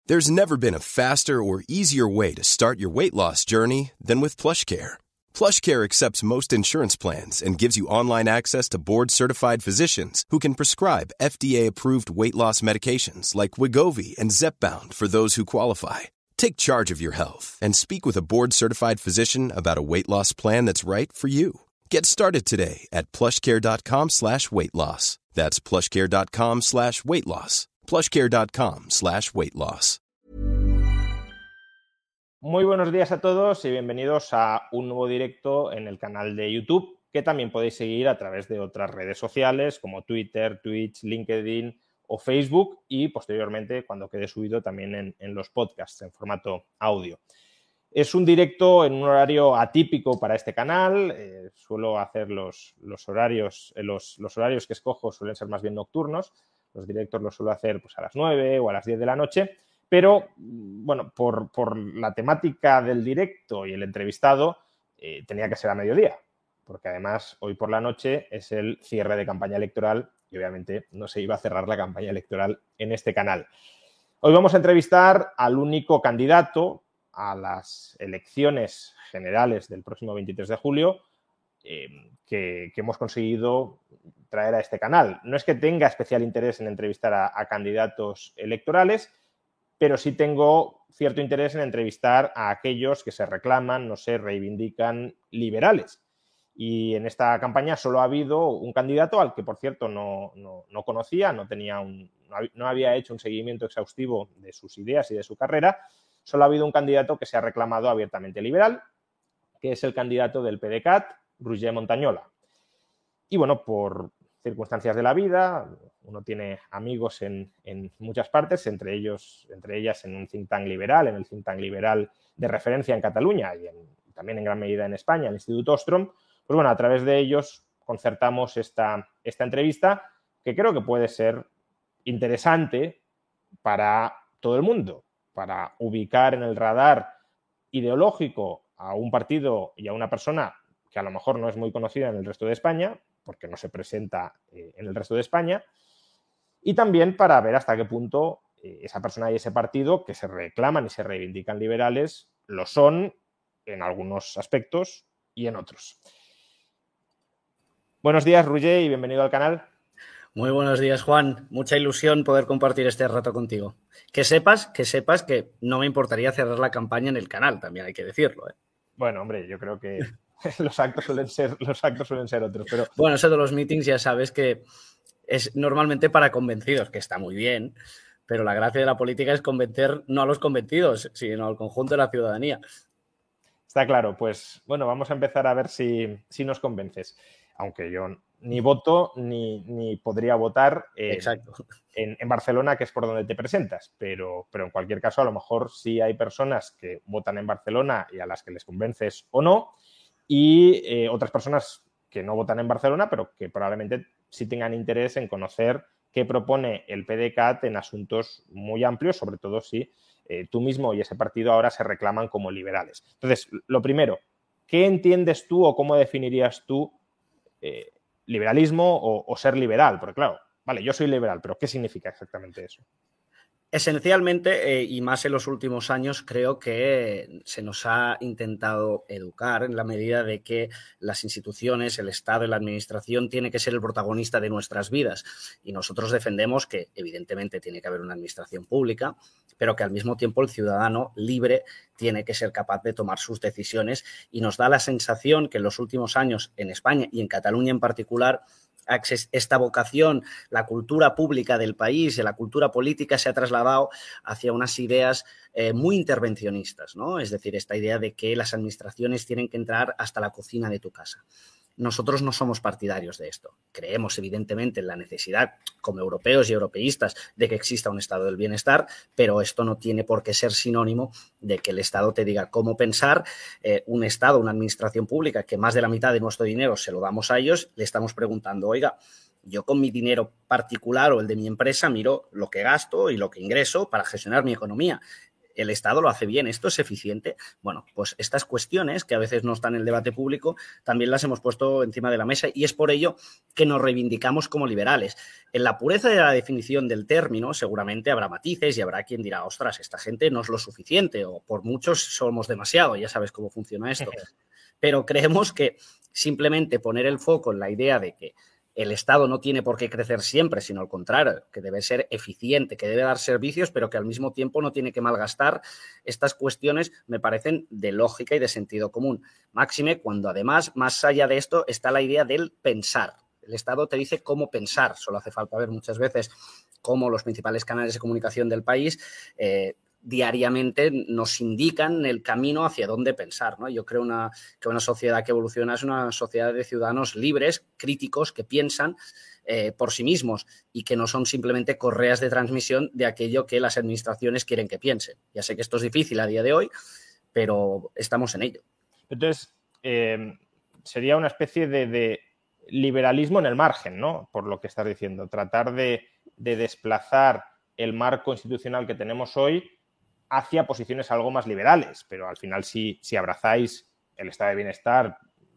There's never been a faster or easier way to start your weight loss journey than with PlushCare. PlushCare accepts most insurance plans and gives you online access to board-certified physicians who can prescribe FDA-approved weight loss medications like Wegovy and Zepbound for those who qualify. Take charge of your health and speak with a board-certified physician about a weight loss plan that's right for you. Get started today at plushcare.com/weight loss. That's plushcare.com/weight loss. plushcare.com/weight loss. Muy buenos días a todos y bienvenidos a un nuevo directo en el canal de YouTube, que también podéis seguir a través de otras redes sociales como Twitter, Twitch, LinkedIn o Facebook, y posteriormente, cuando quede subido, también en los podcasts en formato audio. Es un directo en un horario atípico para este canal. Suelo hacer los horarios que escojo suelen ser más bien nocturnos. Los directos los suelo hacer pues a las 9 o a las 10 de la noche, pero bueno, por la temática del directo y el entrevistado tenía que ser a mediodía, porque además hoy por la noche es el cierre de campaña electoral y obviamente no se iba a cerrar la campaña electoral en este canal. Hoy vamos a entrevistar al único candidato a las elecciones generales del próximo 23 de julio que hemos conseguido traer a este canal. No es que tenga especial interés en entrevistar a candidatos electorales, pero sí tengo cierto interés en entrevistar a aquellos que se reclaman, no se reivindican liberales. Y en esta campaña solo ha habido un candidato al que, por cierto, no conocía, no había hecho un seguimiento exhaustivo de sus ideas y de su carrera. Solo ha habido un candidato que se ha reclamado abiertamente liberal, que es el candidato del PDeCAT, Roger Montañola. Y bueno, por circunstancias de la vida, uno tiene amigos en muchas partes, entre ellas en un think tank liberal, en el think tank liberal de referencia en Cataluña y también en gran medida en España, el Instituto Ostrom. Pues bueno, a través de ellos concertamos esta entrevista, que creo que puede ser interesante para todo el mundo, para ubicar en el radar ideológico a un partido y a una persona que a lo mejor no es muy conocida en el resto de España, porque no se presenta en el resto de España, y también para ver hasta qué punto esa persona y ese partido que se reclaman y se reivindican liberales lo son en algunos aspectos y en otros. Buenos días, Roger, y bienvenido al canal. Muy buenos días, Juan. Mucha ilusión poder compartir este rato contigo. Que sepas que no me importaría cerrar la campaña en el canal, también hay que decirlo, ¿eh? Bueno, hombre, yo creo que los actos suelen ser otros, pero... Bueno, eso de los meetings ya sabes que es normalmente para convencidos, que está muy bien, pero la gracia de la política es convencer no a los convencidos, sino al conjunto de la ciudadanía. Está claro, pues bueno, vamos a empezar a ver si nos convences. Aunque yo ni voto ni podría votar en Barcelona, que es por donde te presentas, pero en cualquier caso a lo mejor sí hay personas que votan en Barcelona y a las que les convences o no, y otras personas que no votan en Barcelona, pero que probablemente sí tengan interés en conocer qué propone el PDeCAT en asuntos muy amplios, sobre todo si tú mismo y ese partido ahora se reclaman como liberales. Entonces, lo primero, ¿qué entiendes tú o cómo definirías tú liberalismo o ser liberal? Porque claro, vale, yo soy liberal, pero ¿qué significa exactamente eso? Esencialmente, y más en los últimos años, creo que se nos ha intentado educar en la medida de que las instituciones, el Estado y la Administración tienen que ser el protagonista de nuestras vidas. Y nosotros defendemos que, evidentemente, tiene que haber una administración pública, pero que al mismo tiempo el ciudadano libre tiene que ser capaz de tomar sus decisiones. Y nos da la sensación que en los últimos años, en España y en Cataluña en particular, esta vocación, la cultura pública del país, la cultura política se ha trasladado hacia unas ideas muy intervencionistas, ¿no? Es decir, esta idea de que las administraciones tienen que entrar hasta la cocina de tu casa. Nosotros no somos partidarios de esto. Creemos, evidentemente, en la necesidad, como europeos y europeístas, de que exista un estado del bienestar, pero esto no tiene por qué ser sinónimo de que el Estado te diga cómo pensar. Un Estado, una administración pública, que más de la mitad de nuestro dinero se lo damos a ellos, le estamos preguntando, oiga, yo con mi dinero particular o el de mi empresa miro lo que gasto y lo que ingreso para gestionar mi economía. el Estado lo hace bien, esto es eficiente. Bueno, pues estas cuestiones que a veces no están en el debate público también las hemos puesto encima de la mesa y es por ello que nos reivindicamos como liberales. En la pureza de la definición del término seguramente habrá matices y habrá quien dirá, ostras, esta gente no es lo suficiente o por muchos somos demasiado, ya sabes cómo funciona esto. Pero creemos que simplemente poner el foco en la idea de que el Estado no tiene por qué crecer siempre, sino al contrario, que debe ser eficiente, que debe dar servicios, pero que al mismo tiempo no tiene que malgastar, estas cuestiones me parecen de lógica y de sentido común. Máxime, cuando además, más allá de esto, está la idea del pensar. El Estado te dice cómo pensar, solo hace falta ver muchas veces cómo los principales canales de comunicación del país diariamente nos indican el camino hacia dónde pensar, ¿no? Yo creo que una sociedad que evoluciona es una sociedad de ciudadanos libres, críticos, que piensan por sí mismos y que no son simplemente correas de transmisión de aquello que las administraciones quieren que piensen. Ya sé que esto es difícil a día de hoy, pero estamos en ello. Entonces, sería una especie de liberalismo en el margen, ¿no? Por lo que estás diciendo. Tratar de desplazar el marco institucional que tenemos hoy hacia posiciones algo más liberales, pero al final si abrazáis el estado de bienestar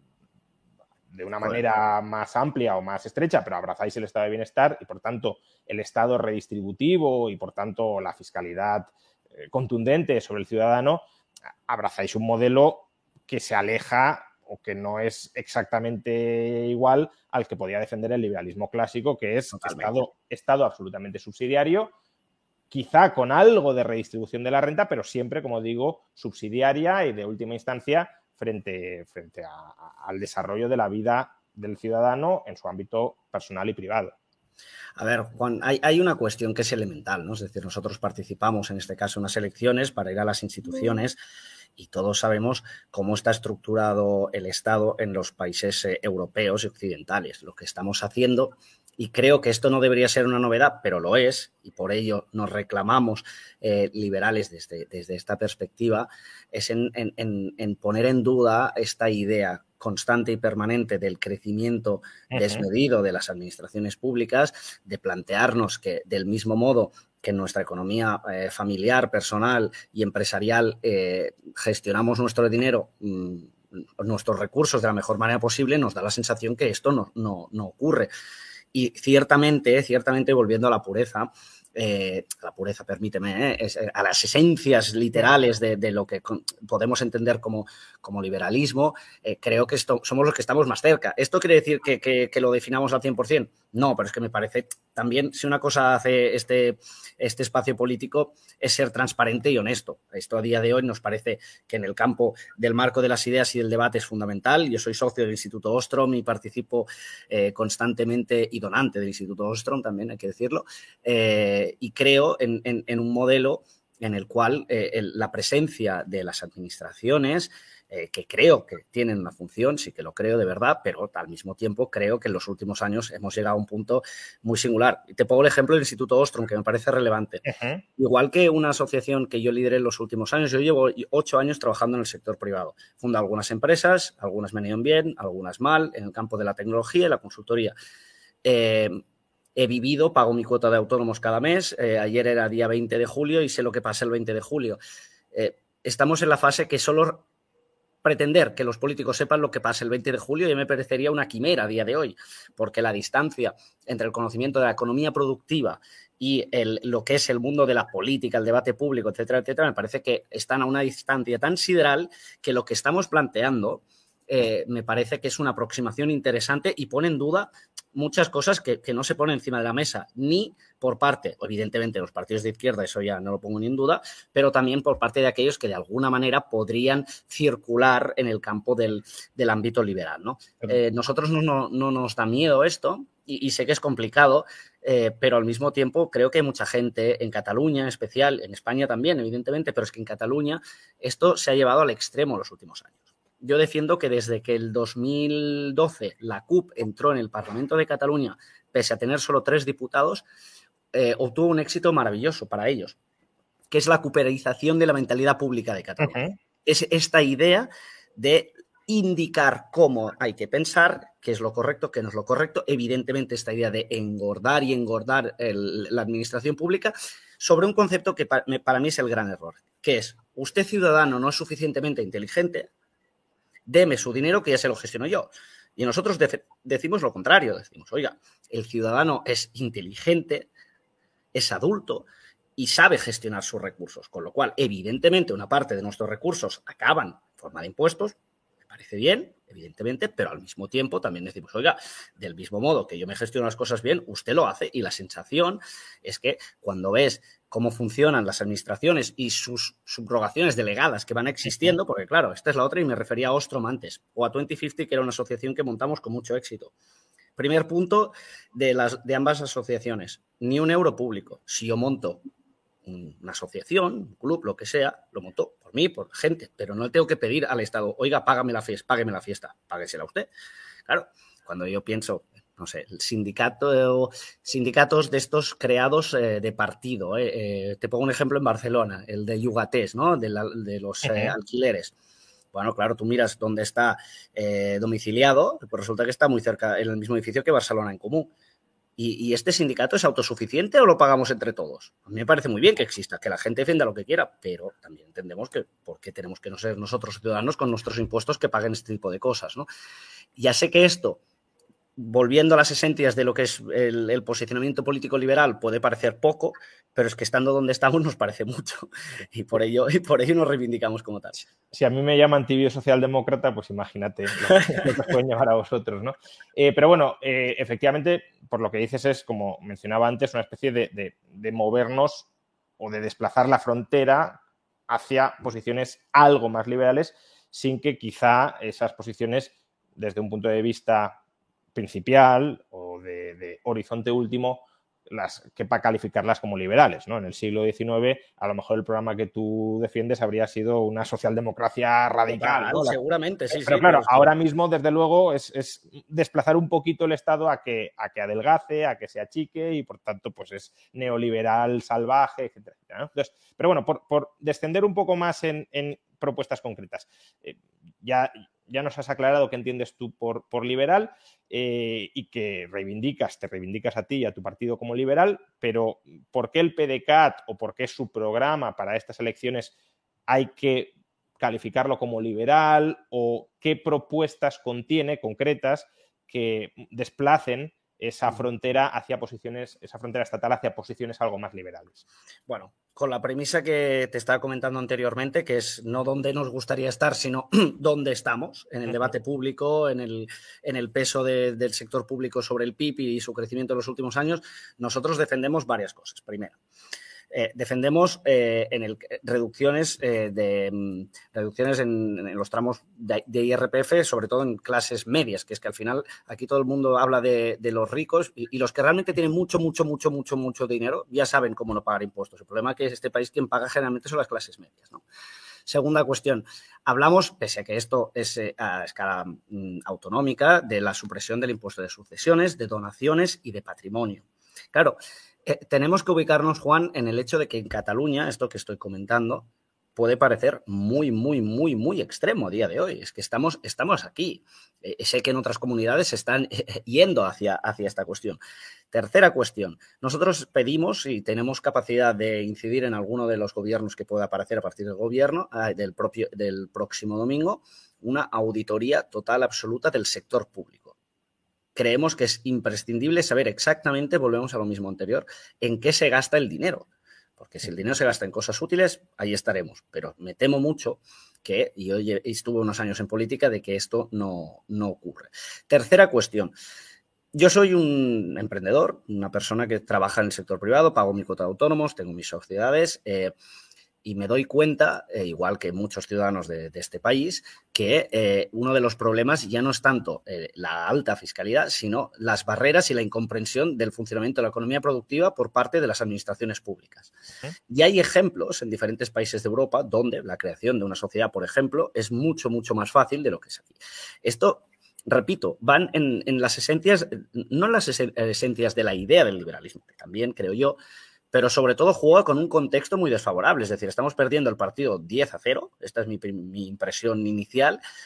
de una manera más amplia o más estrecha, pero abrazáis el estado de bienestar y por tanto el estado redistributivo y por tanto la fiscalidad contundente sobre el ciudadano, abrazáis un modelo que se aleja o que no es exactamente igual al que podía defender el liberalismo clásico, que es estado absolutamente subsidiario, quizá con algo de redistribución de la renta, pero siempre, como digo, subsidiaria y de última instancia frente al desarrollo de la vida del ciudadano en su ámbito personal y privado. A ver, Juan, hay una cuestión que es elemental, ¿no? Es decir, nosotros participamos en este caso en unas elecciones para ir a las instituciones y todos sabemos cómo está estructurado el Estado en los países europeos y occidentales. Lo que estamos haciendo, y creo que esto no debería ser una novedad, pero lo es, y por ello nos reclamamos liberales desde esta perspectiva, es en poner en duda esta idea constante y permanente del crecimiento desmedido de las administraciones públicas, de plantearnos que del mismo modo que en nuestra economía familiar, personal y empresarial gestionamos nuestro dinero, nuestros recursos de la mejor manera posible, nos da la sensación que esto no ocurre. Y ciertamente, volviendo a la pureza, permíteme, a las esencias literales de lo que podemos entender como liberalismo, creo que somos los que estamos más cerca. ¿Esto quiere decir que lo definamos al 100%? No, pero es que me parece también, si una cosa hace este espacio político, es ser transparente y honesto. Esto a día de hoy nos parece que en el campo del marco de las ideas y del debate es fundamental. Yo soy socio del Instituto Ostrom y participo constantemente y donante del Instituto Ostrom, también hay que decirlo, y creo en un modelo en el cual la presencia de las administraciones, que creo que tienen una función, sí que lo creo de verdad, pero al mismo tiempo creo que en los últimos años hemos llegado a un punto muy singular. Y te pongo el ejemplo del Instituto Ostrom, que me parece relevante. Igual que una asociación que yo lideré en los últimos años, yo llevo 8 años trabajando en el sector privado. Fundo algunas empresas, algunas me han ido bien, algunas mal, en el campo de la tecnología y la consultoría. He vivido, pago mi cuota de autónomos cada mes. Ayer era día 20 de julio y sé lo que pasa el 20 de julio. Estamos en la fase que solo pretender que los políticos sepan lo que pasa el 20 de julio ya me parecería una quimera a día de hoy, porque la distancia entre el conocimiento de la economía productiva y lo que es el mundo de la política, el debate público, etcétera, etcétera, me parece que están a una distancia tan sideral que lo que estamos planteando me parece que es una aproximación interesante y pone en duda muchas cosas que no se ponen encima de la mesa, ni por parte, evidentemente, de los partidos de izquierda, eso ya no lo pongo ni en duda, pero también por parte de aquellos que de alguna manera podrían circular en el campo del ámbito liberal, ¿no? Nosotros no nos da miedo esto y sé que es complicado, pero al mismo tiempo creo que hay mucha gente en Cataluña en especial, en España también, evidentemente, pero es que en Cataluña esto se ha llevado al extremo en los últimos años. Yo defiendo que desde que el 2012 la CUP entró en el Parlamento de Cataluña, pese a tener solo 3 diputados, obtuvo un éxito maravilloso para ellos, que es la cuperización de la mentalidad pública de Cataluña. Es esta idea de indicar cómo hay que pensar, qué es lo correcto, qué no es lo correcto. Evidentemente, esta idea de engordar la administración pública sobre un concepto que para mí es el gran error. que es, usted ciudadano no es suficientemente inteligente, deme su dinero que ya se lo gestiono yo. Y nosotros decimos lo contrario, decimos, oiga, el ciudadano es inteligente, es adulto y sabe gestionar sus recursos, con lo cual, evidentemente, una parte de nuestros recursos acaban en forma de impuestos, me parece bien, evidentemente, pero al mismo tiempo también decimos, oiga, del mismo modo que yo me gestiono las cosas bien, usted lo hace, y la sensación es que cuando ves cómo funcionan las administraciones y sus subrogaciones delegadas que van existiendo, porque claro, esta es la otra y me refería a Ostrom antes, o a 2050, que era una asociación que montamos con mucho éxito. Primer punto de ambas asociaciones, ni un euro público. Si yo monto una asociación, un club, lo que sea, lo monto por mí, por gente, pero no le tengo que pedir al Estado, oiga, págame la fiesta, páguesela usted. Claro, cuando yo pienso, no sé, el sindicatos de estos creados de partido, te pongo un ejemplo en Barcelona, el de Yugatés, ¿no? De los alquileres. Bueno, claro, tú miras dónde está domiciliado, pues resulta que está muy cerca, en el mismo edificio que Barcelona en Comú. ¿Y este sindicato es autosuficiente o lo pagamos entre todos? A mí me parece muy bien que exista, que la gente defienda lo que quiera, pero también entendemos que por qué tenemos que no ser nosotros ciudadanos con nuestros impuestos que paguen este tipo de cosas, ¿no? Ya sé que esto, volviendo a las esencias de lo que es el posicionamiento político liberal, puede parecer poco, pero es que estando donde estamos nos parece mucho y por ello nos reivindicamos como tal. Si a mí me llaman tibio socialdemócrata, pues imagínate lo que os pueden llevar a vosotros, ¿no? Pero bueno, efectivamente, por lo que dices es, como mencionaba antes, una especie de movernos o de desplazar la frontera hacia posiciones algo más liberales, sin que quizá esas posiciones, desde un punto de vista principial o de horizonte último, las quepa calificarlas como liberales, ¿no? En el siglo XIX, a lo mejor el programa que tú defiendes habría sido una socialdemocracia radical, ¿no? Seguramente, sí. Pero claro, ahora mismo, desde luego, es desplazar un poquito el Estado a que adelgace, a que se achique y, por tanto, pues es neoliberal, salvaje, etcétera, etcétera, ¿no? Entonces, pero bueno, por descender un poco más en propuestas concretas, ya nos has aclarado qué entiendes tú por liberal y que te reivindicas a ti y a tu partido como liberal, pero ¿por qué el PDeCAT o por qué su programa para estas elecciones hay que calificarlo como liberal, o qué propuestas contiene concretas que desplacen esa frontera estatal hacia posiciones algo más liberales? Bueno, con la premisa que te estaba comentando anteriormente, que es no dónde nos gustaría estar, sino dónde estamos, en el debate público, en el peso del sector público sobre el PIB y su crecimiento en los últimos años, nosotros defendemos varias cosas. Primero, defendemos reducciones en los tramos de IRPF, sobre todo en clases medias, que es que al final aquí todo el mundo habla de los ricos y los que realmente tienen mucho dinero ya saben cómo no pagar impuestos. El problema es que este país quien paga generalmente son las clases medias, ¿no? Segunda cuestión, hablamos, pese a que esto es a escala autonómica, de la supresión del impuesto de sucesiones, de donaciones y de patrimonio. Claro, tenemos que ubicarnos, Juan, en el hecho de que en Cataluña, esto que estoy comentando, puede parecer muy extremo a día de hoy. Es que estamos aquí. Sé que en otras comunidades se están yendo hacia esta cuestión. Tercera cuestión. Nosotros pedimos y tenemos capacidad de incidir en alguno de los gobiernos que pueda aparecer a partir del próximo domingo, una auditoría total absoluta del sector público. Creemos que es imprescindible saber exactamente, volvemos a lo mismo anterior, en qué se gasta el dinero. Porque si el dinero se gasta en cosas útiles, ahí estaremos. Pero me temo mucho que, y yo estuve unos años en política, de que esto no ocurre. Tercera cuestión. Yo soy un emprendedor, una persona que trabaja en el sector privado, pago mi cuota de autónomos, tengo mis sociedades, y me doy cuenta, igual que muchos ciudadanos de este país, que uno de los problemas ya no es tanto la alta fiscalidad, sino las barreras y la incomprensión del funcionamiento de la economía productiva por parte de las administraciones públicas. Y hay ejemplos en diferentes países de Europa donde la creación de una sociedad, por ejemplo, es mucho más fácil de lo que es aquí. Esto, repito, van en las esencias, no en las esencias de la idea del liberalismo, que también creo yo, pero sobre todo juega con un contexto muy desfavorable. Es decir, estamos perdiendo el partido 10-0, esta es mi impresión inicial,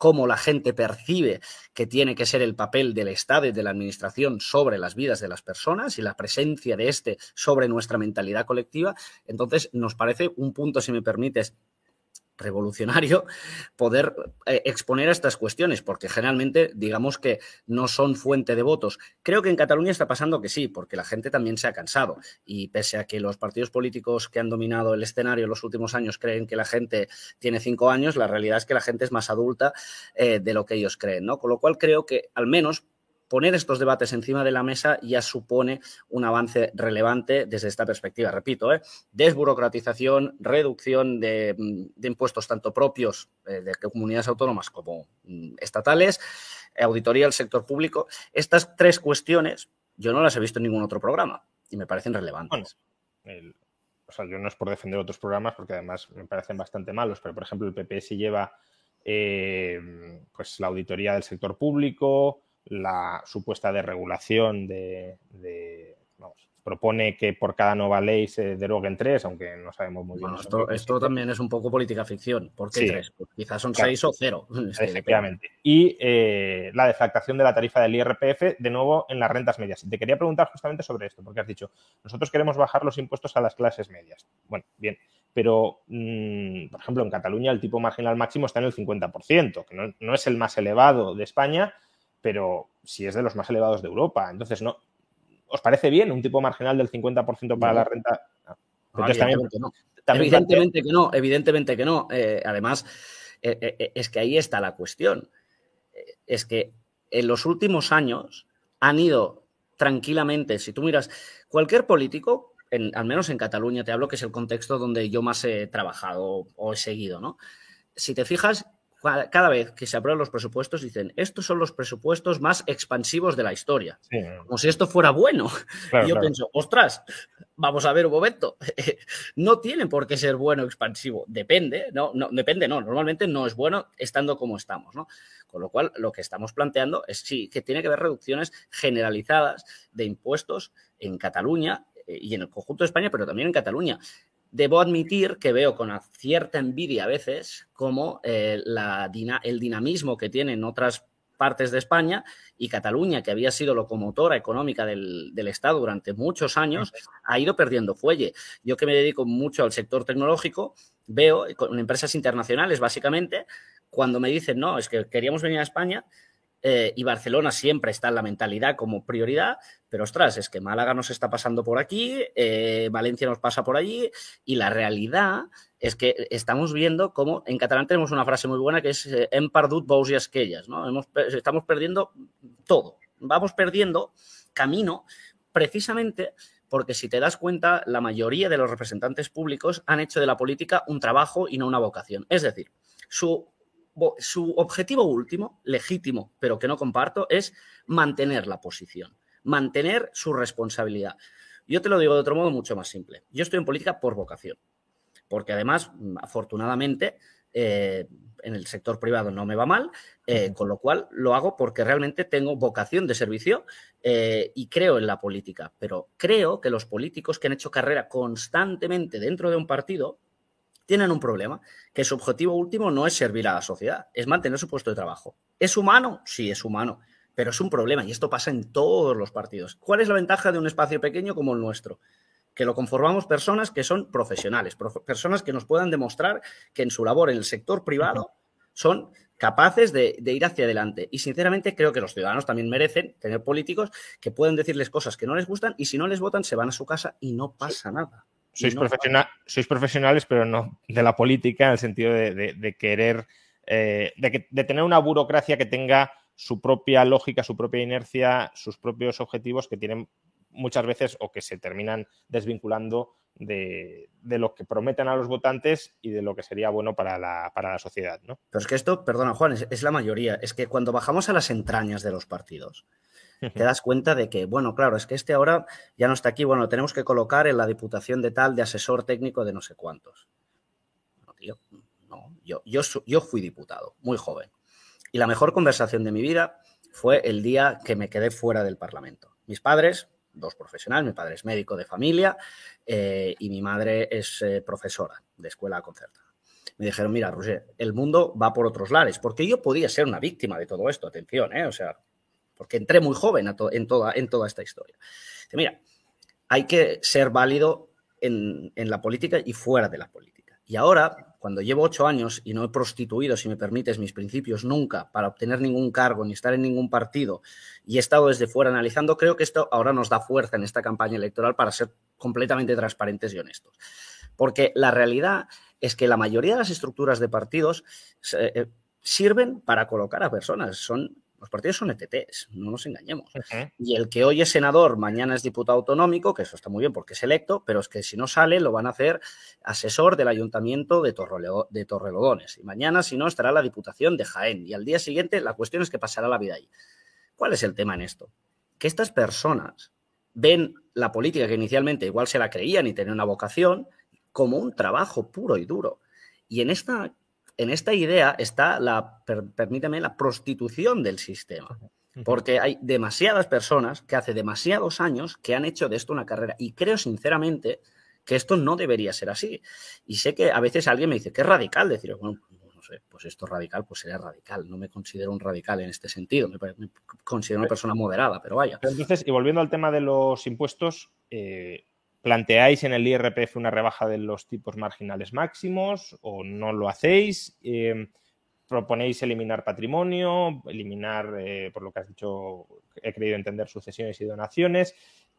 cómo la gente percibe que tiene que ser el papel del Estado y de la Administración sobre las vidas de las personas y la presencia de este sobre nuestra mentalidad colectiva. Entonces, nos parece un punto, si me permites, revolucionario poder exponer estas cuestiones, porque generalmente digamos que no son fuente de votos. Creo que en Cataluña está pasando que sí, porque la gente también se ha cansado y pese a que los partidos políticos que han dominado el escenario en los últimos años creen que la gente tiene 5 años, la realidad es que la gente es más adulta de lo que ellos creen, ¿no? Con lo cual creo que al menos poner estos debates encima de la mesa ya supone un avance relevante desde esta perspectiva. Repito, desburocratización, reducción de impuestos tanto propios de comunidades autónomas como estatales, auditoría del sector público. Estas 3 cuestiones yo no las he visto en ningún otro programa y me parecen relevantes. Bueno, yo no es por defender otros programas porque además me parecen bastante malos, pero por ejemplo el PP sí lleva pues la auditoría del sector público, la supuesta desregulación propone que por cada nueva ley se deroguen 3, aunque no sabemos muy bien. Bueno, esto también es un poco política ficción. ¿Por qué 3? Pues quizás son 6 o 0. Efectivamente. Y la deflactación de la tarifa del IRPF, de nuevo, en las rentas medias. Y te quería preguntar justamente sobre esto, porque has dicho, nosotros queremos bajar los impuestos a las clases medias. Bueno, bien, pero, por ejemplo, en Cataluña el tipo marginal máximo está en el 50%, que no es el más elevado de España, pero sí es de los más elevados de Europa. Entonces, ¿no? ¿Os parece bien un tipo marginal del 50% para la renta? Entonces, evidentemente que no. Además, es que ahí está la cuestión. Es que en los últimos años han ido tranquilamente, si tú miras, cualquier político, al menos en Cataluña, te hablo que es el contexto donde yo más he trabajado o he seguido, ¿no? Si te fijas, cada vez que se aprueban los presupuestos dicen, estos son los presupuestos más expansivos de la historia. Sí. Como si esto fuera bueno. Claro, y yo pienso, ostras, vamos a ver un momento. No tiene por qué ser bueno expansivo. Depende, normalmente no es bueno estando como estamos, ¿no? Con lo cual, lo que estamos planteando es sí, que tiene que haber reducciones generalizadas de impuestos en Cataluña y en el conjunto de España, pero también en Cataluña. Debo admitir que veo con cierta envidia a veces como el dinamismo que tienen otras partes de España y Cataluña, que había sido locomotora económica del Estado durante muchos años, ha ido perdiendo fuelle. Yo que me dedico mucho al sector tecnológico, veo con empresas internacionales básicamente, cuando me dicen, no, es que queríamos venir a España, y Barcelona siempre está en la mentalidad como prioridad, pero ostras, es que Málaga nos está pasando por aquí, Valencia nos pasa por allí, y la realidad es que estamos viendo cómo en catalán tenemos una frase muy buena que es hem perdut bous i esquelles, ¿no? Estamos perdiendo todo, vamos perdiendo camino precisamente porque si te das cuenta, la mayoría de los representantes públicos han hecho de la política un trabajo y no una vocación. Es decir, su objetivo último, legítimo, pero que no comparto, es mantener la posición, mantener su responsabilidad. Yo te lo digo de otro modo mucho más simple. Yo estoy en política por vocación, porque además, afortunadamente, en el sector privado no me va mal, con lo cual lo hago porque realmente tengo vocación de servicio y creo en la política. Pero creo que los políticos que han hecho carrera constantemente dentro de un partido tienen un problema, que su objetivo último no es servir a la sociedad, es mantener su puesto de trabajo. ¿Es humano? Sí, es humano, pero es un problema y esto pasa en todos los partidos. ¿Cuál es la ventaja de un espacio pequeño como el nuestro? Que lo conformamos personas que son profesionales, personas que nos puedan demostrar que en su labor en el sector privado son capaces de ir hacia adelante. Y sinceramente creo que los ciudadanos también merecen tener políticos que pueden decirles cosas que no les gustan y si no les votan se van a su casa y no pasa nada. Sois profesionales, pero no de la política, en el sentido de querer, de tener una burocracia que tenga su propia lógica, su propia inercia, sus propios objetivos que tienen muchas veces o que se terminan desvinculando de lo que prometen a los votantes y de lo que sería bueno para la sociedad, ¿no? Pero es que esto, perdona Juan, es la mayoría. Es que cuando bajamos a las entrañas de los partidos, te das cuenta de que, bueno, claro, es que este ahora ya no está aquí, bueno, lo tenemos que colocar en la diputación de tal, de asesor técnico de no sé cuántos. No, tío, no, yo fui diputado, muy joven. Y la mejor conversación de mi vida fue el día que me quedé fuera del Parlamento. Mis padres, dos profesionales, mi padre es médico de familia y mi madre es profesora de escuela concertada. me dijeron, mira, Roger, el mundo va por otros lares, porque yo podía ser una víctima de todo esto, atención, o sea, porque entré muy joven en toda esta historia. Dice, mira, hay que ser válido en la política y fuera de la política. Y ahora, cuando llevo 8 años y no he prostituido, si me permites, mis principios nunca para obtener ningún cargo ni estar en ningún partido y he estado desde fuera analizando, creo que esto ahora nos da fuerza en esta campaña electoral para ser completamente transparentes y honestos. Porque la realidad es que la mayoría de las estructuras de partidos sirven para colocar a personas. Los partidos son ETTs, no nos engañemos. Y el que hoy es senador, mañana es diputado autonómico, que eso está muy bien porque es electo, pero es que si no sale lo van a hacer asesor del ayuntamiento de Torrelodones. Y mañana, si no, estará la Diputación de Jaén. Y al día siguiente la cuestión es que pasará la vida ahí. ¿Cuál es el tema en esto? Que estas personas ven la política, que inicialmente igual se la creían y tenían una vocación, como un trabajo puro y duro. Y en esta idea está permíteme, la prostitución del sistema. Porque hay demasiadas personas que hace demasiados años que han hecho de esto una carrera. Y creo sinceramente que esto no debería ser así. Y sé que a veces alguien me dice que es radical decir, bueno, no sé, pues esto es radical, pues será radical. No me considero un radical en este sentido. Me considero una persona moderada, pero vaya. Pero entonces, y volviendo al tema de los impuestos, ¿planteáis en el IRPF una rebaja de los tipos marginales máximos o no lo hacéis? ¿Proponéis eliminar patrimonio, eliminar, por lo que has dicho, he creído entender, sucesiones y donaciones?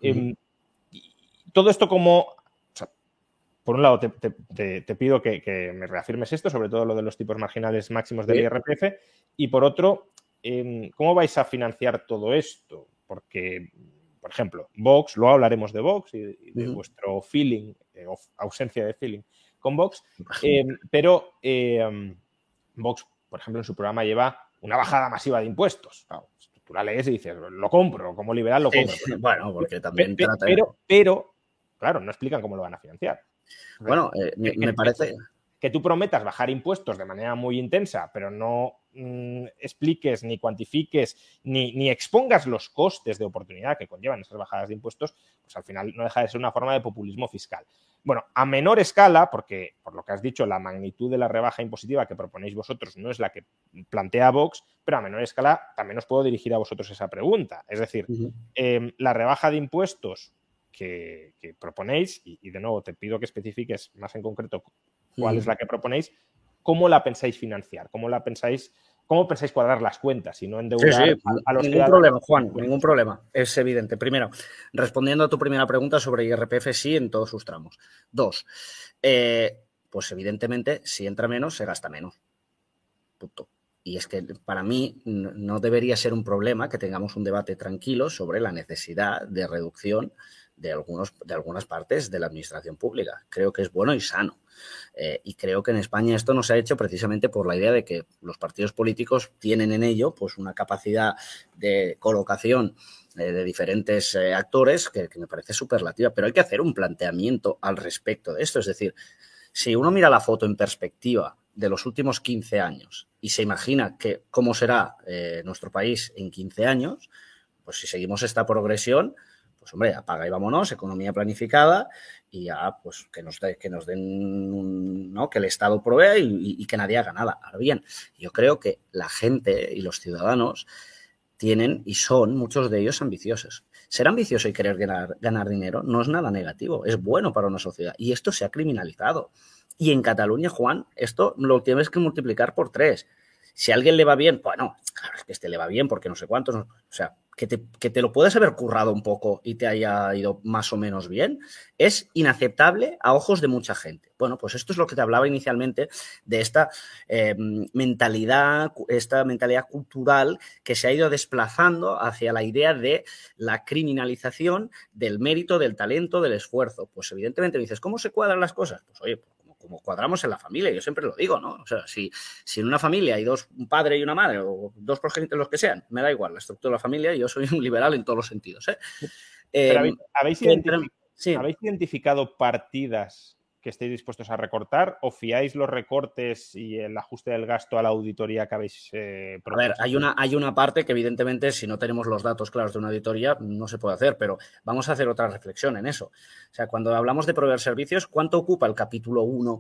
Todo esto como... O sea, por un lado, te pido que me reafirmes esto, sobre todo lo de los tipos marginales máximos del IRPF, y por otro, ¿cómo vais a financiar todo esto? Porque... Por ejemplo, Vox, luego hablaremos de Vox y de vuestro feeling, o ausencia de feeling con Vox, pero Vox, por ejemplo, en su programa lleva una bajada masiva de impuestos. Claro, tú la lees y dices, lo compro, como liberal lo compro. Sí, bueno, porque también... Pero, claro, no explican cómo lo van a financiar. Bueno, me parece... Que tú prometas bajar impuestos de manera muy intensa, pero no expliques, ni cuantifiques, ni expongas los costes de oportunidad que conllevan esas bajadas de impuestos, pues al final no deja de ser una forma de populismo fiscal. Bueno, a menor escala, porque por lo que has dicho, la magnitud de la rebaja impositiva que proponéis vosotros no es la que plantea Vox, pero a menor escala también os puedo dirigir a vosotros esa pregunta. Es decir, la rebaja de impuestos que proponéis, y de nuevo te pido que especifiques más en concreto cuál es la que proponéis, ¿cómo la pensáis financiar? ¿Cómo pensáis cuadrar las cuentas y no endeudar a los ningún problema, Juan, ningún problema. Es evidente. Primero, respondiendo a tu primera pregunta sobre IRPF, sí, en todos sus tramos. 2, pues evidentemente, si entra menos, se gasta menos. Punto. Y es que para mí no debería ser un problema que tengamos un debate tranquilo sobre la necesidad de reducción de algunas partes de la administración pública. Creo que es bueno y sano. Y creo que en España esto no se ha hecho precisamente por la idea de que los partidos políticos tienen en ello pues una capacidad de colocación de diferentes actores que me parece superlativa, pero hay que hacer un planteamiento al respecto de esto. Es decir, si uno mira la foto en perspectiva de los últimos 15 años y se imagina cómo será nuestro país en 15 años, pues si seguimos esta progresión, pues hombre, apaga y vámonos, economía planificada y ya pues que nos den ¿no? Que el Estado provea y que nadie haga nada. Ahora bien, yo creo que la gente y los ciudadanos tienen y son muchos de ellos ambiciosos. Ser ambicioso y querer ganar dinero no es nada negativo, es bueno para una sociedad y esto se ha criminalizado. Y en Cataluña, Juan, esto lo tienes que multiplicar por 3. Si a alguien le va bien, bueno, claro, es que este le va bien porque no sé cuántos, o sea, que te lo puedes haber currado un poco y te haya ido más o menos bien, es inaceptable a ojos de mucha gente. Bueno, pues esto es lo que te hablaba inicialmente de esta mentalidad cultural que se ha ido desplazando hacia la idea de la criminalización del mérito, del talento, del esfuerzo. Pues evidentemente dices, ¿cómo se cuadran las cosas? Pues oye, como cuadramos en la familia, yo siempre lo digo, ¿no? O sea, si en una familia hay un padre y una madre o 2 progenitores, los que sean, me da igual la estructura de la familia y yo soy un liberal en todos los sentidos, ¿eh? Pero ¿habéis identificado partidas que estéis dispuestos a recortar o fiáis los recortes y el ajuste del gasto a la auditoría que habéis propuesto? A ver, hay una parte que evidentemente si no tenemos los datos claros de una auditoría no se puede hacer, pero vamos a hacer otra reflexión en eso. O sea, cuando hablamos de proveer servicios, ¿cuánto ocupa el capítulo 1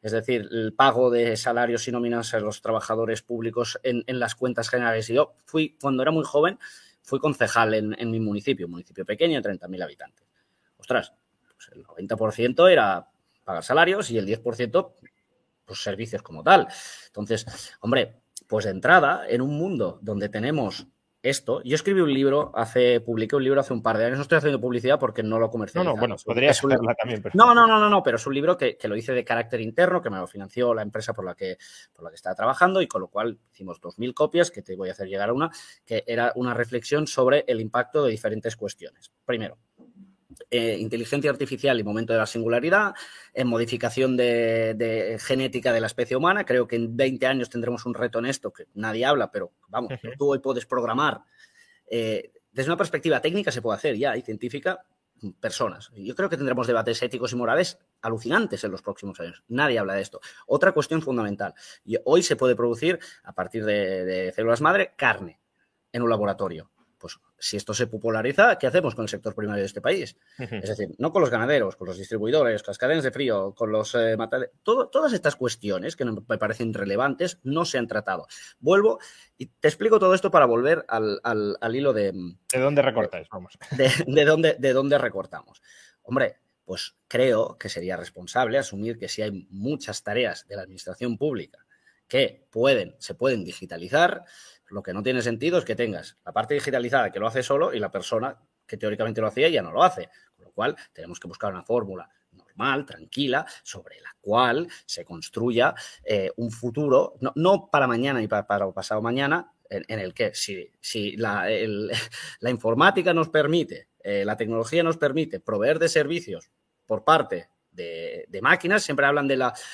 es decir, el pago de salarios y nóminas a los trabajadores públicos en las cuentas generales. Y yo cuando era muy joven, fui concejal en mi municipio, un municipio pequeño de 30.000 habitantes. Ostras, pues el 90% era pagar salarios y el 10% pues servicios como tal. Entonces, hombre, pues de entrada, en un mundo donde tenemos esto, yo publiqué un libro hace un par de años, no estoy haciendo publicidad porque no lo comercializo. No, bueno, podrías hacerla también. No, pero es un libro que lo hice de carácter interno, que me lo financió la empresa por la que estaba trabajando y con lo cual hicimos 2.000 copias, que te voy a hacer llegar a una, que era una reflexión sobre el impacto de diferentes cuestiones. Primero, inteligencia artificial y momento de la singularidad, en modificación de genética de la especie humana. Creo que en 20 años tendremos un reto en esto que nadie habla, pero vamos, tú hoy puedes programar. Desde una perspectiva técnica se puede hacer ya y científica personas. Yo creo que tendremos debates éticos y morales alucinantes en los próximos años. Nadie habla de esto. Otra cuestión fundamental. Y hoy se puede producir, a partir de células madre, carne en un laboratorio. Pues si esto se populariza, ¿qué hacemos con el sector primario de este país? Es decir, no con los ganaderos, con los distribuidores, con las cadenas de frío, con los mataderos. Todas estas cuestiones que me parecen relevantes no se han tratado. Vuelvo y te explico todo esto para volver al hilo de... ¿De dónde recortáis? Vamos. De dónde recortamos. Hombre, pues creo que sería responsable asumir que si hay muchas tareas de la administración pública que se pueden digitalizar, lo que no tiene sentido es que tengas la parte digitalizada que lo hace solo y la persona que teóricamente lo hacía ya no lo hace. Con lo cual, tenemos que buscar una fórmula normal, tranquila, sobre la cual se construya un futuro, no para mañana y para pasado mañana, en el que si la informática nos permite, la tecnología nos permite proveer de servicios por parte de máquinas, siempre hablan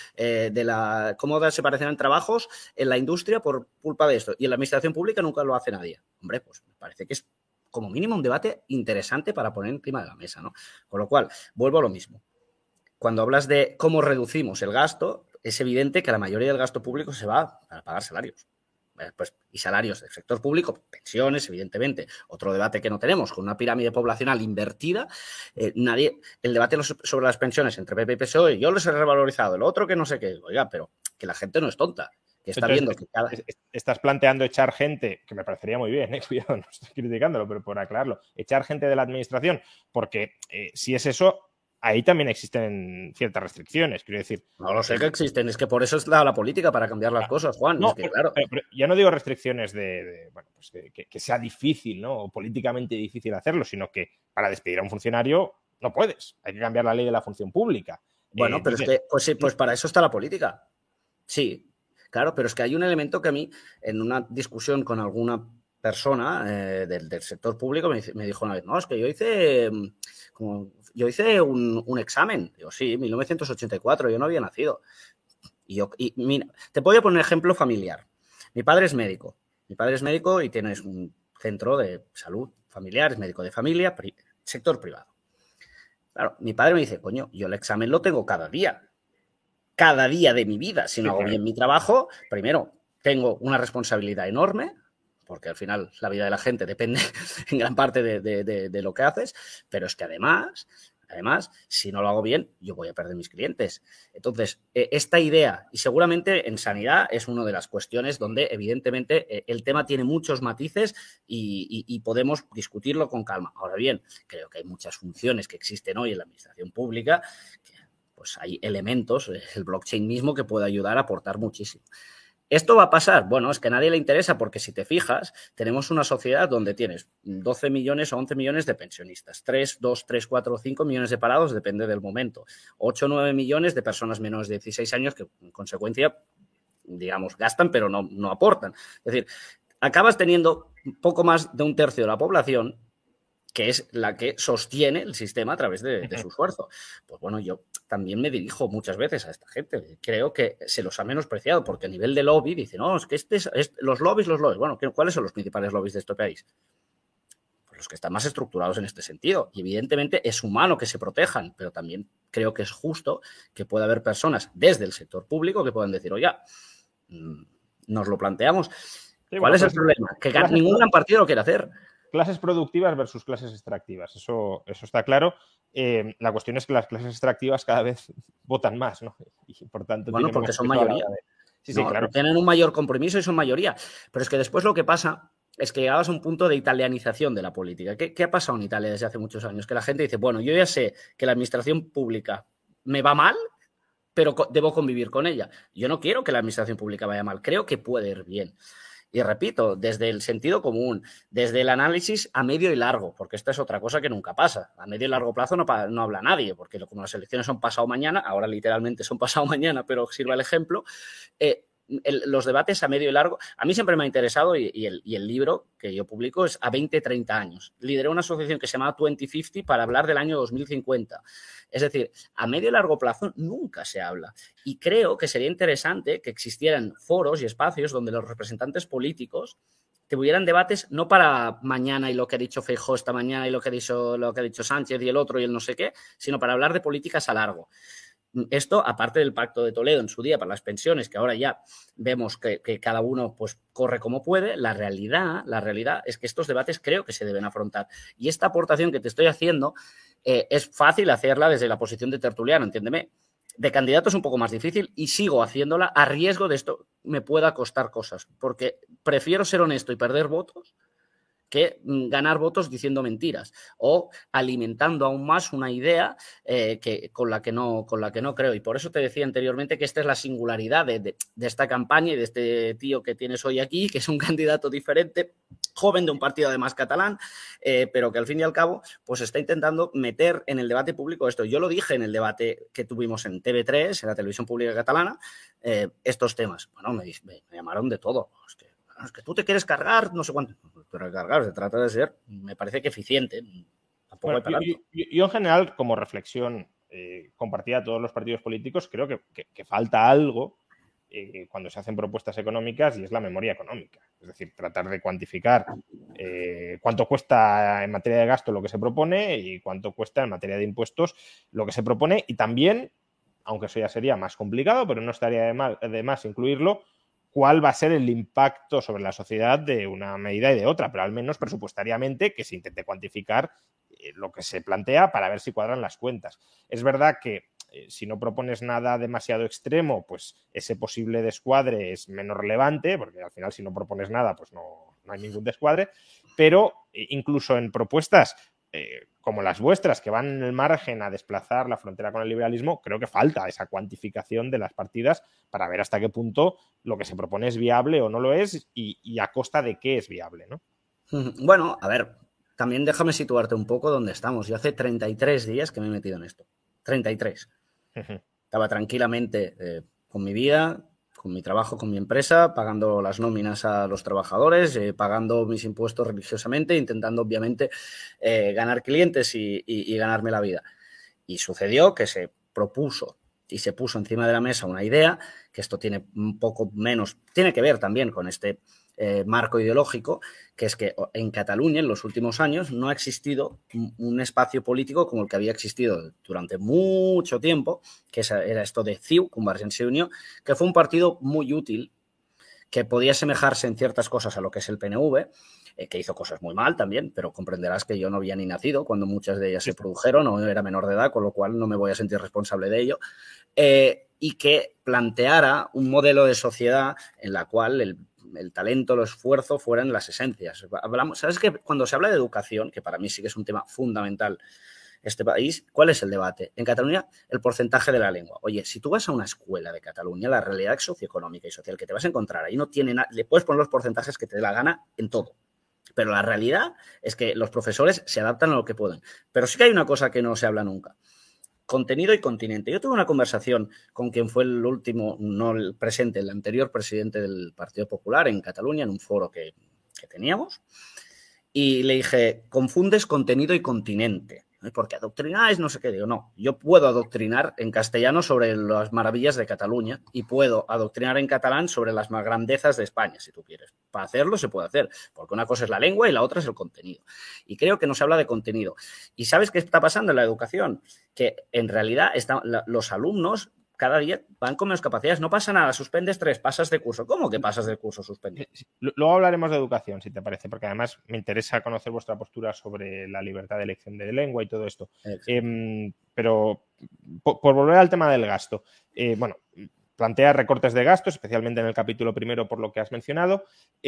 de cómo se parecerán trabajos en la industria por culpa de esto, y en la administración pública nunca lo hace nadie. Hombre, pues me parece que es como mínimo un debate interesante para poner encima de la mesa, ¿no? Con lo cual, vuelvo a lo mismo. Cuando hablas de cómo reducimos el gasto, es evidente que la mayoría del gasto público se va para pagar salarios. Pues, y salarios del sector público, pensiones, evidentemente. Otro debate que no tenemos, con una pirámide poblacional invertida, el debate sobre las pensiones entre PP y PSOE, yo les he revalorizado, el otro que no sé qué, oiga, pero que la gente no es tonta, que está viendo que cada... Estás planteando echar gente, que me parecería muy bien, cuidado, no estoy criticándolo, pero por aclararlo, echar gente de la administración, porque si es eso... Ahí también existen ciertas restricciones, quiero decir. No lo sé que existen, es que por eso es la política, para cambiar las cosas, Juan. No, es que, claro. pero ya no digo restricciones bueno, pues que sea difícil, ¿no? O políticamente difícil hacerlo, sino que para despedir a un funcionario no puedes. Hay que cambiar la ley de la función pública. Bueno, pero entonces, es que, pues sí, pues para eso está la política. Sí, claro, pero es que hay un elemento que a mí, en una discusión con alguna persona del sector público, me dijo una vez, no, es que yo hice un examen. Digo, sí, 1984, yo no había nacido. Y mira, te voy a poner un ejemplo familiar. Mi padre es médico y tienes un centro de salud familiar, es médico de familia, sector privado. Claro, mi padre me dice, coño, yo el examen lo tengo cada día de mi vida. Si no hago bien mi trabajo, primero, tengo una responsabilidad enorme, porque al final la vida de la gente depende en gran parte de lo que haces, pero es que además, si no lo hago bien, yo voy a perder mis clientes. Entonces, esta idea, y seguramente en sanidad es una de las cuestiones donde evidentemente el tema tiene muchos matices y podemos discutirlo con calma. Ahora bien, creo que hay muchas funciones que existen hoy en la administración pública, que pues hay elementos, el blockchain mismo, que puede ayudar a aportar muchísimo. ¿Esto va a pasar? Bueno, es que a nadie le interesa, porque si te fijas, tenemos una sociedad donde tienes 12 millones o 11 millones de pensionistas, 2, 3, 4 o 5 millones de parados, depende del momento, 8 o 9 millones de personas menores de 16 años que, en consecuencia, digamos, gastan pero no aportan. Es decir, acabas teniendo poco más de un tercio de la población que es la que sostiene el sistema a través de su esfuerzo. Pues bueno, yo también me dirijo muchas veces a esta gente. Creo que se los ha menospreciado, porque a nivel de lobby dicen, no, es que los lobbies. Bueno, ¿cuáles son los principales lobbies de este país? Pues los que están más estructurados en este sentido. Y evidentemente es humano que se protejan, pero también creo que es justo que pueda haber personas desde el sector público que puedan decir, oye, nos lo planteamos. Sí, ¿cuál es el problema? Que ningún gran partido lo quiere hacer. clases productivas versus clases extractivas, eso está claro. La cuestión es que las clases extractivas cada vez votan más, ¿no? Y por tanto bueno, porque son mayoría. Sí, no, claro. Tienen un mayor compromiso y son mayoría. Pero es que después lo que pasa es que llegabas a un punto de italianización de la política. ¿Qué ha pasado en Italia desde hace muchos años? Que la gente dice, bueno, yo ya sé que la administración pública me va mal, pero debo convivir con ella. Yo no quiero que la administración pública vaya mal, creo que puede ir bien. Y repito, desde el sentido común, desde el análisis a medio y largo, porque esta es otra cosa que nunca pasa. A medio y largo plazo no habla nadie, porque como las elecciones son pasado mañana, ahora literalmente son pasado mañana, pero sirva el ejemplo, los debates a medio y largo, a mí siempre me ha interesado y el libro que yo publico es a 20-30 años. Lideré una asociación que se llama 2050 para hablar del año 2050. Es decir, a medio y largo plazo nunca se habla. Y creo que sería interesante que existieran foros y espacios donde los representantes políticos tuvieran debates no para mañana y lo que ha dicho Feijóo esta mañana y lo que ha dicho Sánchez y el otro y el no sé qué, sino para hablar de políticas a largo. Esto, aparte del Pacto de Toledo en su día para las pensiones, que ahora ya vemos que cada uno pues corre como puede, la realidad es que estos debates creo que se deben afrontar. Y esta aportación que te estoy haciendo es fácil hacerla desde la posición de tertuliano, entiéndeme. De candidato es un poco más difícil y sigo haciéndola a riesgo de esto me pueda costar cosas, porque prefiero ser honesto y perder votos que ganar votos diciendo mentiras o alimentando aún más una idea con la que no creo. Y por eso te decía anteriormente que esta es la singularidad de esta campaña y de este tío que tienes hoy aquí, que es un candidato diferente, joven de un partido además catalán, pero que al fin y al cabo pues está intentando meter en el debate público esto. Yo lo dije en el debate que tuvimos en TV3, en la televisión pública catalana, estos temas. Bueno, me llamaron de todo. Es que tú te quieres cargar, no sé cuánto. Pero cargar, se trata de ser, me parece que eficiente. Tampoco hay para tanto. Yo en general, como reflexión compartida a todos los partidos políticos, creo que falta algo cuando se hacen propuestas económicas y es la memoria económica. Es decir, tratar de cuantificar cuánto cuesta en materia de gasto lo que se propone y cuánto cuesta en materia de impuestos lo que se propone y también, aunque eso ya sería más complicado, pero no estaría de más incluirlo, cuál va a ser el impacto sobre la sociedad de una medida y de otra, pero al menos presupuestariamente que se intente cuantificar lo que se plantea para ver si cuadran las cuentas. Es verdad que si no propones nada demasiado extremo, pues ese posible descuadre es menos relevante, porque al final si no propones nada, pues no hay ningún descuadre, pero incluso en propuestas como las vuestras, que van en el margen a desplazar la frontera con el liberalismo, creo que falta esa cuantificación de las partidas para ver hasta qué punto lo que se propone es viable o no lo es y a costa de qué es viable, ¿no? Bueno, a ver, también déjame situarte un poco donde estamos. Yo hace 33 días que me he metido en esto. 33. Estaba tranquilamente con mi vida, con mi trabajo, con mi empresa, pagando las nóminas a los trabajadores, pagando mis impuestos religiosamente, intentando obviamente ganar clientes y ganarme la vida. Y sucedió que se propuso y se puso encima de la mesa una idea, que esto tiene un poco menos, tiene que ver también con este marco ideológico, que es que en Cataluña en los últimos años no ha existido un espacio político como el que había existido durante mucho tiempo, que era esto de CiU, Convergència i Unió, que fue un partido muy útil, que podía asemejarse en ciertas cosas a lo que es el PNV, que hizo cosas muy mal también, pero comprenderás que yo no había ni nacido cuando muchas de ellas se produjeron, o era menor de edad, con lo cual no me voy a sentir responsable de ello, y que planteara un modelo de sociedad en la cual el talento, el esfuerzo fueran las esencias. ¿Sabes que cuando se habla de educación, que para mí sí que es un tema fundamental este país, ¿cuál es el debate? En Cataluña, el porcentaje de la lengua. Oye, si tú vas a una escuela de Cataluña, la realidad socioeconómica y social que te vas a encontrar ahí no tiene nada, le puedes poner los porcentajes que te dé la gana en todo. Pero la realidad es que los profesores se adaptan a lo que pueden. Pero sí que hay una cosa que no se habla nunca. Contenido y continente. Yo tuve una conversación con quien fue el último, no el presente, el anterior presidente del Partido Popular en Cataluña, en un foro que teníamos, y le dije, confundes contenido y continente, porque adoctrináis no sé qué. Digo, no, yo puedo adoctrinar en castellano sobre las maravillas de Cataluña y puedo adoctrinar en catalán sobre las más grandezas de España, si tú quieres. Para hacerlo se puede hacer, porque una cosa es la lengua y la otra es el contenido. Y creo que no se habla de contenido. ¿Y sabes qué está pasando en la educación? Que en realidad los alumnos cada día van con menos capacidades. No pasa nada, suspendes 3, pasas de curso. ¿Cómo que pasas de curso suspendido? Luego hablaremos de educación, si te parece, porque además me interesa conocer vuestra postura sobre la libertad de elección de lengua y todo esto. Pero por volver al tema del gasto, bueno, plantea recortes de gastos, especialmente en el capítulo primero por lo que has mencionado,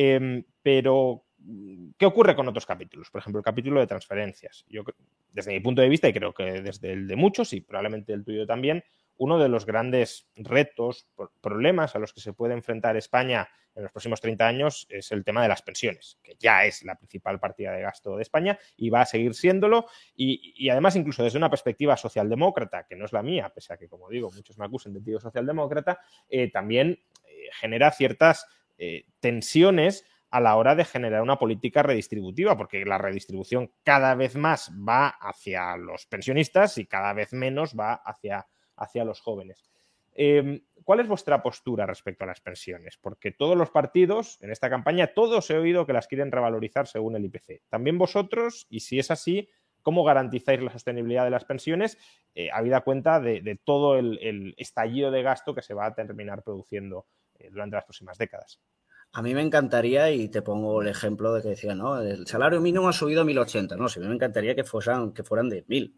pero ¿qué ocurre con otros capítulos? Por ejemplo, el capítulo de transferencias. Yo, desde mi punto de vista, y creo que desde el de muchos, y probablemente el tuyo también, uno de los grandes retos, problemas a los que se puede enfrentar España en los próximos 30 años es el tema de las pensiones, que ya es la principal partida de gasto de España y va a seguir siéndolo. Y además, incluso desde una perspectiva socialdemócrata, que no es la mía, pese a que, como digo, muchos me acusan de tío socialdemócrata, también genera ciertas tensiones a la hora de generar una política redistributiva, porque la redistribución cada vez más va hacia los pensionistas y cada vez menos va hacia los jóvenes. ¿Cuál es vuestra postura respecto a las pensiones? Porque todos los partidos en esta campaña, todos he oído que las quieren revalorizar según el IPC. ¿También vosotros? Y si es así, ¿cómo garantizáis la sostenibilidad de las pensiones, habida cuenta de todo el estallido de gasto que se va a terminar produciendo durante las próximas décadas? A mí me encantaría, y te pongo el ejemplo de que decían, ¿no? El salario mínimo ha subido a 1.080. No, sí, a mí me encantaría que fueran de 1.000,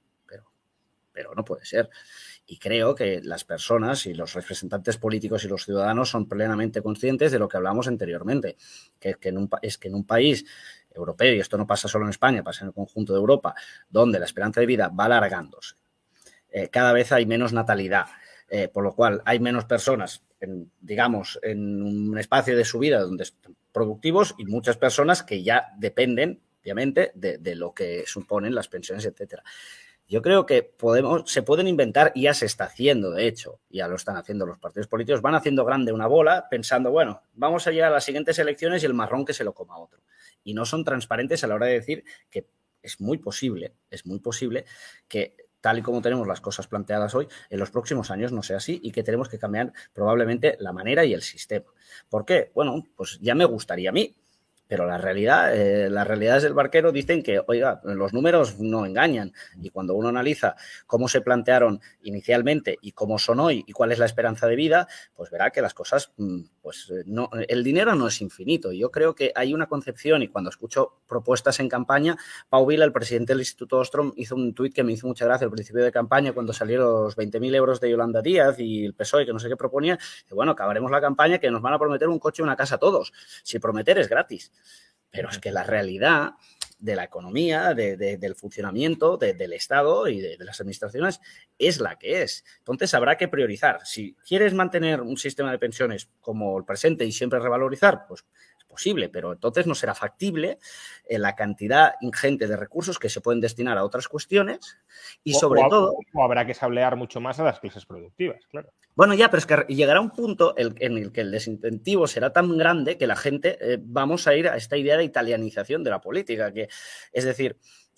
pero no puede ser. Y creo que las personas y los representantes políticos y los ciudadanos son plenamente conscientes de lo que hablamos anteriormente, que en un país europeo, y esto no pasa solo en España, pasa en el conjunto de Europa, donde la esperanza de vida va alargándose, cada vez hay menos natalidad, por lo cual hay menos personas, en un espacio de su vida donde están productivos y muchas personas que ya dependen, obviamente, de lo que suponen las pensiones, etcétera. Yo creo que se pueden inventar, y ya se está haciendo, de hecho, ya lo están haciendo los partidos políticos, van haciendo grande una bola pensando, bueno, vamos a llegar a las siguientes elecciones y el marrón que se lo coma otro. Y no son transparentes a la hora de decir que es muy posible que, tal y como tenemos las cosas planteadas hoy, en los próximos años no sea así y que tenemos que cambiar probablemente la manera y el sistema. ¿Por qué? Bueno, pues ya me gustaría a mí. Pero las realidades del barquero dicen que, oiga, los números no engañan. Y cuando uno analiza cómo se plantearon inicialmente y cómo son hoy y cuál es la esperanza de vida, pues verá que las cosas, pues no, el dinero no es infinito. Yo creo que hay una concepción, y cuando escucho propuestas en campaña, Pau Vila, el presidente del Instituto Ostrom, hizo un tuit que me hizo mucha gracia al principio de campaña, cuando salieron los 20.000 euros de Yolanda Díaz y el PSOE, que no sé qué proponía, que bueno, acabaremos la campaña que nos van a prometer un coche y una casa a todos. Si prometer es gratis. Pero es que la realidad de la economía, del funcionamiento del Estado y de las administraciones es la que es. Entonces habrá que priorizar. Si quieres mantener un sistema de pensiones como el presente y siempre revalorizar, pues es posible, pero entonces no será factible la cantidad ingente de recursos que se pueden destinar a otras cuestiones y sobre todo... O habrá que sablear mucho más a las clases productivas, claro. Bueno, ya, pero es que llegará un punto en el que el desincentivo será tan grande que la gente vamos a ir a esta idea de italianización de la política, es decir,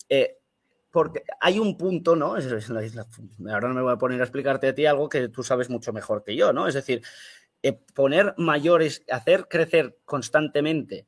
porque hay un punto, ¿no? Ahora no me voy a poner a explicarte a ti algo que tú sabes mucho mejor que yo, ¿no? Es decir, poner mayores, hacer crecer constantemente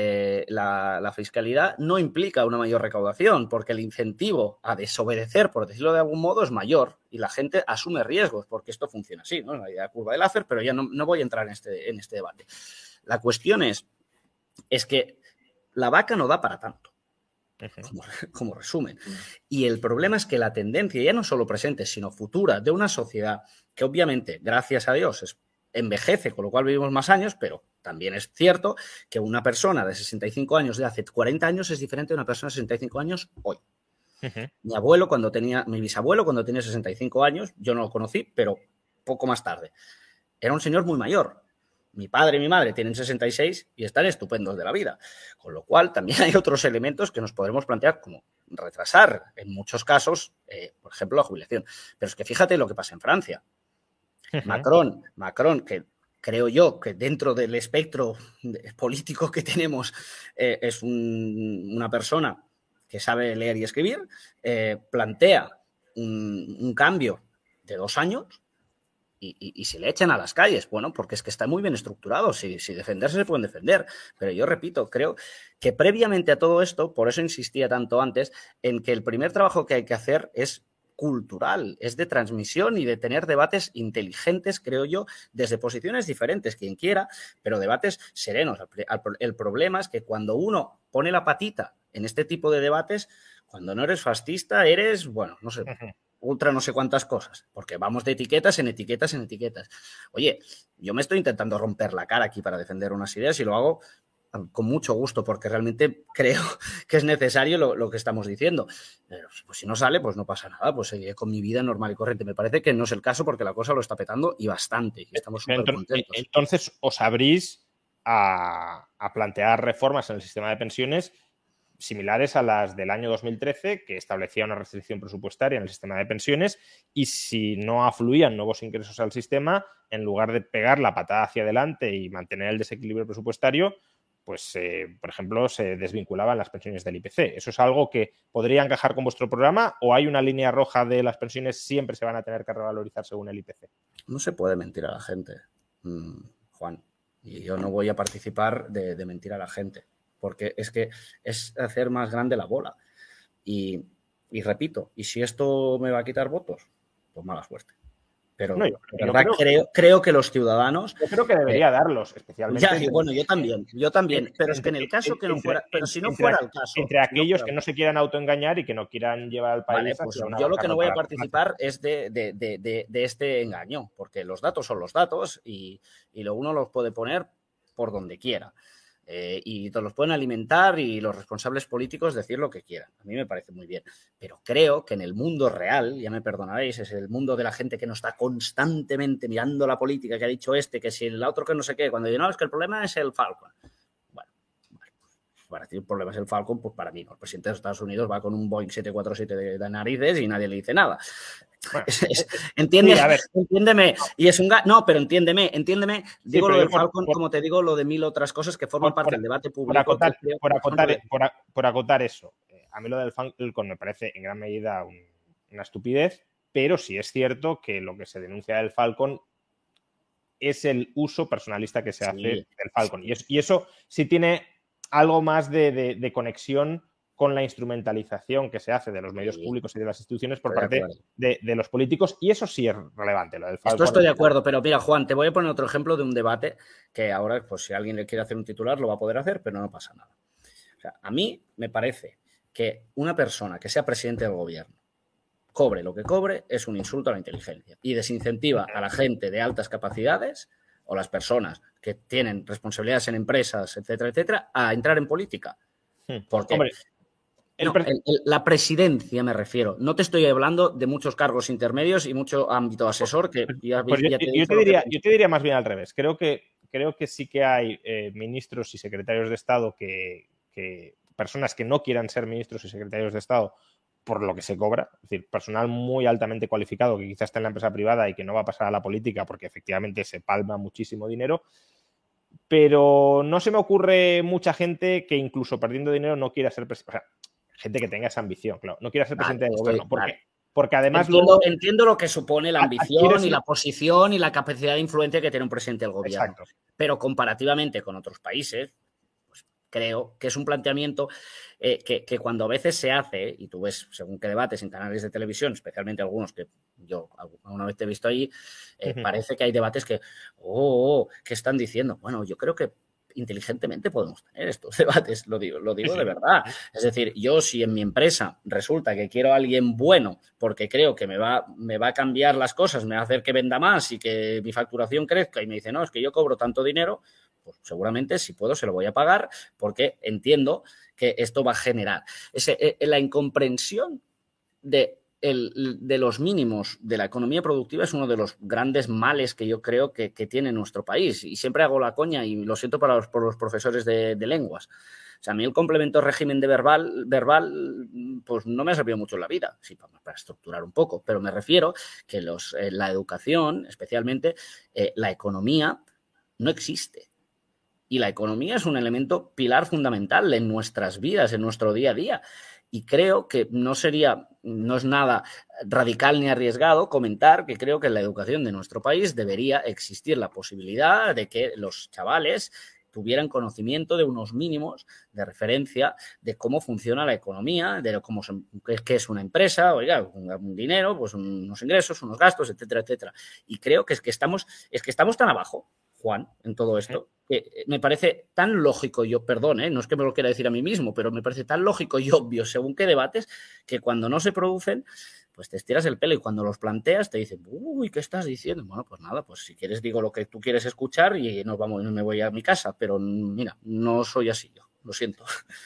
la fiscalidad no implica una mayor recaudación, porque el incentivo a desobedecer, por decirlo de algún modo, es mayor y la gente asume riesgos, porque esto funciona así, ¿no? La curva de Laffer, pero ya no voy a entrar en este debate. La cuestión es que la vaca no da para tanto, como resumen. Y el problema es que la tendencia, ya no solo presente, sino futura, de una sociedad que obviamente, gracias a Dios, envejece, con lo cual vivimos más años, pero también es cierto que una persona de 65 años de hace 40 años es diferente de una persona de 65 años hoy. Mi bisabuelo cuando tenía 65 años, yo no lo conocí, pero poco más tarde, era un señor muy mayor. Mi padre y mi madre tienen 66 y están estupendos de la vida. Con lo cual, también hay otros elementos que nos podremos plantear como retrasar, en muchos casos, por ejemplo, la jubilación. Pero es que fíjate lo que pasa en Francia. Macron, que creo yo que dentro del espectro político que tenemos es una persona que sabe leer y escribir, plantea un cambio de 2 años y se le echan a las calles. Bueno, porque es que está muy bien estructurado. Si defenderse se pueden defender. Pero yo repito, creo que previamente a todo esto, por eso insistía tanto antes, en que el primer trabajo que hay que hacer es cultural, es de transmisión y de tener debates inteligentes, creo yo, desde posiciones diferentes, quien quiera, pero debates serenos. El problema es que cuando uno pone la patita en este tipo de debates, cuando no eres fascista, eres, bueno, no sé, ultra no sé cuántas cosas, porque vamos de etiquetas en etiquetas en etiquetas. Oye, yo me estoy intentando romper la cara aquí para defender unas ideas y lo hago con mucho gusto, porque realmente creo que es necesario lo que estamos diciendo. Pero pues si no sale, pues no pasa nada, pues seguiré con mi vida normal y corriente. Me parece que no es el caso porque la cosa lo está petando y bastante, y estamos súper contentos. Entonces, os abrís a plantear reformas en el sistema de pensiones similares a las del año 2013, que establecía una restricción presupuestaria en el sistema de pensiones, y si no afluían nuevos ingresos al sistema, en lugar de pegar la patada hacia adelante y mantener el desequilibrio presupuestario, pues, por ejemplo, se desvinculaban las pensiones del IPC. ¿Eso es algo que podría encajar con vuestro programa o hay una línea roja de las pensiones siempre se van a tener que revalorizar según el IPC? No se puede mentir a la gente, Juan. Y yo no voy a participar de mentir a la gente, porque es que es hacer más grande la bola. Y repito, ¿y si esto me va a quitar votos? Pues mala suerte. Pero no, de verdad creo que los ciudadanos... Yo creo que debería darlos, especialmente... Ya, y bueno, yo también. Pero es que en el caso que no fuera... Pero si no fuera el caso... Entre aquellos que no se quieran autoengañar y que no quieran llevar al país... Vale, pues yo lo que no voy a participar es de este engaño, porque los datos son los datos y uno los puede poner por donde quiera. Y todos los pueden alimentar y los responsables políticos decir lo que quieran. A mí me parece muy bien. Pero creo que en el mundo real, ya me perdonaréis, es el mundo de la gente que no está constantemente mirando la política, que ha dicho que si el otro que no sé qué, cuando digo, no, es que el problema es el Falcon. Bueno, pues para ti el problema es el Falcon, pues para mí no. El presidente de Estados Unidos va con un Boeing 747 de narices y nadie le dice nada. Bueno, entiéndeme, y es un no, pero entiéndeme, digo sí, lo del Falcon como te digo lo de mil otras cosas que forman parte del debate público. Por acotar eso, a mí lo del Falcon me parece en gran medida una estupidez, pero sí es cierto que lo que se denuncia del Falcon es el uso personalista que se hace del Falcon, y eso sí tiene algo más de conexión con la instrumentalización que se hace de los medios públicos y de las instituciones por parte de los políticos, y eso sí es relevante, lo del Falcon. Esto estoy de acuerdo, pero mira, Juan, te voy a poner otro ejemplo de un debate que ahora, pues si alguien le quiere hacer un titular, lo va a poder hacer, pero no pasa nada. O sea, a mí me parece que una persona que sea presidente del gobierno, cobre lo que cobre, es un insulto a la inteligencia y desincentiva a la gente de altas capacidades o las personas que tienen responsabilidades en empresas, etcétera, etcétera, a entrar en política. Porque... Hombre, la presidencia me refiero. No te estoy hablando de muchos cargos intermedios y mucho ámbito asesor que yo te diría más bien al revés. Creo que sí que hay ministros y secretarios de Estado que personas que no quieran ser ministros y secretarios de Estado por lo que se cobra, es decir, personal muy altamente cualificado que quizás está en la empresa privada y que no va a pasar a la política porque efectivamente se palma muchísimo dinero. Pero no se me ocurre mucha gente que incluso perdiendo dinero no quiera ser presidente. O sea, gente que tenga esa ambición, claro. No quiera ser presidente del gobierno. Porque además... Entiendo lo que supone la ambición y la posición y la capacidad de influencia que tiene un presidente del gobierno. Exacto. Pero comparativamente con otros países, pues creo que es un planteamiento que cuando a veces se hace, y tú ves según qué debates en canales de televisión, especialmente algunos que yo alguna vez te he visto allí, parece que hay debates que, ¿qué están diciendo? Bueno, yo creo que inteligentemente podemos tener estos debates, lo digo de verdad. Es decir, yo si en mi empresa resulta que quiero a alguien bueno porque creo que me va a cambiar las cosas, me va a hacer que venda más y que mi facturación crezca y me dice, no, es que yo cobro tanto dinero, pues seguramente si puedo se lo voy a pagar porque entiendo que esto va a generar. La incomprensión de los mínimos de la economía productiva es uno de los grandes males que yo creo que tiene nuestro país. Y siempre hago la coña y lo siento por los profesores de lenguas. O sea, a mí el complemento régimen de verbal pues no me ha servido mucho en la vida, sí, para estructurar un poco, pero me refiero que la educación, especialmente la economía, no existe. Y la economía es un elemento pilar fundamental en nuestras vidas, en nuestro día a día. Y creo que no es nada radical ni arriesgado comentar que creo que en la educación de nuestro país debería existir la posibilidad de que los chavales tuvieran conocimiento de unos mínimos de referencia de cómo funciona la economía, de cómo qué es una empresa, oiga, un dinero, pues unos ingresos, unos gastos, etcétera, etcétera. Y creo que estamos tan abajo, Juan, en todo esto, que me parece tan lógico, perdón, no es que me lo quiera decir a mí mismo, pero me parece tan lógico y obvio según qué debates, que cuando no se producen, pues te estiras el pelo y cuando los planteas te dicen, uy, ¿qué estás diciendo? Bueno, pues nada, pues si quieres digo lo que tú quieres escuchar y me voy a mi casa, pero mira, no soy así yo, lo siento.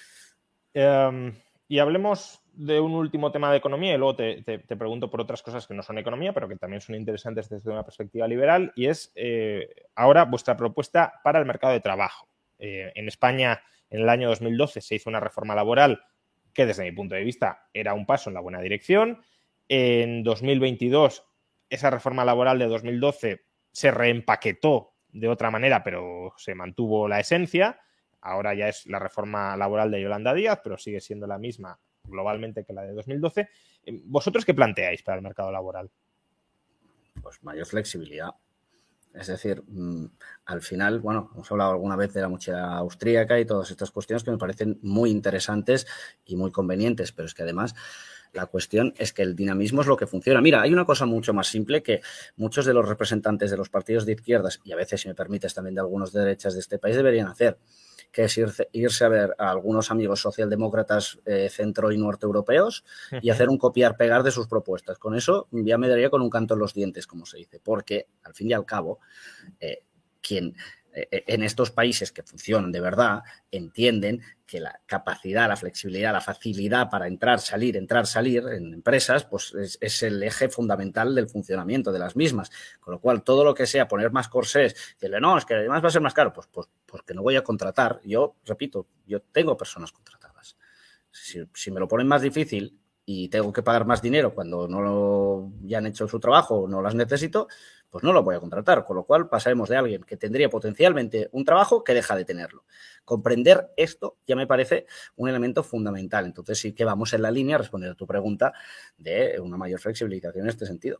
Y hablemos de un último tema de economía y luego te pregunto por otras cosas que no son economía, pero que también son interesantes desde una perspectiva liberal, y es ahora vuestra propuesta para el mercado de trabajo. En España, en el año 2012, se hizo una reforma laboral que desde mi punto de vista era un paso en la buena dirección. En 2022, esa reforma laboral de 2012 se reempaquetó de otra manera, pero se mantuvo la esencia. Ahora ya es la reforma laboral de Yolanda Díaz, pero sigue siendo la misma globalmente que la de 2012. ¿Vosotros qué planteáis para el mercado laboral? Pues mayor flexibilidad. Es decir, al final, bueno, hemos hablado alguna vez de la mochila austríaca y todas estas cuestiones que me parecen muy interesantes y muy convenientes, pero es que además la cuestión es que el dinamismo es lo que funciona. Mira, hay una cosa mucho más simple que muchos de los representantes de los partidos de izquierdas, y a veces, si me permites, también de algunos de derechas de este país, deberían hacer, que es irse a ver a algunos amigos socialdemócratas centro y norte europeos y hacer un copiar-pegar de sus propuestas. Con eso ya me daría con un canto en los dientes, como se dice, porque al fin y al cabo, quien en estos países que funcionan de verdad entienden que la capacidad, la flexibilidad, la facilidad para entrar, salir en empresas, pues es el eje fundamental del funcionamiento de las mismas. Con lo cual, todo lo que sea poner más corsés, decirle, no, es que además va a ser más caro, pues porque no voy a contratar. Yo, repito, yo tengo personas contratadas. Si me lo ponen más difícil y tengo que pagar más dinero cuando ya han hecho su trabajo, no las necesito, pues no lo voy a contratar. Con lo cual pasaremos de alguien que tendría potencialmente un trabajo que deja de tenerlo. Comprender esto ya me parece un elemento fundamental. Entonces sí que vamos en la línea, a responder a tu pregunta, de una mayor flexibilización en este sentido.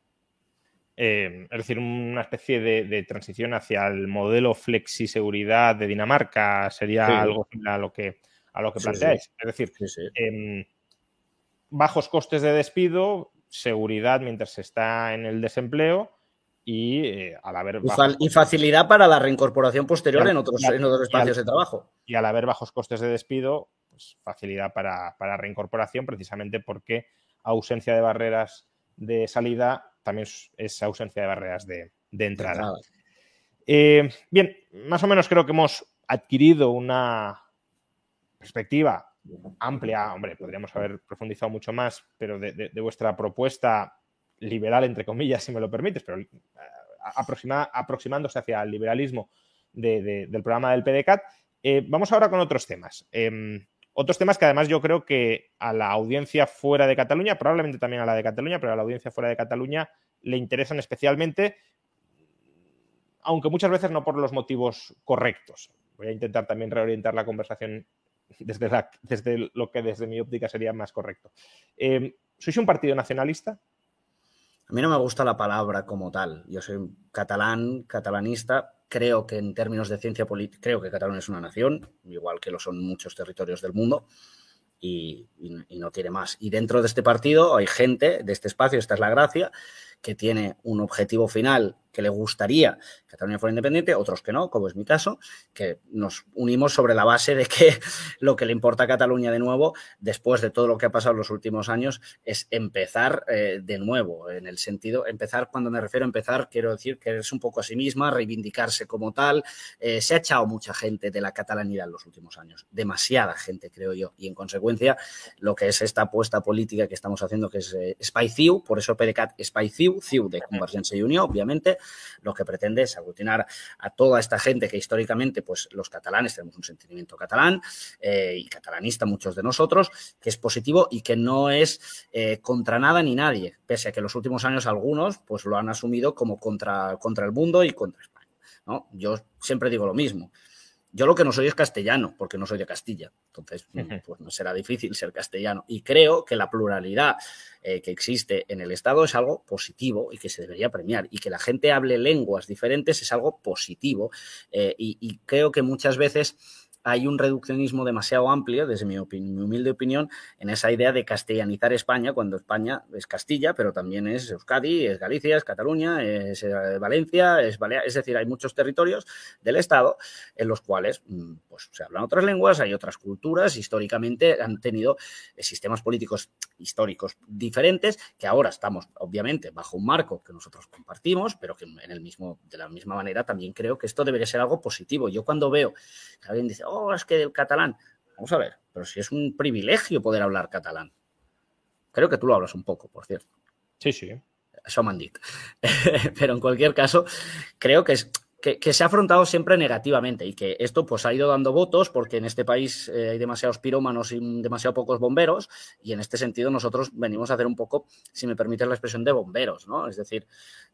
Es decir, una especie de transición hacia el modelo flexiseguridad de Dinamarca sería algo similar a lo que planteáis. Es decir, bajos costes de despido, seguridad mientras se está en el desempleo y al haber y facilidad para la reincorporación posterior en otros espacios de trabajo. Y al haber bajos costes de despido, pues facilidad para reincorporación, precisamente porque ausencia de barreras de salida también es ausencia de barreras de entrada. Bien, más o menos creo que hemos adquirido una perspectiva amplia. Hombre, podríamos haber profundizado mucho más, pero de vuestra propuesta liberal, entre comillas, si me lo permites, pero aproximándose hacia el liberalismo del programa del PDECat. Vamos ahora con otros temas. Otros temas que además yo creo que a la audiencia fuera de Cataluña, probablemente también a la de Cataluña, pero a la audiencia fuera de Cataluña le interesan especialmente, aunque muchas veces no por los motivos correctos. Voy a intentar también reorientar la conversación desde lo que desde mi óptica sería más correcto. ¿Sois un partido nacionalista? A mí no me gusta la palabra como tal. Yo soy catalanista. Creo que en términos de ciencia política, creo que Cataluña es una nación, igual que lo son muchos territorios del mundo, y no tiene más. Y dentro de este partido hay gente de este espacio, esta es la gracia, que tiene un objetivo final que le gustaría que Cataluña fuera independiente, otros que no, como es mi caso, que nos unimos sobre la base de que lo que le importa a Cataluña de nuevo, después de todo lo que ha pasado en los últimos años, es empezar de nuevo, en el sentido, empezar, cuando me refiero a empezar, quiero decir que es un poco a sí misma, reivindicarse como tal. Se ha echado mucha gente de la catalanidad en los últimos años, demasiada gente, creo yo, y en consecuencia, lo que es esta apuesta política que estamos haciendo, que es Espai Ciu, por eso PDECat Espai Ciu de Convergència i Unió, obviamente, lo que pretende es aglutinar a toda esta gente que históricamente, pues los catalanes tenemos un sentimiento catalán y catalanista muchos de nosotros, que es positivo y que no es contra nada ni nadie, pese a que en los últimos años algunos pues lo han asumido como contra el mundo y contra España, ¿no? Yo siempre digo lo mismo. Yo lo que no soy es castellano, porque no soy de Castilla. Entonces, pues no será difícil ser castellano. Y creo que la pluralidad que existe en el Estado es algo positivo y que se debería premiar. Y que la gente hable lenguas diferentes es algo positivo. Y creo que muchas veces hay un reduccionismo demasiado amplio, desde mi humilde opinión, en esa idea de castellanizar España, cuando España es Castilla, pero también es Euskadi, es Galicia, es Cataluña, es Valencia, es Baleares. Es decir, hay muchos territorios del Estado en los cuales pues, se hablan otras lenguas, hay otras culturas, históricamente han tenido sistemas políticos históricos diferentes, que ahora estamos, obviamente, bajo un marco que nosotros compartimos, pero que de la misma manera también creo que esto debería ser algo positivo. Yo cuando veo que alguien dice, es que el catalán, vamos a ver, pero si es un privilegio poder hablar catalán. Creo que tú lo hablas un poco, por cierto. Sí. Eso me han dicho. Pero en cualquier caso, creo que se ha afrontado siempre negativamente y que esto pues ha ido dando votos porque en este país hay demasiados pirómanos y demasiado pocos bomberos, y en este sentido nosotros venimos a hacer un poco, si me permites la expresión, de bomberos, ¿no? Es decir,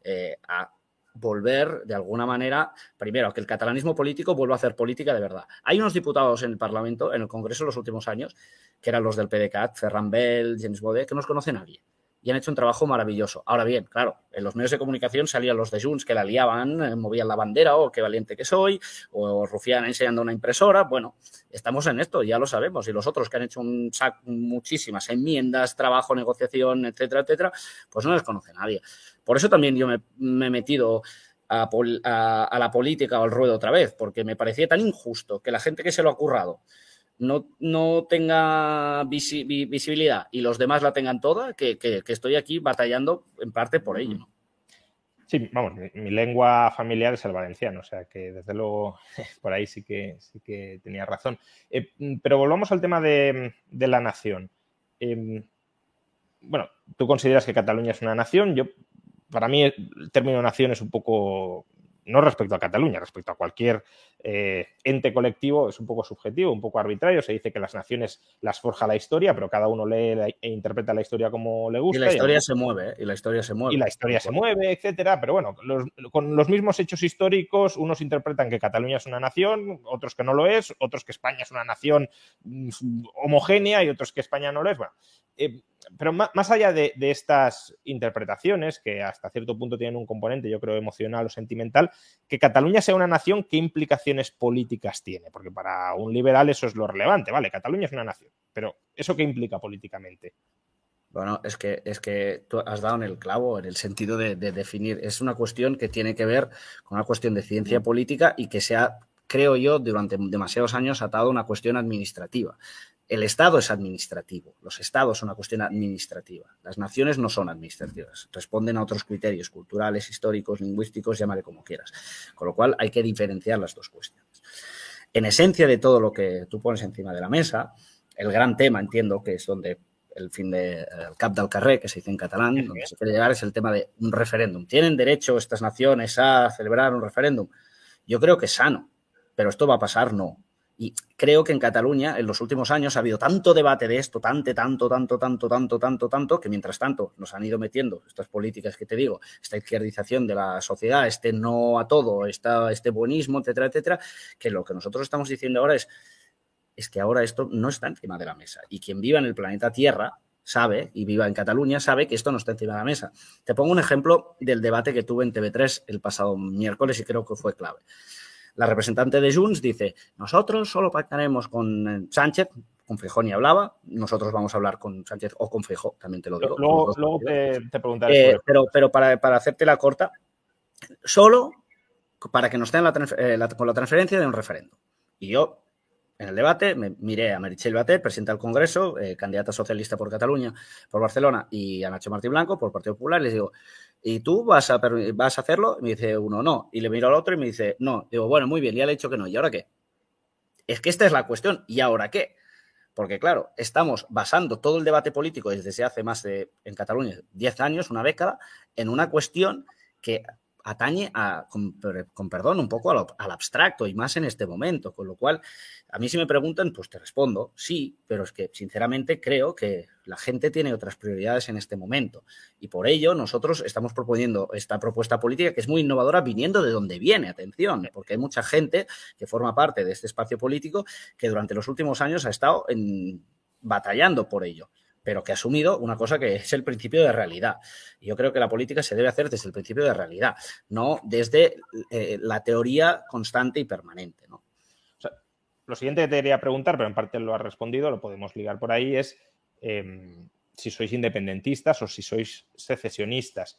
a volver de alguna manera, primero, a que el catalanismo político vuelva a hacer política de verdad. Hay unos diputados en el Parlamento, en el Congreso en los últimos años, que eran los del PDeCAT, Ferran Bel, James Baudet, que no os conoce nadie. Y han hecho un trabajo maravilloso. Ahora bien, claro, en los medios de comunicación salían los de Junts que la liaban, movían la bandera, o qué valiente que soy, o Rufián enseñando una impresora. Bueno, estamos en esto, ya lo sabemos. Y los otros que han hecho muchísimas enmiendas, trabajo, negociación, etcétera, etcétera, pues no les conoce nadie. Por eso también yo me he metido a la política o al ruedo otra vez, porque me parecía tan injusto que la gente que se lo ha currado no tenga visibilidad y los demás la tengan toda, que estoy aquí batallando en parte por ello, ¿no? Sí, vamos, mi lengua familiar es el valenciano, o sea que desde luego por ahí sí que tenía razón. Pero volvamos al tema de la nación. Bueno, tú consideras que Cataluña es una nación. Para mí el término nación es un poco, no respecto a Cataluña, respecto a cualquier ente colectivo, es un poco subjetivo, un poco arbitrario. Se dice que las naciones las forja la historia, pero cada uno lee e interpreta la historia como le gusta. Y la historia se mueve, y la historia se mueve. Y la historia se mueve, etcétera. Pero bueno, con los mismos hechos históricos, unos interpretan que Cataluña es una nación, otros que no lo es, otros que España es una nación homogénea y otros que España no lo es. Bueno, pero más allá de estas interpretaciones, que hasta cierto punto tienen un componente, yo creo, emocional o sentimental, que Cataluña sea una nación, ¿qué implicaciones políticas tiene? Porque para un liberal eso es lo relevante, ¿vale? Cataluña es una nación, pero ¿eso qué implica políticamente? Bueno, es que tú has dado en el clavo, en el sentido de definir. Es una cuestión que tiene que ver con una cuestión de ciencia política y que se ha, creo yo, durante demasiados años atado a una cuestión administrativa. El Estado es administrativo, los Estados son una cuestión administrativa. Las naciones no son administrativas, responden a otros criterios culturales, históricos, lingüísticos, llámale como quieras. Con lo cual hay que diferenciar las dos cuestiones. En esencia de todo lo que tú pones encima de la mesa, el gran tema, entiendo, que es donde el fin del cap del carrer, que se dice en catalán, donde se quiere llegar, es el tema de un referéndum. ¿Tienen derecho estas naciones a celebrar un referéndum? Yo creo que es sano, pero ¿esto va a pasar? No. Y creo que en Cataluña, en los últimos años, ha habido tanto debate de esto, tanto, que mientras tanto nos han ido metiendo estas políticas que te digo, esta izquierdización de la sociedad, este no a todo, este buenismo, etcétera, etcétera, que lo que nosotros estamos diciendo ahora es que ahora esto no está encima de la mesa. Y quien viva en el planeta Tierra sabe, y viva en Cataluña, sabe que esto no está encima de la mesa. Te pongo un ejemplo del debate que tuve en TV3 el pasado miércoles y creo que fue clave. La representante de Junts dice, nosotros solo pactaremos con Sánchez, con Feijóo ni hablaba, nosotros vamos a hablar con Sánchez o con Feijóo, también te lo digo. Luego te preguntaré sobre pero para hacerte la corta, solo para que nos den con la transferencia de un referéndum. Y yo, en el debate, me miré a Meritxell Batet, presidenta del Congreso, candidata socialista por Cataluña, por Barcelona, y a Nacho Martín Blanco, por Partido Popular, y les digo, ¿y tú vas a hacerlo? Y me dice uno, no. Y le miro al otro y me dice, no. Digo, bueno, muy bien, ya le he dicho que no. ¿Y ahora qué? Es que esta es la cuestión. ¿Y ahora qué? Porque, claro, estamos basando todo el debate político desde hace más de, en Cataluña, 10 años, una década, en una cuestión que atañe con perdón, un poco al abstracto y más en este momento, con lo cual a mí si me preguntan, pues te respondo, sí, pero es que sinceramente creo que la gente tiene otras prioridades en este momento y por ello nosotros estamos proponiendo esta propuesta política que es muy innovadora viniendo de donde viene, atención, porque hay mucha gente que forma parte de este espacio político que durante los últimos años ha estado batallando por ello, pero que ha asumido una cosa que es el principio de realidad. Y yo creo que la política se debe hacer desde el principio de realidad, no desde la teoría constante y permanente, ¿no? O sea, lo siguiente que te quería preguntar, pero en parte lo has respondido, lo podemos ligar por ahí, es si sois independentistas o si sois secesionistas.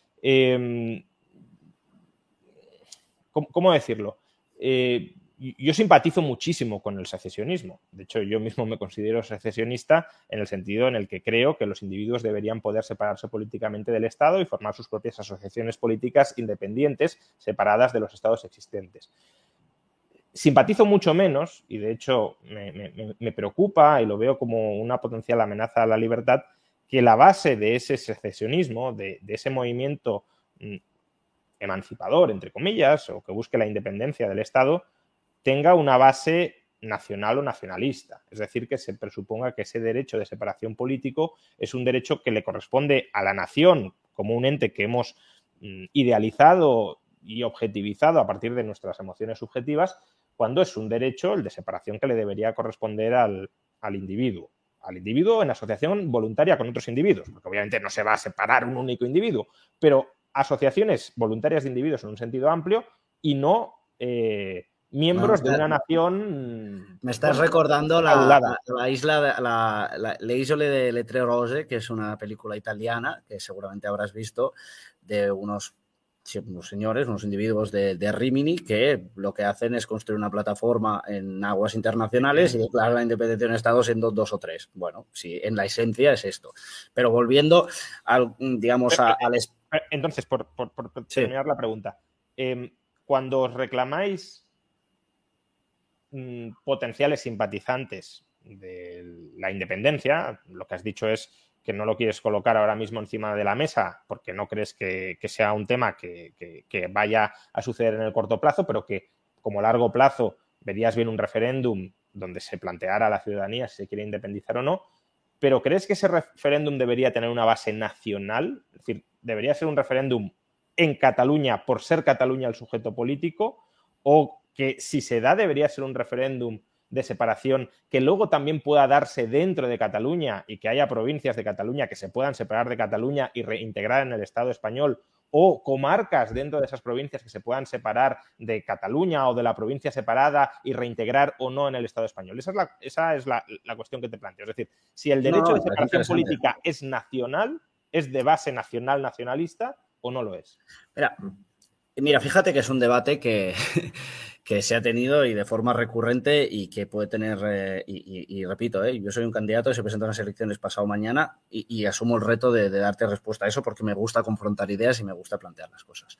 ¿Cómo decirlo? Yo simpatizo muchísimo con el secesionismo. De hecho, yo mismo me considero secesionista en el sentido en el que creo que los individuos deberían poder separarse políticamente del Estado y formar sus propias asociaciones políticas independientes, separadas de los estados existentes. Simpatizo mucho menos, y de hecho me preocupa y lo veo como una potencial amenaza a la libertad, que la base de ese secesionismo, de ese movimiento emancipador, entre comillas, o que busque la independencia del Estado, tenga una base nacional o nacionalista. Es decir, que se presuponga que ese derecho de separación político es un derecho que le corresponde a la nación como un ente que hemos idealizado y objetivizado a partir de nuestras emociones subjetivas, cuando es un derecho, el de separación, que le debería corresponder al individuo. Al individuo en asociación voluntaria con otros individuos, porque obviamente no se va a separar un único individuo, pero asociaciones voluntarias de individuos en un sentido amplio y no miembros de una nación. Me estás recordando la isla de Le Tre Rose, que es una película italiana que seguramente habrás visto, de unos señores, unos individuos de Rimini, que lo que hacen es construir una plataforma en aguas internacionales y declarar la independencia de un estado siendo 2 o 3. Bueno, sí, en la esencia es esto. Pero volviendo Entonces, por terminar la pregunta, cuando os reclamáis potenciales simpatizantes de la independencia, lo que has dicho es que no lo quieres colocar ahora mismo encima de la mesa porque no crees que sea un tema que vaya a suceder en el corto plazo, pero que como largo plazo verías bien un referéndum donde se planteara a la ciudadanía si se quiere independizar o no, pero ¿crees que ese referéndum debería tener una base nacional? Es decir, ¿debería ser un referéndum en Cataluña por ser Cataluña el sujeto político? ¿O que si se da debería ser un referéndum de separación que luego también pueda darse dentro de Cataluña y que haya provincias de Cataluña que se puedan separar de Cataluña y reintegrar en el Estado español, o comarcas dentro de esas provincias que se puedan separar de Cataluña o de la provincia separada y reintegrar o no en el Estado español? Esa es la cuestión que te planteo. Es decir, si el derecho de separación política es nacional, ¿es de base nacionalista o no lo es? Mira, fíjate que es un debate que se ha tenido y de forma recurrente y que puede tener, y repito, yo soy un candidato que se presenta en las elecciones pasado mañana y asumo el reto de darte respuesta a eso porque me gusta confrontar ideas y me gusta plantear las cosas.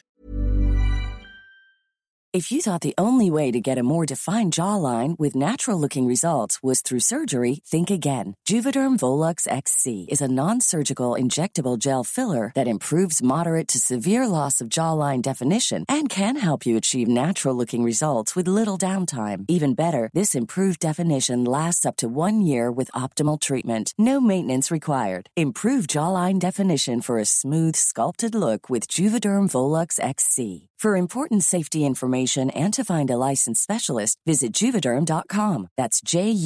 If you thought the only way to get a more defined jawline with natural-looking results was through surgery, think again. Juvederm Volux XC is a non-surgical injectable gel filler that improves moderate to severe loss of jawline definition and can help you achieve natural-looking results with little downtime. Even better, this improved definition lasts up to 1 year with optimal treatment. No maintenance required. Improve jawline definition for a smooth, sculpted look with Juvederm Volux XC. For important safety information and to find a licensed specialist, visit Juvederm.com. That's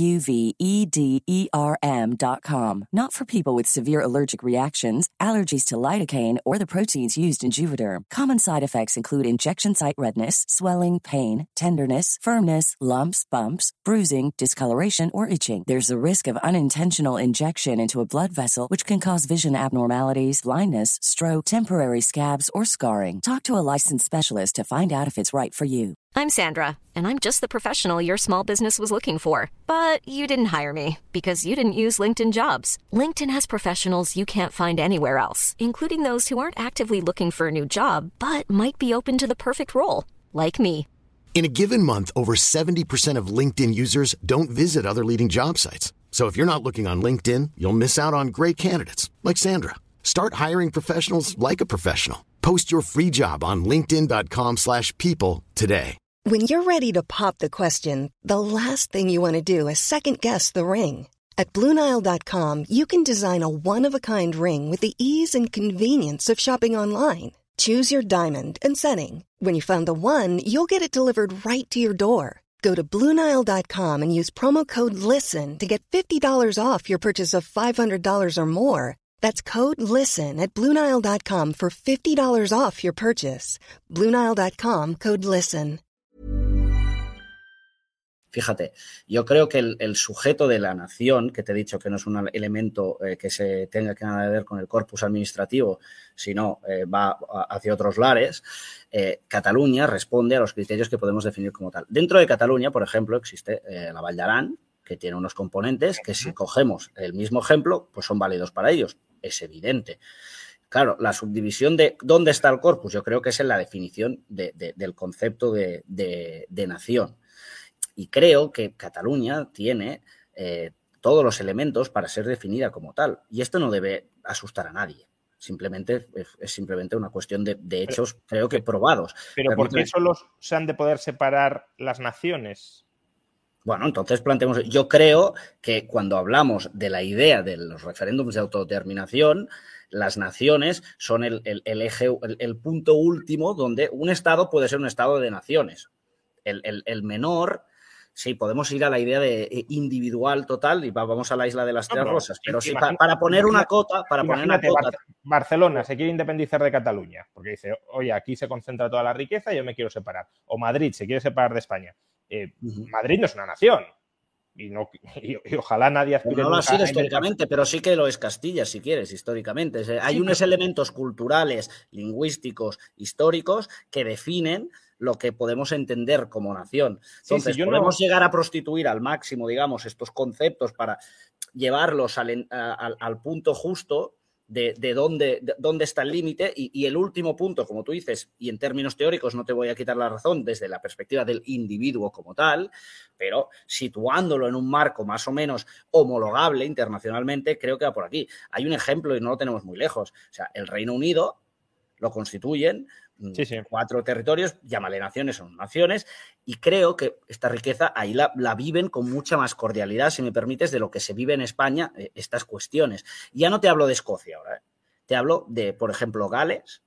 JUVEDERM.com. Not for people with severe allergic reactions, allergies to lidocaine, or the proteins used in Juvederm. Common side effects include injection site redness, swelling, pain, tenderness, firmness, lumps, bumps, bruising, discoloration, or itching. There's a risk of unintentional injection into a blood vessel, which can cause vision abnormalities, blindness, stroke, temporary scabs, or scarring. Talk to a licensed specialist to find out if it's right for you. I'm Sandra, and I'm just the professional your small business was looking for. But you didn't hire me because you didn't use LinkedIn Jobs. LinkedIn has professionals you can't find anywhere else, including those who aren't actively looking for a new job, but might be open to the perfect role, like me. In a given month, over 70% of LinkedIn users don't visit other leading job sites. So if you're not looking on LinkedIn, you'll miss out on great candidates, like Sandra. Start hiring professionals like a professional. Post your free job on linkedin.com/people today. When you're ready to pop the question, the last thing you want to do is second-guess the ring. At BlueNile.com, you can design a one-of-a-kind ring with the ease and convenience of shopping online. Choose your diamond and setting. When you find the one, you'll get it delivered right to your door. Go to BlueNile.com and use promo code LISTEN to get $50 off your purchase of $500 or more. That's code LISTEN at BlueNile.com for $50 off your purchase. BlueNile.com, code LISTEN. Fíjate, yo creo que el sujeto de la nación, que te he dicho que no es un elemento que se tenga que nada que ver con el corpus administrativo, sino va hacia otros lares, Cataluña responde a los criterios que podemos definir como tal. Dentro de Cataluña, por ejemplo, existe la Vall d'Aran, que tiene unos componentes que si cogemos el mismo ejemplo, pues son válidos para ellos. Es evidente. Claro, la subdivisión de dónde está el corpus, yo creo que es en la definición del concepto de nación. Y creo que Cataluña tiene todos los elementos para ser definida como tal. Y esto no debe asustar a nadie. Simplemente es simplemente una cuestión de hechos, creo que probados. Pero ¿por qué solo se han de poder separar las naciones? Bueno, entonces planteemos. Yo creo que cuando hablamos de la idea de los referéndums de autodeterminación, las naciones son el eje, el punto último donde un Estado puede ser un Estado de naciones. El menor. Sí, podemos ir a la idea de individual total y vamos a la isla de las Tres Rosas, pero sí, para poner una cota... Barcelona se quiere independizar de Cataluña, porque dice, oye, aquí se concentra toda la riqueza y yo me quiero separar. O Madrid se quiere separar de España. Madrid no es una nación. Y ojalá nadie aspire... No lo ha sido históricamente, pero sí que lo es Castilla, si quieres, históricamente. Hay unos elementos culturales, lingüísticos, históricos que definen lo que podemos entender como nación. Entonces, podemos llegar a prostituir al máximo, digamos, estos conceptos para llevarlos al punto justo de dónde está el límite y el último punto, como tú dices, y en términos teóricos no te voy a quitar la razón desde la perspectiva del individuo como tal, pero situándolo en un marco más o menos homologable internacionalmente, creo que va por aquí. Hay un ejemplo y no lo tenemos muy lejos. O sea, el Reino Unido lo constituyen 4 territorios, llámale naciones, son naciones, y creo que esta riqueza ahí la viven con mucha más cordialidad, si me permites, de lo que se vive en España, estas cuestiones. Ya no te hablo de Escocia ahora, te hablo de, por ejemplo, Gales,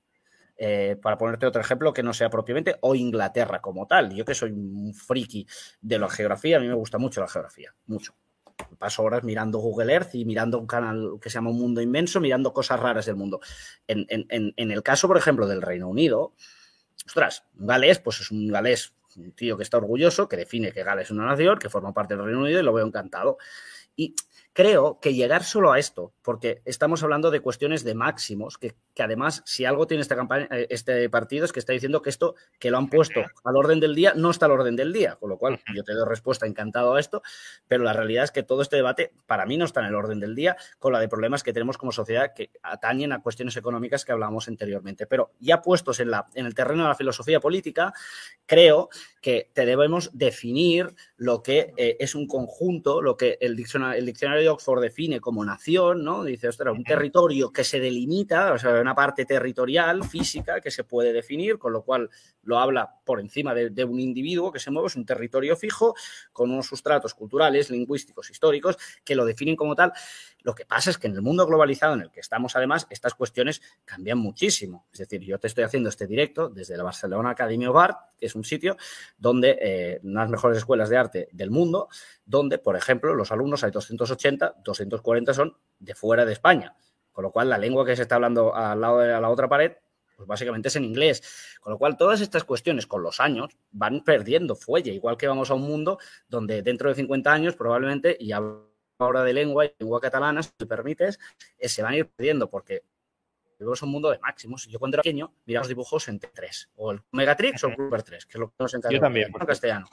para ponerte otro ejemplo que no sea propiamente, o Inglaterra como tal. Yo que soy un friki de la geografía, a mí me gusta mucho la geografía, mucho. Paso horas mirando Google Earth y mirando un canal que se llama Un Mundo Inmenso, mirando cosas raras del mundo. En el caso, por ejemplo, del Reino Unido, ostras, un galés, pues es un galés, un tío que está orgulloso, que define que Gales es una nación, que forma parte del Reino Unido y lo veo encantado. Y creo que llegar solo a esto, porque estamos hablando de cuestiones de máximos, que además, si algo tiene este partido es que está diciendo que esto que lo han puesto al orden del día no está al orden del día, con lo cual yo te doy respuesta encantado a esto, pero la realidad es que todo este debate para mí no está en el orden del día con la de problemas que tenemos como sociedad que atañen a cuestiones económicas que hablábamos anteriormente. Pero ya puestos en el terreno de la filosofía política, creo que te debemos definir lo que es un conjunto, lo que el diccionario de Oxford define como nación, ¿no? Dice, ostras, un territorio que se delimita, o sea, una parte territorial, física, que se puede definir, con lo cual lo habla por encima de un individuo que se mueve, es un territorio fijo, con unos sustratos culturales, lingüísticos, históricos, que lo definen como tal. Lo que pasa es que en el mundo globalizado en el que estamos, además, estas cuestiones cambian muchísimo. Es decir, yo te estoy haciendo este directo desde la Barcelona Academy of Art, que es un sitio donde, una de las mejores escuelas de arte del mundo, donde, por ejemplo, los alumnos, hay 280, 240 son de fuera de España. Con lo cual, la lengua que se está hablando al lado de la otra pared, pues básicamente es en inglés. Con lo cual, todas estas cuestiones con los años van perdiendo fuelle, igual que vamos a un mundo donde dentro de 50 años probablemente, y ahora de lengua y lengua catalana, si me permites, se van a ir perdiendo porque vivimos un mundo de máximos. Yo cuando era pequeño miraba los dibujos en T3, o el Megatrix o el Cooper 3, que es lo que nos encanta. Yo también. En castellano.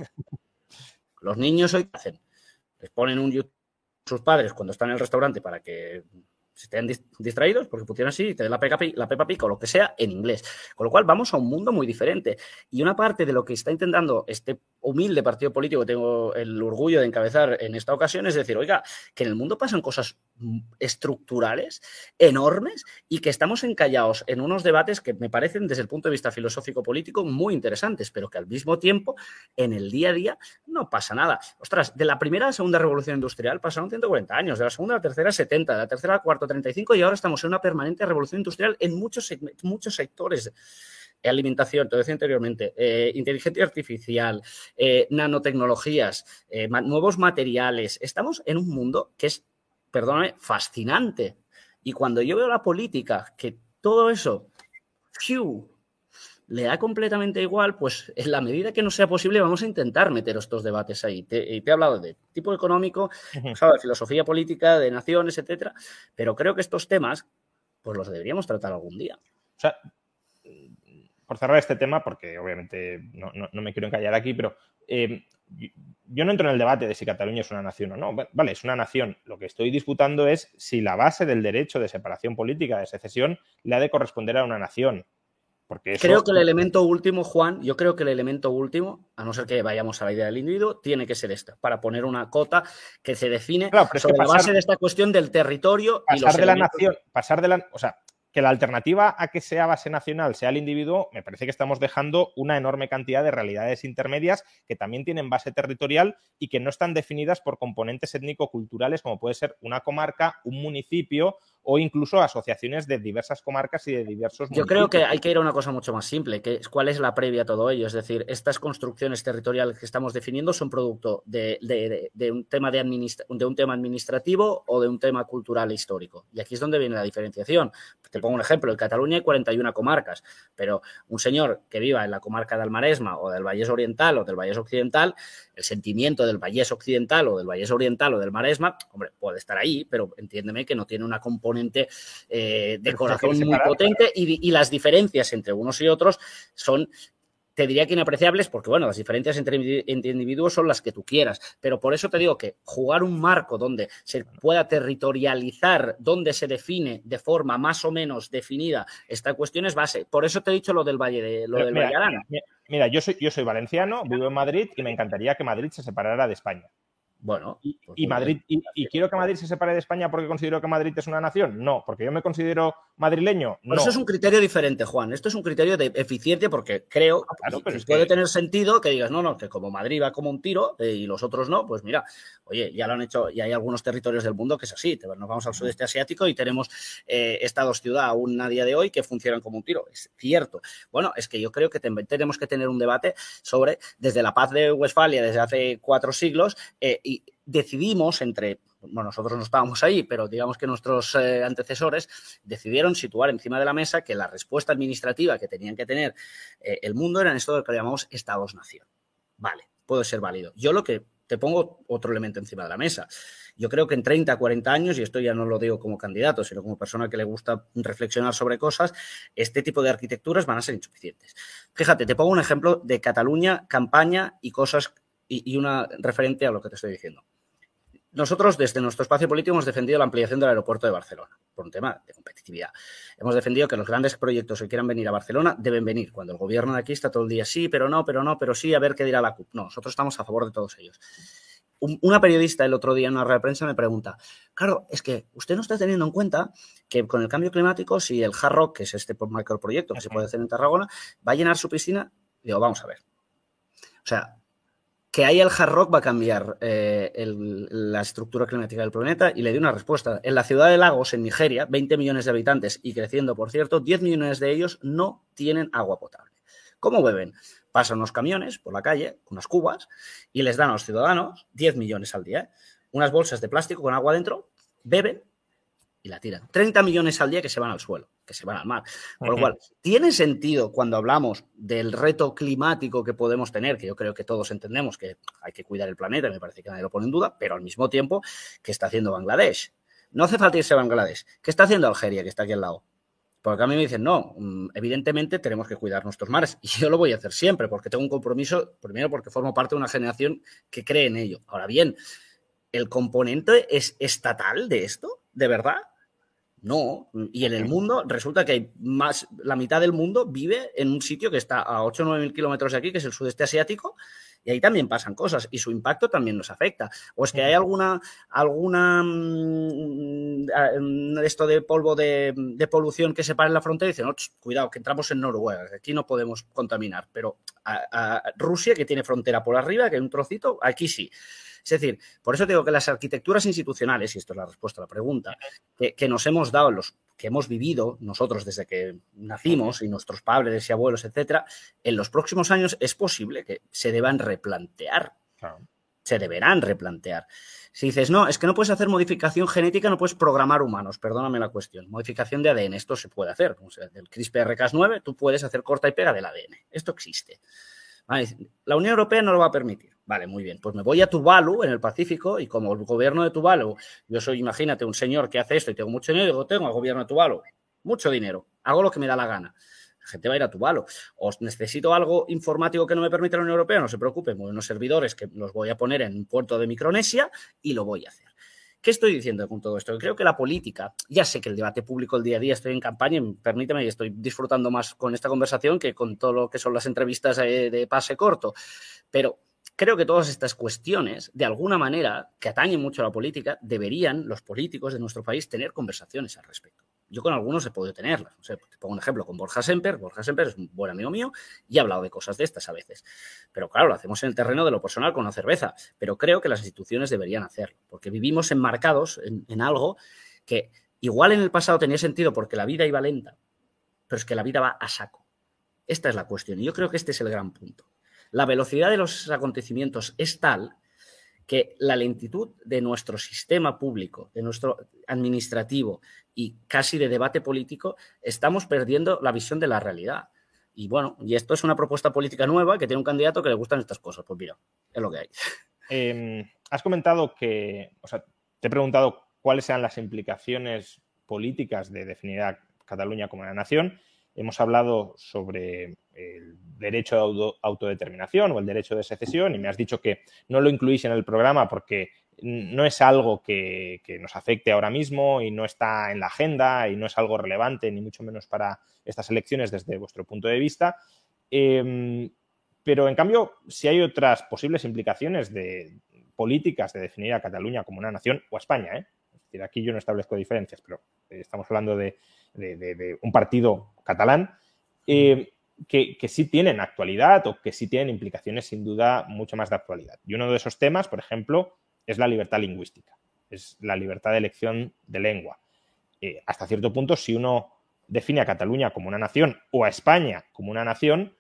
Los niños hoy, ¿qué hacen? Les ponen un YouTube a sus padres cuando están en el restaurante para que se estén distraídos, porque funciona así, te den la Peppa Pig o lo que sea en inglés. Con lo cual vamos a un mundo muy diferente. Y una parte de lo que está intentando este humilde partido político tengo el orgullo de encabezar en esta ocasión es decir, oiga, que en el mundo pasan cosas estructurales, enormes, y que estamos encallados en unos debates que me parecen, desde el punto de vista filosófico-político, muy interesantes, pero que al mismo tiempo, en el día a día, no pasa nada. Ostras, de la primera a la segunda revolución industrial pasaron 140 años, de la segunda a la tercera 70, de la tercera a la cuarta 35, y ahora estamos en una permanente revolución industrial en muchos sectores. Alimentación, te decía anteriormente, inteligencia artificial, nanotecnologías, nuevos materiales. Estamos en un mundo que es, perdóname, fascinante. Y cuando yo veo la política, que todo eso le da completamente igual, pues en la medida que no sea posible vamos a intentar meter estos debates ahí. Te he hablado de tipo económico, de filosofía política, de naciones, etcétera, pero creo que estos temas pues los deberíamos tratar algún día. O sea, por cerrar este tema, porque obviamente no me quiero encallar aquí, pero yo no entro en el debate de si Cataluña es una nación o no. Vale, es una nación. Lo que estoy disputando es si la base del derecho de separación política, de secesión, le ha de corresponder a una nación. Porque eso... Creo que el elemento último, Juan, a no ser que vayamos a la idea del individuo, tiene que ser esta, para poner una cota que se define sobre la base de esta cuestión del territorio y los elementos... O sea, que la alternativa a que sea base nacional sea el individuo, me parece que estamos dejando una enorme cantidad de realidades intermedias que también tienen base territorial y que no están definidas por componentes étnico-culturales como puede ser una comarca, un municipio o incluso asociaciones de diversas comarcas y de diversos municipios. Yo creo que hay que ir a una cosa mucho más simple, que es cuál es la previa a todo ello. Es decir, estas construcciones territoriales que estamos definiendo son producto de un tema de un tema administrativo o de un tema cultural e histórico. Y aquí es donde viene la diferenciación. Te pongo un ejemplo. En Cataluña hay 41 comarcas, pero un señor que viva en la comarca del Maresma o del Vallès Oriental o del Vallès Occidental, el sentimiento del Vallès Occidental o del Vallès Oriental o del Maresma, hombre, puede estar ahí, pero entiéndeme que no tiene una componente de corazón muy potente y las diferencias entre unos y otros son, te diría que inapreciables, porque bueno, las diferencias entre individuos son las que tú quieras, pero por eso te digo que jugar un marco donde se pueda territorializar, donde se define de forma más o menos definida esta cuestión es base. Por eso te he dicho lo del Valle de Valle Arán. Mira, yo soy valenciano, vivo en Madrid y me encantaría que Madrid se separara de España. Bueno, pues y quiero que Madrid se separe de España porque considero que Madrid es una nación. No, porque yo me considero madrileño. No. Eso es un criterio diferente, Juan. Esto es un criterio de eficiencia porque creo que puede tener sentido que digas, no, que como Madrid va como un tiro y los otros no, pues mira, oye, ya lo han hecho y hay algunos territorios del mundo que es así. Nos vamos al sudeste asiático y tenemos estados-ciudad aún a día de hoy que funcionan como un tiro. Es cierto. Bueno, es que yo creo que tenemos que tener un debate sobre, desde la paz de Westfalia, desde hace 4 siglos, y decidimos bueno, nosotros no estábamos ahí, pero digamos que nuestros antecesores decidieron situar encima de la mesa que la respuesta administrativa que tenían que tener el mundo era en esto que llamamos Estados-nación. Vale, puede ser válido. Yo lo que te pongo otro elemento encima de la mesa. Yo creo que en 30, 40 años, y esto ya no lo digo como candidato, sino como persona que le gusta reflexionar sobre cosas, este tipo de arquitecturas van a ser insuficientes. Fíjate, te pongo un ejemplo de Cataluña, campaña y cosas y una referente a lo que te estoy diciendo. Nosotros, desde nuestro espacio político, hemos defendido la ampliación del aeropuerto de Barcelona, por un tema de competitividad. Hemos defendido que los grandes proyectos que quieran venir a Barcelona deben venir. Cuando el gobierno de aquí está todo el día, sí, pero no, pero sí, a ver qué dirá la CUP. No, nosotros estamos a favor de todos ellos. Una periodista el otro día en una rueda de prensa me pregunta, claro, es que usted no está teniendo en cuenta que con el cambio climático, si el Hard Rock, que es este macroproyecto que se puede hacer en Tarragona, va a llenar su piscina, digo, vamos a ver. O sea, que haya el Hard Rock va a cambiar la estructura climática del planeta, y le di una respuesta. En la ciudad de Lagos, en Nigeria, 20 millones de habitantes y creciendo, por cierto, 10 millones de ellos no tienen agua potable. ¿Cómo beben? Pasan unos camiones por la calle, unas cubas, y les dan a los ciudadanos 10 millones al día, unas bolsas de plástico con agua dentro, beben y la tiran. 30 millones al día que se van al suelo, que se van al mar. Con lo cual, tiene sentido cuando hablamos del reto climático que podemos tener, que yo creo que todos entendemos que hay que cuidar el planeta, y me parece que nadie lo pone en duda, pero al mismo tiempo, ¿qué está haciendo Bangladesh? No hace falta irse a Bangladesh. ¿Qué está haciendo Algeria, que está aquí al lado? Porque a mí me dicen, no, evidentemente tenemos que cuidar nuestros mares. Y yo lo voy a hacer siempre, porque tengo un compromiso, primero porque formo parte de una generación que cree en ello. Ahora bien, ¿el componente es estatal de esto? ¿De verdad? No. Y en el mundo resulta que hay la mitad del mundo vive en un sitio que está a 8 o 9 mil kilómetros de aquí, que es el sudeste asiático, Y ahí también pasan cosas y su impacto también nos afecta. O es que hay alguna esto de polvo de polución que se para en la frontera y dicen, no, cuidado, que entramos en Noruega, que aquí no podemos contaminar. Pero a Rusia, que tiene frontera por arriba, que hay un trocito, aquí sí. Es decir, por eso digo que las arquitecturas institucionales, y esto es la respuesta a la pregunta, que nos hemos dado, que hemos vivido nosotros desde que nacimos y nuestros padres y abuelos, etcétera, en los próximos años es posible que se deban replantear. Claro. Se deberán replantear. Si dices, no, es que no puedes hacer modificación genética, no puedes programar humanos, perdóname la cuestión. Modificación de ADN, esto se puede hacer. O sea, del CRISPR-Cas9, tú puedes hacer corta y pega del ADN. Esto existe. Vale, la Unión Europea no lo va a permitir. Vale, muy bien. Pues me voy a Tuvalu, en el Pacífico, y como el gobierno de Tuvalu, yo soy, imagínate, un señor que hace esto y tengo mucho dinero, digo, tengo al gobierno de Tuvalu mucho dinero, hago lo que me da la gana. La gente va a ir a Tuvalu. O necesito algo informático que no me permita la Unión Europea, no se preocupen, voy a unos servidores que los voy a poner en un puerto de Micronesia y lo voy a hacer. ¿Qué estoy diciendo con todo esto? Creo que la política, ya sé que el debate público el día a día, estoy en campaña y permíteme, estoy disfrutando más con esta conversación que con todo lo que son las entrevistas de pase corto, pero creo que todas estas cuestiones, de alguna manera, que atañen mucho a la política, deberían los políticos de nuestro país tener conversaciones al respecto. Yo con algunos he podido tenerlas. O sea, te pongo un ejemplo con Borja Semper. Borja Semper es un buen amigo mío y he hablado de cosas de estas a veces. Pero claro, lo hacemos en el terreno de lo personal con una cerveza. Pero creo que las instituciones deberían hacerlo, porque vivimos enmarcados en algo que igual en el pasado tenía sentido porque la vida iba lenta, pero es que la vida va a saco. Esta es la cuestión y yo creo que este es el gran punto. La velocidad de los acontecimientos es tal que la lentitud de nuestro sistema público, de nuestro administrativo y casi de debate político, estamos perdiendo la visión de la realidad. Y bueno, y esto es una propuesta política nueva que tiene un candidato que le gustan estas cosas. Pues mira, es lo que hay. Has comentado que, o sea, te he preguntado cuáles sean las implicaciones políticas de definir a Cataluña como una nación. Hemos hablado sobre el derecho de autodeterminación o el derecho de secesión y me has dicho que no lo incluís en el programa porque no es algo que nos afecte ahora mismo y no está en la agenda y no es algo relevante ni mucho menos para estas elecciones desde vuestro punto de vista. Pero en cambio, si hay otras posibles implicaciones políticas de definir a Cataluña como una nación o a España, Es decir, aquí yo no establezco diferencias, pero estamos hablando de un partido catalán que sí tienen actualidad o que sí tienen implicaciones sin duda mucho más de actualidad. Y uno de esos temas, por ejemplo, es la libertad lingüística, es la libertad de elección de lengua. Hasta cierto punto, si uno define a Cataluña como una nación o a España como una nación,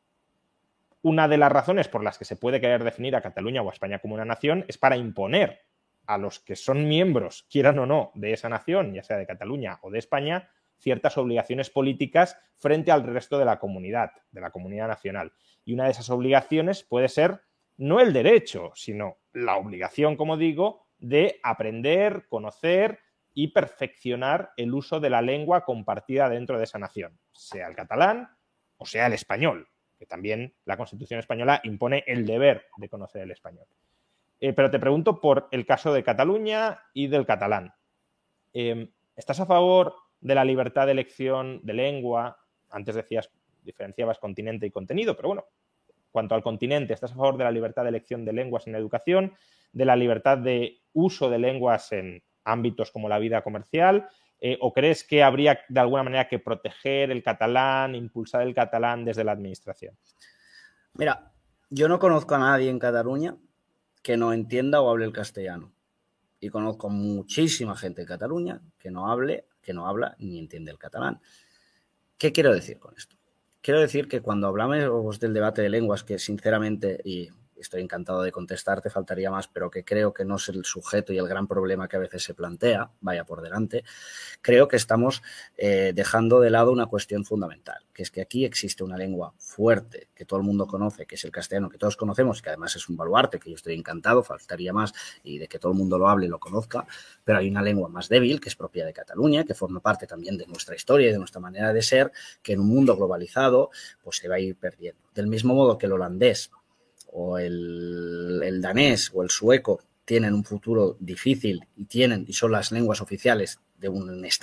una de las razones por las que se puede querer definir a Cataluña o a España como una nación es para imponer a los que son miembros, quieran o no, de esa nación, ya sea de Cataluña o de España, ciertas obligaciones políticas frente al resto de la comunidad nacional. Y una de esas obligaciones puede ser no el derecho, sino la obligación, como digo, de aprender, conocer y perfeccionar el uso de la lengua compartida dentro de esa nación, sea el catalán o sea el español, que también la Constitución española impone el deber de conocer el español. Pero te pregunto por el caso de Cataluña y del catalán. ¿Estás a favor de la libertad de elección de lengua? Antes diferenciabas continente y contenido, pero bueno, cuanto al continente, ¿estás a favor de la libertad de elección de lenguas en la educación, de la libertad de uso de lenguas en ámbitos como la vida comercial? ¿O crees que habría de alguna manera que proteger el catalán, impulsar el catalán desde la administración? Mira, yo no conozco a nadie en Cataluña que no entienda o hable el castellano. Y conozco muchísima gente en Cataluña que no habla ni entiende el catalán. ¿Qué quiero decir con esto? Quiero decir que cuando hablamos del debate de lenguas, que sinceramente, y estoy encantado de contestarte, faltaría más, pero que creo que no es el sujeto y el gran problema que a veces se plantea, vaya por delante, creo que estamos dejando de lado una cuestión fundamental, que es que aquí existe una lengua fuerte que todo el mundo conoce, que es el castellano, que todos conocemos y que además es un baluarte, que yo estoy encantado, faltaría más, y de que todo el mundo lo hable y lo conozca, pero hay una lengua más débil, que es propia de Cataluña, que forma parte también de nuestra historia y de nuestra manera de ser, que en un mundo globalizado pues se va a ir perdiendo. Del mismo modo que el holandés o el danés o el sueco tienen un futuro difícil y son las lenguas oficiales de un estado,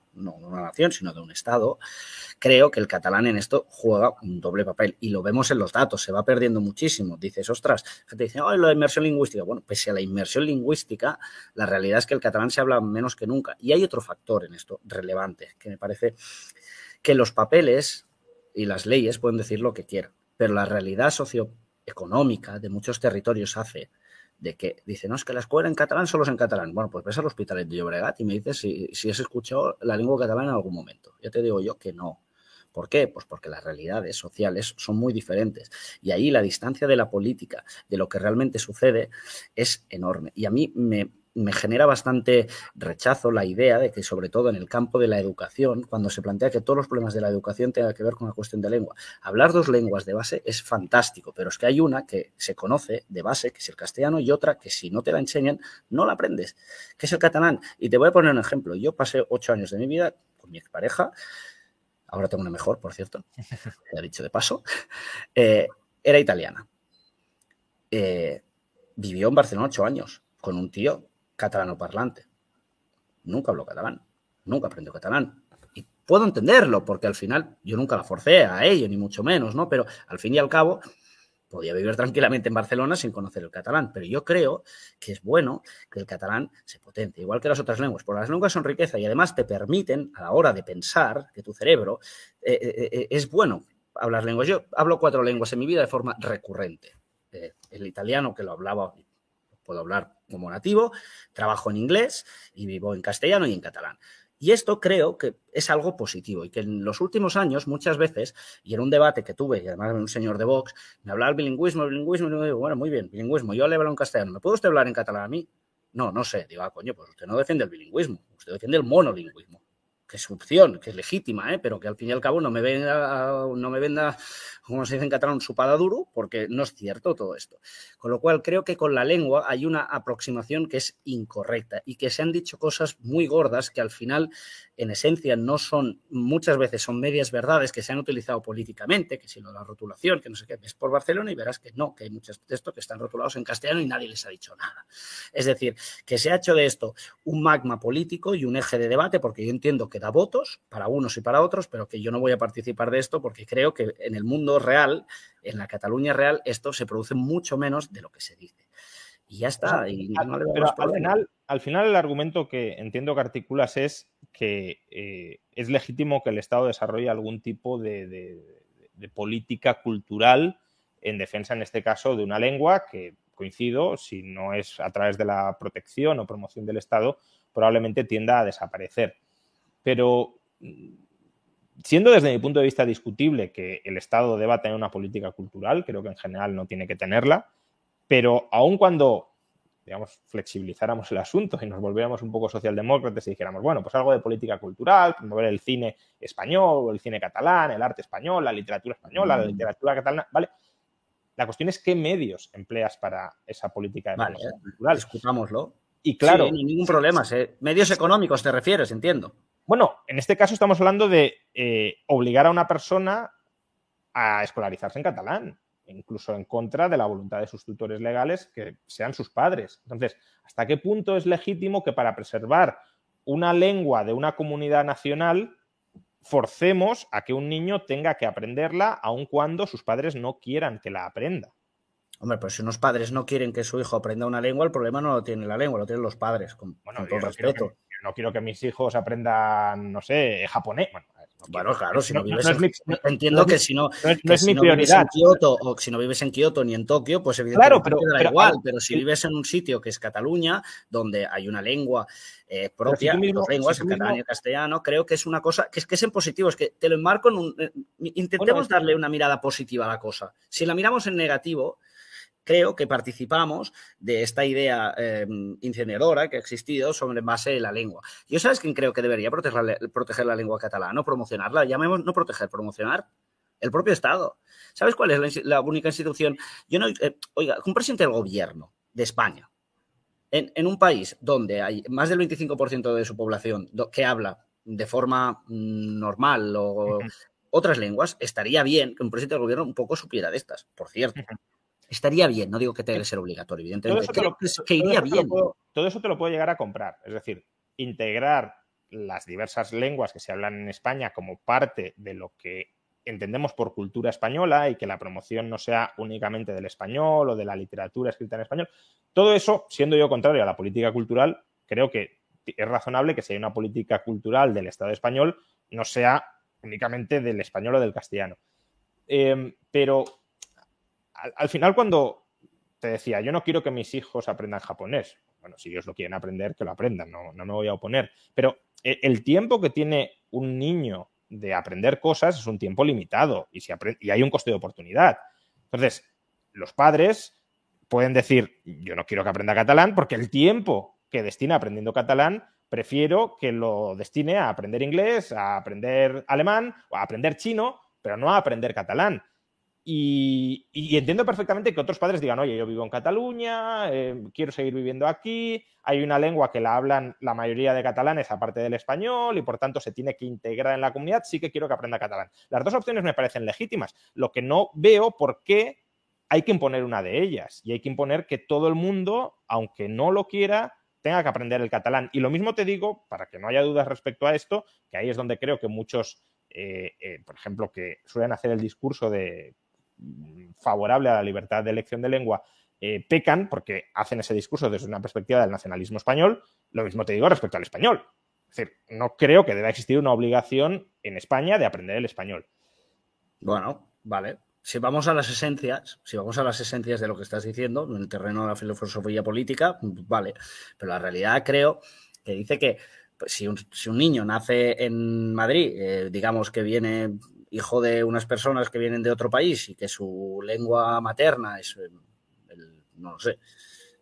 no de una nación, sino de un Estado, creo que el catalán en esto juega un doble papel y lo vemos en los datos, se va perdiendo muchísimo. Dices, ostras, gente dice, oh, la inmersión lingüística. Bueno, pese a la inmersión lingüística, la realidad es que el catalán se habla menos que nunca. Y hay otro factor en esto relevante, que me parece que los papeles y las leyes pueden decir lo que quieran, pero la realidad socioeconómica de muchos territorios hace de que dice, no, es que la escuela en catalán solo es en catalán. Bueno, pues ves al Hospitalet de Llobregat y me dices si has escuchado la lengua catalana en algún momento. Ya te digo yo que no. ¿Por qué? Pues porque las realidades sociales son muy diferentes y ahí la distancia de la política, de lo que realmente sucede, es enorme. Y a mí me genera bastante rechazo la idea de que, sobre todo en el campo de la educación, cuando se plantea que todos los problemas de la educación tengan que ver con la cuestión de lengua. Hablar dos lenguas de base es fantástico, pero es que hay una que se conoce de base, que es el castellano, y otra que si no te la enseñan, no la aprendes, que es el catalán. Y te voy a poner un ejemplo. Yo pasé 8 años de mi vida con mi expareja, ahora tengo una mejor, por cierto, ya he dicho de paso, era italiana. Vivió en Barcelona 8 años con un tío catalano parlante. Nunca habló catalán, nunca aprendió catalán. Y puedo entenderlo, porque al final yo nunca la forcé a ello, ni mucho menos, ¿no? Pero al fin y al cabo podía vivir tranquilamente en Barcelona sin conocer el catalán. Pero yo creo que es bueno que el catalán se potencie, igual que las otras lenguas, porque las lenguas son riqueza y además te permiten, a la hora de pensar, que tu cerebro es bueno hablar lenguas. Yo hablo 4 lenguas en mi vida de forma recurrente. El italiano, que lo hablaba, puedo hablar como nativo, trabajo en inglés y vivo en castellano y en catalán. Y esto creo que es algo positivo y que en los últimos años muchas veces, y en un debate que tuve, y además un señor de Vox, me hablaba del bilingüismo, y yo digo, bueno, muy bien, bilingüismo, yo le hablo en castellano, ¿me puede usted hablar en catalán a mí? No, no sé, digo, coño, pues usted no defiende el bilingüismo, usted defiende el monolingüismo, que es su opción, que es legítima, pero que al fin y al cabo no me venda, como se dice en catalán, supada duro, porque no es cierto todo esto. Con lo cual creo que con la lengua hay una aproximación que es incorrecta y que se han dicho cosas muy gordas que al final, en esencia, no son, muchas veces son medias verdades que se han utilizado políticamente, que si lo de la rotulación, que no sé qué, ves por Barcelona y verás que no, que hay muchos textos que están rotulados en castellano y nadie les ha dicho nada. Es decir, que se ha hecho de esto un magma político y un eje de debate, porque yo entiendo que da votos para unos y para otros, pero que yo no voy a participar de esto porque creo que en el mundo real, en la Cataluña real, esto se produce mucho menos de lo que se dice. Y ya está. Y no le pero al final el argumento que entiendo que articulas es que es legítimo que el Estado desarrolle algún tipo de política cultural en defensa, en este caso, de una lengua que, coincido, si no es a través de la protección o promoción del Estado, probablemente tienda a desaparecer. Pero siendo desde mi punto de vista discutible que el Estado deba tener una política cultural, creo que en general no tiene que tenerla, pero aun cuando, digamos, flexibilizáramos el asunto y nos volviéramos un poco socialdemócratas y dijéramos, bueno, pues algo de política cultural, promover el cine español, el cine catalán, el arte español, la literatura española, la literatura catalana, ¿vale? La cuestión es qué medios empleas para esa política de promoción cultural. Discutámoslo. Y claro, sí, ningún problema. Medios económicos te refieres, entiendo. Bueno, en este caso estamos hablando de obligar a una persona a escolarizarse en catalán, incluso en contra de la voluntad de sus tutores legales, que sean sus padres. Entonces, ¿hasta qué punto es legítimo que para preservar una lengua de una comunidad nacional forcemos a que un niño tenga que aprenderla aun cuando sus padres no quieran que la aprenda? Hombre, pero si unos padres no quieren que su hijo aprenda una lengua, el problema no lo tiene la lengua, lo tienen los padres, con todo respeto. No quiero que mis hijos aprendan, no sé, japonés. Bueno, claro, si no vives entiendo que si no es mi prioridad. Vives en Kioto, o si no vives en Kioto ni en Tokio, pues evidentemente te da igual. Pero si vives en un sitio que es Cataluña, donde hay una lengua propia, dos lenguas, el catalán y el castellano, creo que es una cosa que es en positivo, es que te lo enmarco en un... Intentemos darle una mirada positiva a la cosa. Si la miramos en negativo, creo que participamos de esta idea incendiadora que ha existido sobre base de la lengua. Yo, ¿sabes quién creo que debería proteger la lengua catalana, no promocionarla? Llamemos no proteger, promocionar. El propio Estado. ¿Sabes cuál es la única institución? Oiga, un presidente del gobierno de España, en un país donde hay más del 25% de su población que habla de forma normal o otras lenguas, estaría bien que un presidente del gobierno un poco supiera de estas, por cierto. Estaría bien, no digo que tenga que ser obligatorio, evidentemente. Que iría bien. Todo eso te lo puedo llegar a comprar. Es decir, integrar las diversas lenguas que se hablan en España como parte de lo que entendemos por cultura española y que la promoción no sea únicamente del español o de la literatura escrita en español. Todo eso, siendo yo contrario a la política cultural, creo que es razonable que si hay una política cultural del Estado español no sea únicamente del español o del castellano. Pero al final, cuando te decía, yo no quiero que mis hijos aprendan japonés, bueno, si ellos lo quieren aprender, que lo aprendan, no me voy a oponer, pero el tiempo que tiene un niño de aprender cosas es un tiempo limitado y hay un coste de oportunidad. Entonces, los padres pueden decir, yo no quiero que aprenda catalán porque el tiempo que destina aprendiendo catalán prefiero que lo destine a aprender inglés, a aprender alemán o a aprender chino, pero no a aprender catalán. Y entiendo perfectamente que otros padres digan, oye, yo vivo en Cataluña, quiero seguir viviendo aquí, hay una lengua que la hablan la mayoría de catalanes aparte del español y por tanto se tiene que integrar en la comunidad, sí que quiero que aprenda catalán. Las dos opciones me parecen legítimas. Lo que no veo por qué hay que imponer una de ellas y hay que imponer que todo el mundo, aunque no lo quiera, tenga que aprender el catalán. Y lo mismo te digo, para que no haya dudas respecto a esto, que ahí es donde creo que muchos, por ejemplo, que suelen hacer el discurso favorable a la libertad de elección de lengua, pecan porque hacen ese discurso desde una perspectiva del nacionalismo español. Lo mismo te digo respecto al español. Es decir, no creo que deba existir una obligación en España de aprender el español. Bueno, vale. Si vamos a las esencias de lo que estás diciendo, en el terreno de la filosofía política, vale. Pero la realidad creo que dice que pues, si un niño nace en Madrid, digamos que viene hijo de unas personas que vienen de otro país y que su lengua materna es no lo sé,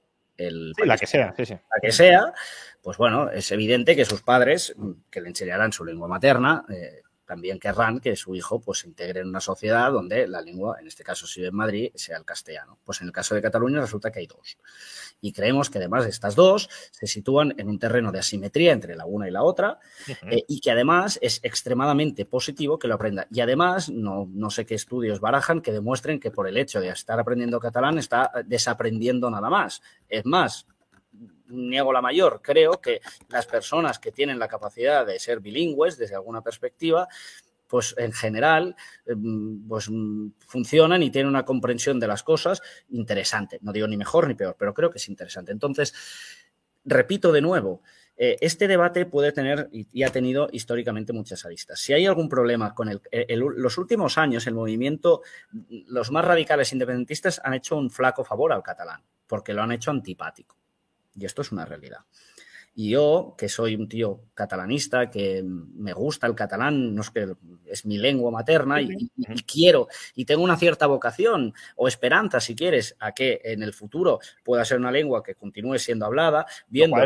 la que sea, sí. La que sea, pues bueno, es evidente que sus padres, que le enseñarán su lengua materna, también querrán que su hijo pues, se integre en una sociedad donde la lengua, en este caso si vive en Madrid, sea el castellano. Pues en el caso de Cataluña resulta que hay dos. Y creemos que además de estas dos se sitúan en un terreno de asimetría entre la una y la otra y que además es extremadamente positivo que lo aprenda. Y además, no sé qué estudios barajan que demuestren que por el hecho de estar aprendiendo catalán está desaprendiendo nada más. Es más, niego la mayor. Creo que las personas que tienen la capacidad de ser bilingües desde alguna perspectiva, pues en general pues funcionan y tienen una comprensión de las cosas interesante. No digo ni mejor ni peor, pero creo que es interesante. Entonces, repito de nuevo, este debate puede tener y ha tenido históricamente muchas aristas. Si hay algún problema con los últimos años, el movimiento, los más radicales independentistas han hecho un flaco favor al catalán, porque lo han hecho antipático. Y esto es una realidad. Y yo, que soy un tío catalanista, que me gusta el catalán, no es que es mi lengua materna y quiero, y tengo una cierta vocación o esperanza, si quieres, a que en el futuro pueda ser una lengua que continúe siendo hablada, viendo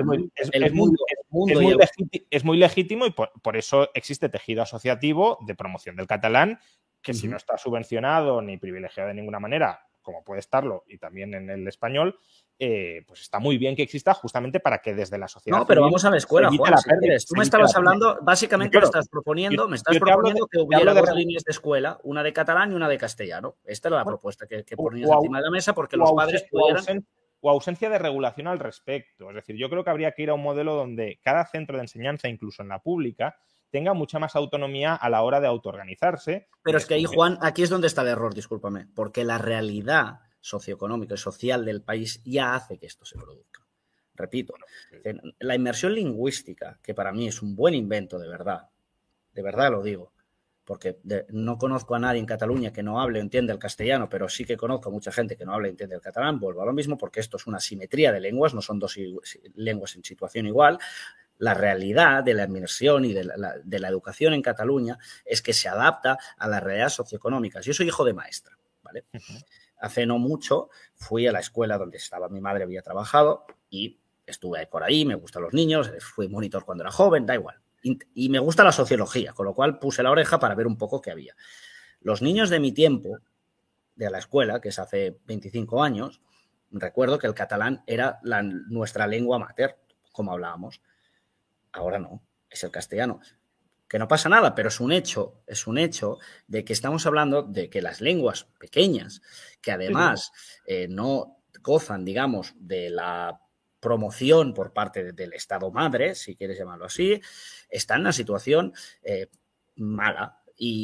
es muy legítimo y por eso existe tejido asociativo de promoción del catalán, que si no está subvencionado ni privilegiado de ninguna manera, como puede estarlo, y también en el español, pues está muy bien que exista justamente para que desde la sociedad... No, pero vamos a la escuela, Juan, si quieres. Tú me estabas hablando, básicamente me estás proponiendo que hubiera dos líneas de escuela, una de catalán y una de castellano. Esta era la propuesta que ponías encima de la mesa porque los padres pudieran... O ausencia de regulación al respecto. Es decir, yo creo que habría que ir a un modelo donde cada centro de enseñanza, incluso en la pública, tenga mucha más autonomía a la hora de autoorganizarse. Pero es que ahí, Juan, aquí es donde está el error, discúlpame, porque la realidad socioeconómica y social del país ya hace que esto se produzca. Repito, la inmersión lingüística, que para mí es un buen invento de verdad lo digo, porque no conozco a nadie en Cataluña que no hable o entienda el castellano, pero sí que conozco a mucha gente que no hable o entiende el catalán, vuelvo a lo mismo, porque esto es una simetría de lenguas, no son dos lenguas en situación igual. La realidad de la inmersión y de la educación en Cataluña es que se adapta a las realidades socioeconómicas. Yo soy hijo de maestra, ¿vale? Hace no mucho fui a la escuela donde estaba mi madre, había trabajado y estuve por ahí, me gustan los niños, fui monitor cuando era joven, da igual. Y me gusta la sociología, con lo cual puse la oreja para ver un poco qué había. Los niños de mi tiempo, de la escuela, que es hace 25 años, recuerdo que el catalán era nuestra lengua materna, como hablábamos. Ahora no, es el castellano. Que no pasa nada, pero es un hecho de que estamos hablando de que las lenguas pequeñas, que además no gozan, digamos, de la promoción por parte del Estado madre, si quieres llamarlo así, está en una situación mala.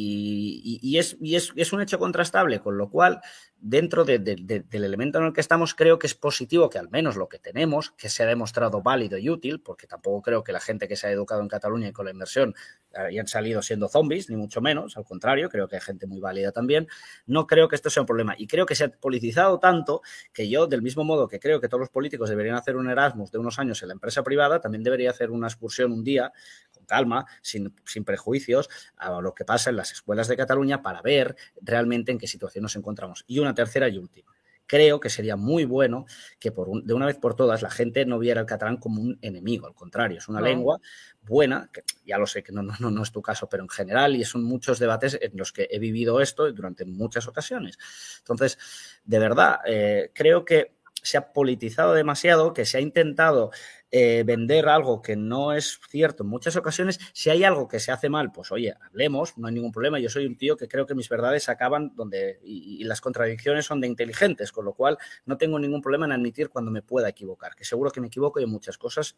Y es un hecho contrastable, con lo cual, dentro del elemento en el que estamos, creo que es positivo que al menos lo que tenemos, que se ha demostrado válido y útil, porque tampoco creo que la gente que se ha educado en Cataluña y con la inversión hayan salido siendo zombies, ni mucho menos, al contrario, creo que hay gente muy válida también. No creo que esto sea un problema y creo que se ha politizado tanto que yo, del mismo modo que creo que todos los políticos deberían hacer un Erasmus de unos años en la empresa privada, también debería hacer una excursión un día, con calma, sin prejuicios, a lo que pasa en las escuelas de Cataluña para ver realmente en qué situación nos encontramos. Y una tercera y última. Creo que sería muy bueno que de una vez por todas la gente no viera el catalán como un enemigo, al contrario, es una lengua buena, que ya lo sé que no es tu caso, pero en general, y son muchos debates en los que he vivido esto durante muchas ocasiones. Entonces, de verdad, creo que se ha politizado demasiado, que se ha intentado vender algo que no es cierto en muchas ocasiones. Si hay algo que se hace mal, pues oye, hablemos, no hay ningún problema. Yo soy un tío que creo que mis verdades acaban donde y las contradicciones son de inteligentes, con lo cual no tengo ningún problema en admitir cuando me pueda equivocar, que seguro que me equivoco en muchas cosas,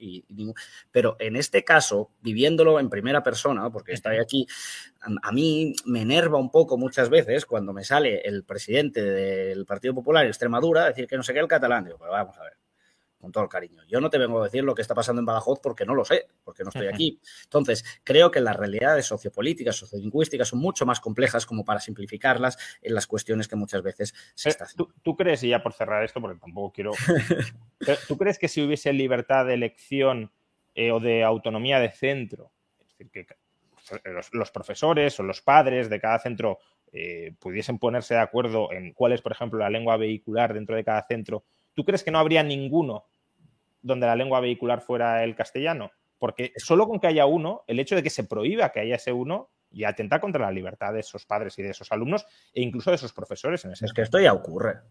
pero en este caso, viviéndolo en primera persona, porque estoy aquí, a mí me enerva un poco muchas veces cuando me sale el presidente del Partido Popular en Extremadura decir que no sé qué el catalán. Digo, pero vamos a ver, con todo el cariño. Yo no te vengo a decir lo que está pasando en Badajoz porque no lo sé, porque no estoy aquí. Entonces, creo que las realidades sociopolíticas, sociolingüísticas son mucho más complejas como para simplificarlas en las cuestiones que muchas veces se está haciendo. ¿Tú crees, y ya por cerrar esto, porque tampoco quiero... ¿Tú crees que si hubiese libertad de elección o de autonomía de centro, es decir, que los profesores o los padres de cada centro pudiesen ponerse de acuerdo en cuál es, por ejemplo, la lengua vehicular dentro de cada centro, ¿tú crees que no habría ninguno donde la lengua vehicular fuera el castellano? Porque solo con que haya uno, el hecho de que se prohíba que haya ese uno, ya atenta contra la libertad de esos padres y de esos alumnos e incluso de esos profesores. En ese es que esto ya ocurre.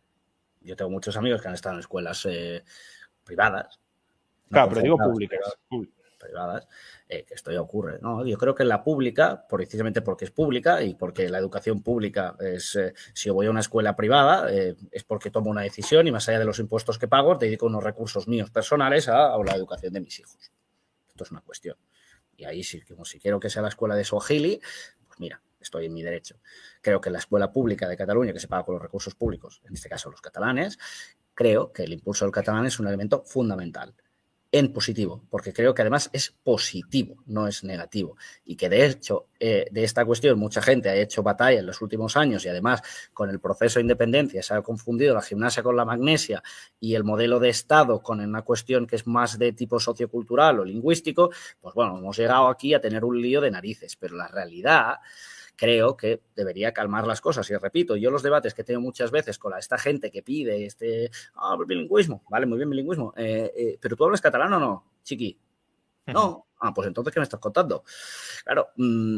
Yo tengo muchos amigos que han estado en escuelas privadas. Claro, pero digo públicas. Privadas, que esto ya ocurre, ¿no? Yo creo que en la pública, precisamente porque es pública y porque la educación pública es, si yo voy a una escuela privada, es porque tomo una decisión y más allá de los impuestos que pago, dedico unos recursos míos personales a la educación de mis hijos. Esto es una cuestión. Y ahí, si quiero que sea la escuela de Swahili, pues mira, estoy en mi derecho. Creo que la escuela pública de Cataluña, que se paga con los recursos públicos, en este caso los catalanes, creo que el impulso del catalán es un elemento fundamental. En positivo, porque creo que además es positivo, no es negativo, y que de hecho de esta cuestión mucha gente ha hecho batalla en los últimos años y además con el proceso de independencia se ha confundido la gimnasia con la magnesia y el modelo de Estado con una cuestión que es más de tipo sociocultural o lingüístico, pues bueno, hemos llegado aquí a tener un lío de narices, pero la realidad creo que debería calmar las cosas. Y repito, yo los debates que tengo muchas veces con esta gente que pide bilingüismo, vale, muy bien bilingüismo, pero ¿tú hablas catalán o no, chiqui? No. Pues entonces, ¿qué me estás contando? Claro,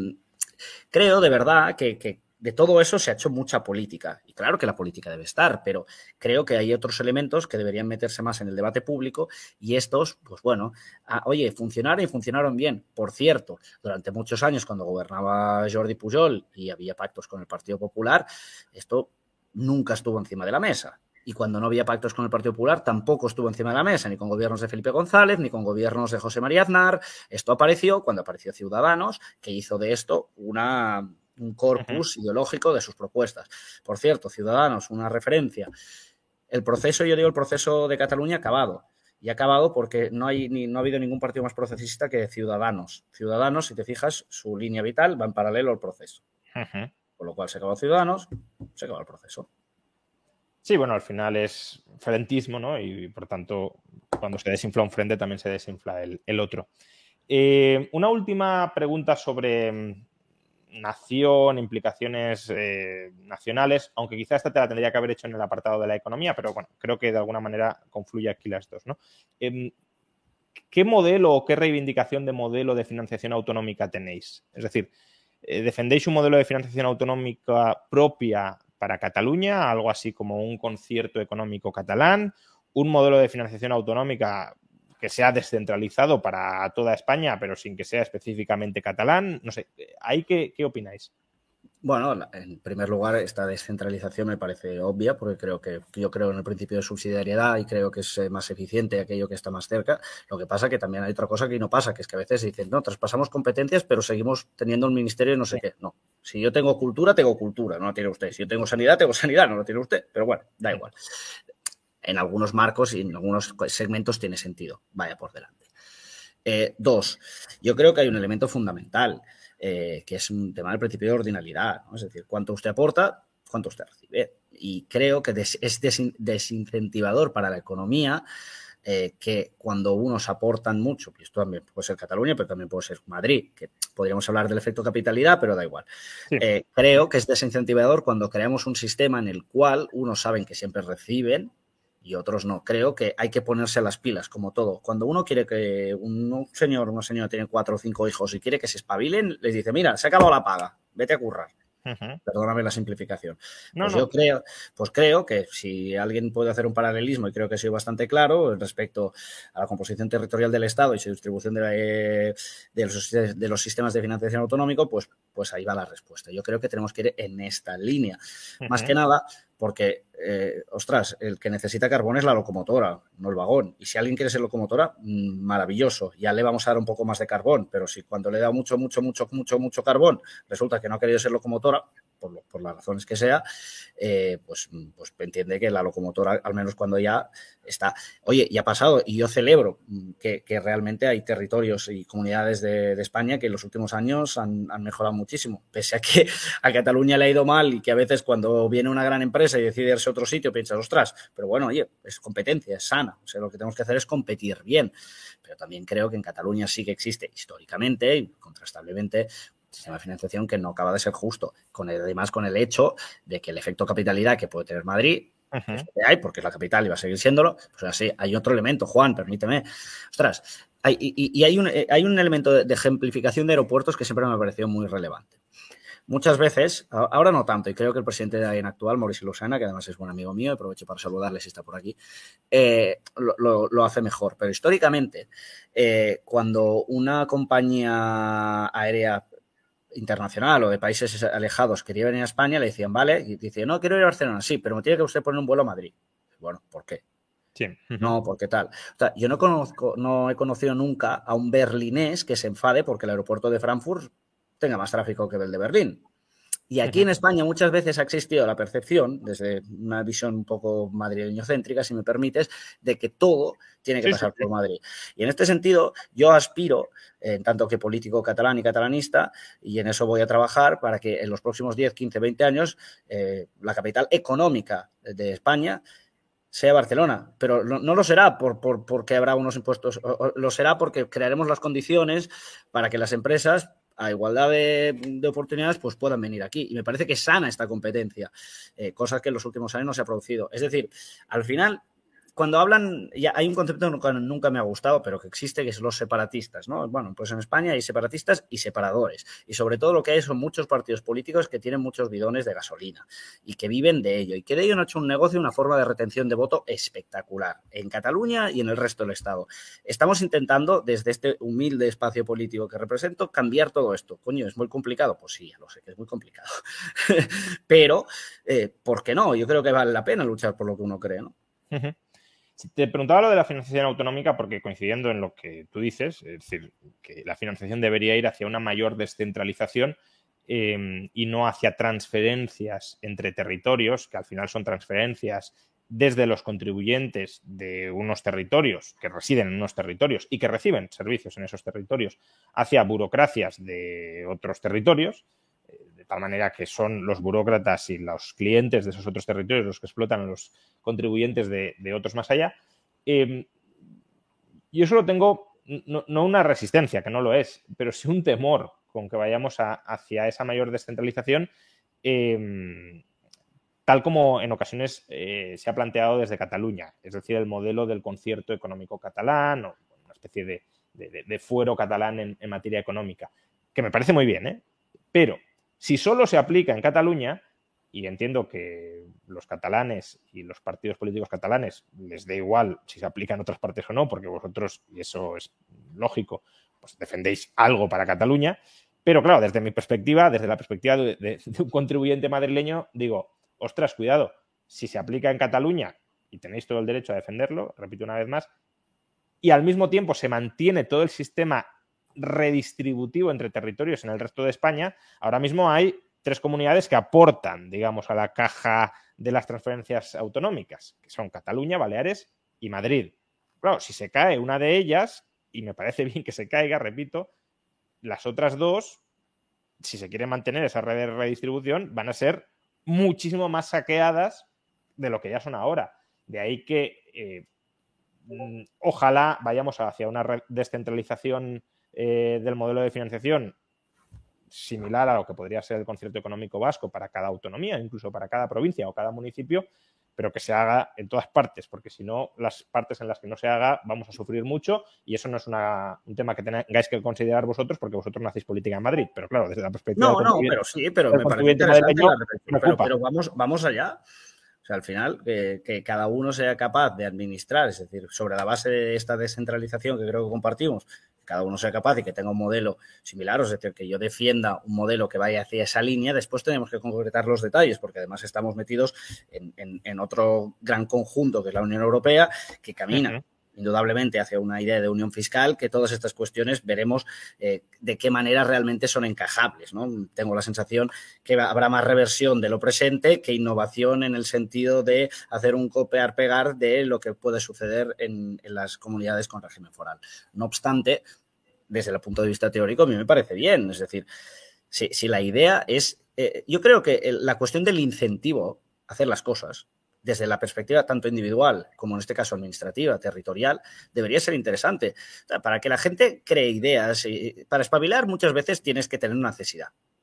creo de verdad que de todo eso se ha hecho mucha política. Y claro que la política debe estar, pero creo que hay otros elementos que deberían meterse más en el debate público y estos, pues bueno, oye, funcionaron y funcionaron bien. Por cierto, durante muchos años cuando gobernaba Jordi Pujol y había pactos con el Partido Popular, esto nunca estuvo encima de la mesa. Y cuando no había pactos con el Partido Popular, tampoco estuvo encima de la mesa, ni con gobiernos de Felipe González, ni con gobiernos de José María Aznar. Esto apareció cuando apareció Ciudadanos, que hizo de esto un corpus ideológico de sus propuestas. Por cierto, Ciudadanos, una referencia. El proceso de Cataluña ha acabado. Y ha acabado porque no ha habido ningún partido más procesista que Ciudadanos. Ciudadanos, si te fijas, su línea vital va en paralelo al proceso. Con lo cual se acabó Ciudadanos, se acabó el proceso. Sí, bueno, al final es frentismo, ¿no? Y por tanto, cuando se desinfla un frente también se desinfla el otro. Una última pregunta sobre nación, implicaciones nacionales, aunque quizá esta te la tendría que haber hecho en el apartado de la economía, pero bueno, creo que de alguna manera confluye aquí las dos, ¿no? ¿Qué modelo o qué reivindicación de modelo de financiación autonómica tenéis? Es decir, ¿defendéis un modelo de financiación autonómica propia para Cataluña, algo así como un concierto económico catalán, un modelo de financiación autonómica que sea descentralizado para toda España, pero sin que sea específicamente catalán? No sé, ¿ahí qué opináis? Bueno, en primer lugar, esta descentralización me parece obvia, porque yo creo en el principio de subsidiariedad y creo que es más eficiente aquello que está más cerca. Lo que pasa que también hay otra cosa que no pasa, que es que a veces dicen, no, traspasamos competencias, pero seguimos teniendo un ministerio y no sé qué. No, si yo tengo cultura, no la tiene usted. Si yo tengo sanidad, no la tiene usted. Pero bueno, da igual. En algunos marcos y en algunos segmentos tiene sentido. Vaya por delante. 2, yo creo que hay un elemento fundamental, que es un tema del principio de ordinalidad, ¿no? Es decir, cuánto usted aporta, cuánto usted recibe. Y creo que es desincentivador para la economía que cuando unos aportan mucho, y esto también puede ser Cataluña, pero también puede ser Madrid, que podríamos hablar del efecto capitalidad, pero da igual. Sí. Creo que es desincentivador cuando creamos un sistema en el cual unos saben que siempre reciben y otros no. Creo que hay que ponerse las pilas, como todo. Cuando uno quiere que una señora tiene 4 o 5 hijos y quiere que se espabilen, les dice, mira, se ha acabado la paga, vete a currar. Uh-huh. Perdóname la simplificación. Yo creo que si alguien puede hacer un paralelismo, y creo que soy bastante claro respecto a la composición territorial del Estado y su distribución de los sistemas de financiación autonómico, pues ahí va la respuesta. Yo creo que tenemos que ir en esta línea. Uh-huh. Más que nada porque, el que necesita carbón es la locomotora, no el vagón. Y si alguien quiere ser locomotora, maravilloso, ya le vamos a dar un poco más de carbón. Pero si cuando le da mucho carbón resulta que no ha querido ser locomotora, por las razones que sea, pues entiende que la locomotora, al menos cuando ya está... Oye, ya ha pasado, y yo celebro que realmente hay territorios y comunidades de España que en los últimos años han mejorado muchísimo, pese a que a Cataluña le ha ido mal y que a veces cuando viene una gran empresa y decide irse a otro sitio piensas, ostras, pero bueno, oye, es competencia, es sana, o sea, lo que tenemos que hacer es competir bien, pero también creo que en Cataluña sí que existe históricamente y contrastablemente sistema de financiación que no acaba de ser justo, además con el hecho de que el efecto capitalidad que puede tener Madrid, uh-huh, hay, porque es la capital y va a seguir siéndolo, pues así, hay otro elemento, Juan, permíteme, ostras, hay un elemento de ejemplificación de aeropuertos que siempre me ha parecido muy relevante. Muchas veces, ahora no tanto, y creo que el presidente de AENA actual, Mauricio Lucena, que además es buen amigo mío, aprovecho para saludarle si está por aquí, lo hace mejor. Pero históricamente, cuando una compañía aérea internacional o de países alejados quería venir a España, le decían, vale, y dice, no, quiero ir a Barcelona, sí, pero me tiene que usted poner un vuelo a Madrid. Bueno, ¿por qué? Sí. No, porque tal. O sea, yo no he conocido nunca a un berlinés que se enfade porque el aeropuerto de Frankfurt tenga más tráfico que el de Berlín. Y aquí en España muchas veces ha existido la percepción, desde una visión un poco madrileñocéntrica, si me permites, de que todo tiene que pasar por Madrid. Y en este sentido, yo aspiro, en tanto que político catalán y catalanista, y en eso voy a trabajar para que en los próximos 10, 15, 20 años la capital económica de España sea Barcelona, pero no lo será porque habrá unos impuestos, lo será porque crearemos las condiciones para que las empresas a igualdad de oportunidades, pues puedan venir aquí. Y me parece que es sana esta competencia, cosas que en los últimos años no se ha producido. Es decir, al final, cuando hablan, ya hay un concepto que nunca me ha gustado, pero que existe, que son los separatistas, ¿no? Bueno, pues en España hay separatistas y separadores. Y sobre todo lo que hay son muchos partidos políticos que tienen muchos bidones de gasolina y que viven de ello. Y que de ello han hecho un negocio, una forma de retención de voto espectacular en Cataluña y en el resto del Estado. Estamos intentando, desde este humilde espacio político que represento, cambiar todo esto. Coño, ¿es muy complicado? Pues sí, ya lo sé que es muy complicado. Pero, ¿por qué no? Yo creo que vale la pena luchar por lo que uno cree, ¿no? Uh-huh. Te preguntaba lo de la financiación autonómica porque coincidiendo en lo que tú dices, es decir, que la financiación debería ir hacia una mayor descentralización y no hacia transferencias entre territorios, que al final son transferencias desde los contribuyentes de unos territorios que residen en unos territorios y que reciben servicios en esos territorios hacia burocracias de otros territorios, de tal manera que son los burócratas y los clientes de esos otros territorios los que explotan a los contribuyentes de otros más allá. Y eso lo tengo, no una resistencia, que no lo es, pero sí un temor con que vayamos hacia esa mayor descentralización, tal como en ocasiones se ha planteado desde Cataluña, es decir, el modelo del concierto económico catalán o una especie de fuero catalán en materia económica, que me parece muy bien, pero si solo se aplica en Cataluña, y entiendo que los catalanes y los partidos políticos catalanes les da igual si se aplica en otras partes o no, porque vosotros, y eso es lógico, pues defendéis algo para Cataluña, Pero claro, desde mi perspectiva, desde la perspectiva de un contribuyente madrileño, digo, ostras, cuidado, si se aplica en Cataluña, y tenéis todo el derecho a defenderlo, repito una vez más, y al mismo tiempo se mantiene todo el sistema redistributivo entre territorios en el resto de España, ahora mismo hay 3 comunidades que aportan, digamos, a la caja de las transferencias autonómicas, que son Cataluña, Baleares y Madrid. Claro, si se cae una de ellas, y me parece bien que se caiga, repito, las otras 2, si se quiere mantener esa red de redistribución, van a ser muchísimo más saqueadas de lo que ya son ahora. De ahí que ojalá vayamos hacia una descentralización del modelo de financiación similar a lo que podría ser el concierto económico vasco para cada autonomía, incluso para cada provincia o cada municipio, pero que se haga en todas partes, porque si no, las partes en las que no se haga vamos a sufrir mucho, y eso no es un tema que tengáis que considerar vosotros, porque vosotros no hacéis política en Madrid, pero claro, desde la perspectiva pero sí, pero me parece interesante pero vamos allá. O sea, al final, que cada uno sea capaz de administrar, es decir, sobre la base de esta descentralización que creo que compartimos, cada uno sea capaz y que tenga un modelo similar, es decir, que yo defienda un modelo que vaya hacia esa línea. Después tenemos que concretar los detalles, porque además estamos metidos en otro gran conjunto que es la Unión Europea, que camina indudablemente hacia una idea de unión fiscal, que todas estas cuestiones veremos de qué manera realmente son encajables, ¿no? Tengo la sensación que habrá más reversión de lo presente que innovación en el sentido de hacer un copiar-pegar de lo que puede suceder en las comunidades con régimen foral. No obstante, desde el punto de vista teórico, a mí me parece bien. Es decir, si la idea es... yo creo que la cuestión del incentivo a hacer las cosas desde la perspectiva tanto individual como en este caso administrativa, territorial, debería ser interesante. O sea, para que la gente cree ideas, para espabilar muchas veces tienes que tener una necesidad.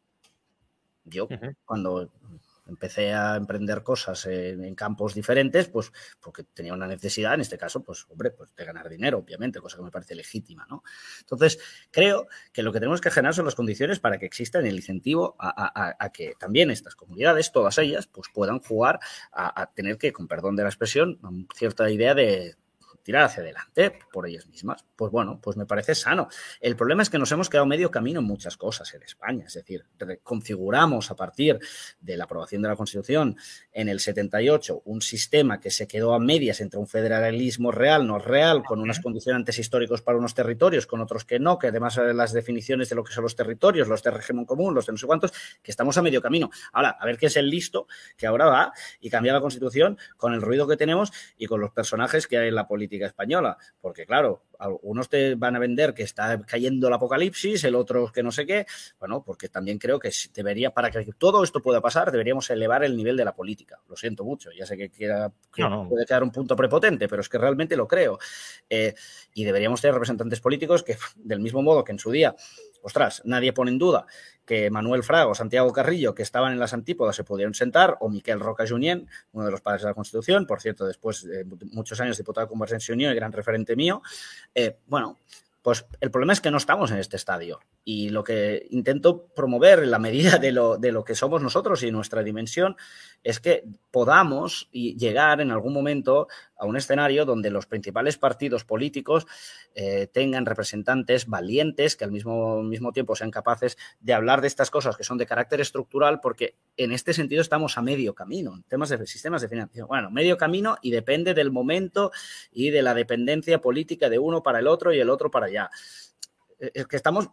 Yo, cuando empecé a emprender cosas en campos diferentes, pues porque tenía una necesidad, en este caso, pues hombre, pues de ganar dinero, obviamente, cosa que me parece legítima, ¿no? Entonces, creo que lo que tenemos que generar son las condiciones para que exista el incentivo a que también estas comunidades, todas ellas, pues puedan jugar a tener que, con perdón de la expresión, cierta idea de tirar hacia adelante por ellas mismas. Pues bueno, pues me parece sano. El problema es que nos hemos quedado medio camino en muchas cosas en España. Es decir, configuramos a partir de la aprobación de la Constitución en el 78 un sistema que se quedó a medias entre un federalismo real, no real, con unos condicionantes históricos para unos territorios, con otros que no, que además las definiciones de lo que son los territorios, los de régimen común, los de no sé cuántos, que estamos a medio camino. Ahora, a ver qué es el listo que ahora va y cambia la Constitución con el ruido que tenemos y con los personajes que hay en la política española, porque claro, algunos te van a vender que está cayendo el apocalipsis, el otro que no sé qué. Bueno, porque también creo que debería, para que todo esto pueda pasar, deberíamos elevar el nivel de la política. Lo siento mucho, ya sé que puede quedar un punto prepotente, pero es que realmente lo creo. Y deberíamos tener representantes políticos que, del mismo modo que en su día, ostras, nadie pone en duda que Manuel Fraga o Santiago Carrillo, que estaban en las antípodas, se pudieron sentar, o Miquel Roca Junyent, uno de los padres de la Constitución, por cierto, después de muchos años diputado de Convergencia y Unió y gran referente mío. Bueno, pues el problema es que no estamos en este estadio, y lo que intento promover en la medida de lo que somos nosotros y nuestra dimensión es que podamos llegar en algún momento a un escenario donde los principales partidos políticos tengan representantes valientes que al mismo tiempo sean capaces de hablar de estas cosas que son de carácter estructural, porque en este sentido estamos a medio camino en temas de sistemas de financiación. Bueno, medio camino, y depende del momento y de la dependencia política de uno para el otro y el otro para allá. Es que estamos...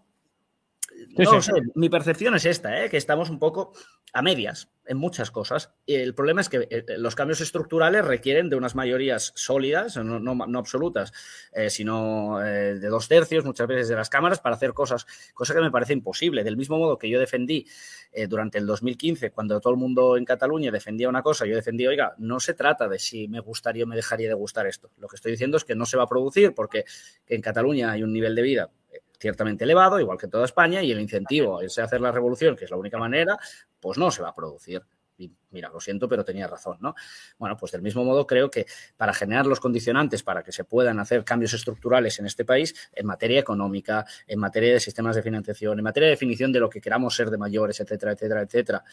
No sé, mi percepción es esta, que estamos un poco a medias en muchas cosas. Y el problema es que los cambios estructurales requieren de unas mayorías sólidas, no absolutas, sino de 2/3 muchas veces de las cámaras para hacer cosas, cosa que me parece imposible. Del mismo modo que yo defendí durante el 2015, cuando todo el mundo en Cataluña defendía una cosa, yo defendí, oiga, no se trata de si me gustaría o me dejaría de gustar esto. Lo que estoy diciendo es que no se va a producir porque en Cataluña hay un nivel de vida ciertamente elevado, igual que en toda España, y el incentivo es hacer la revolución, que es la única manera, pues no se va a producir. Y mira, lo siento, pero tenía razón, ¿no? Bueno, pues del mismo modo creo que para generar los condicionantes para que se puedan hacer cambios estructurales en este país, en materia económica, en materia de sistemas de financiación, en materia de definición de lo que queramos ser de mayores, etcétera, etcétera, etcétera,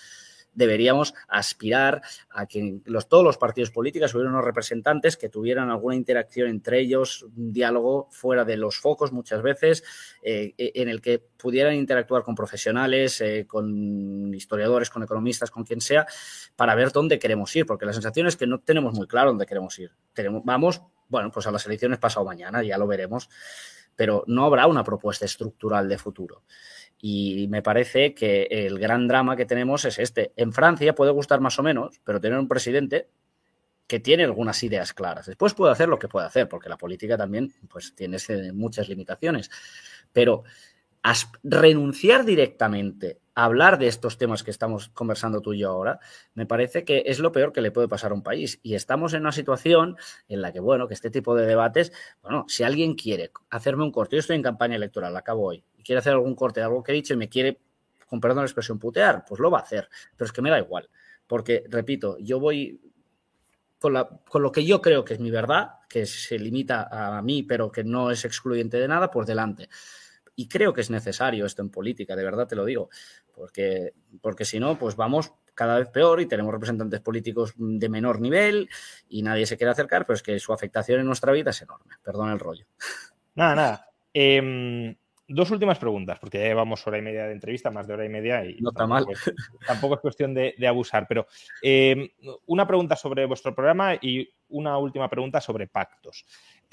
deberíamos aspirar a que todos los partidos políticos hubieran unos representantes que tuvieran alguna interacción entre ellos, un diálogo fuera de los focos muchas veces, en el que pudieran interactuar con profesionales, con historiadores, con economistas, con quien sea, para ver dónde queremos ir, porque la sensación es que no tenemos muy claro dónde queremos ir. Vamos, bueno, pues a las elecciones pasado mañana, ya lo veremos, pero no habrá una propuesta estructural de futuro. Y me parece que el gran drama que tenemos es este. En Francia puede gustar más o menos, pero tener un presidente que tiene algunas ideas claras. Después puede hacer lo que puede hacer, porque la política también pues, tiene muchas limitaciones. Pero renunciar directamente a hablar de estos temas que estamos conversando tú y yo ahora, me parece que es lo peor que le puede pasar a un país. Y estamos en una situación en la que, bueno, que este tipo de debates, bueno, si alguien quiere hacerme un corte, yo estoy en campaña electoral, acabo hoy, y quiere hacer algún corte de algo que he dicho y me quiere, con perdón la expresión, putear, pues lo va a hacer. Pero es que me da igual. Porque, repito, yo voy con lo que yo creo que es mi verdad, que se limita a mí, pero que no es excluyente de nada, por delante. Y creo que es necesario esto en política, de verdad te lo digo, porque si no, pues vamos cada vez peor y tenemos representantes políticos de menor nivel y nadie se quiere acercar, pero es que su afectación en nuestra vida es enorme. Perdón el rollo. Nada. Dos últimas preguntas, porque ya llevamos hora y media de entrevista, más de hora y media, y no está mal. Tampoco es cuestión de abusar, pero una pregunta sobre vuestro programa y una última pregunta sobre pactos.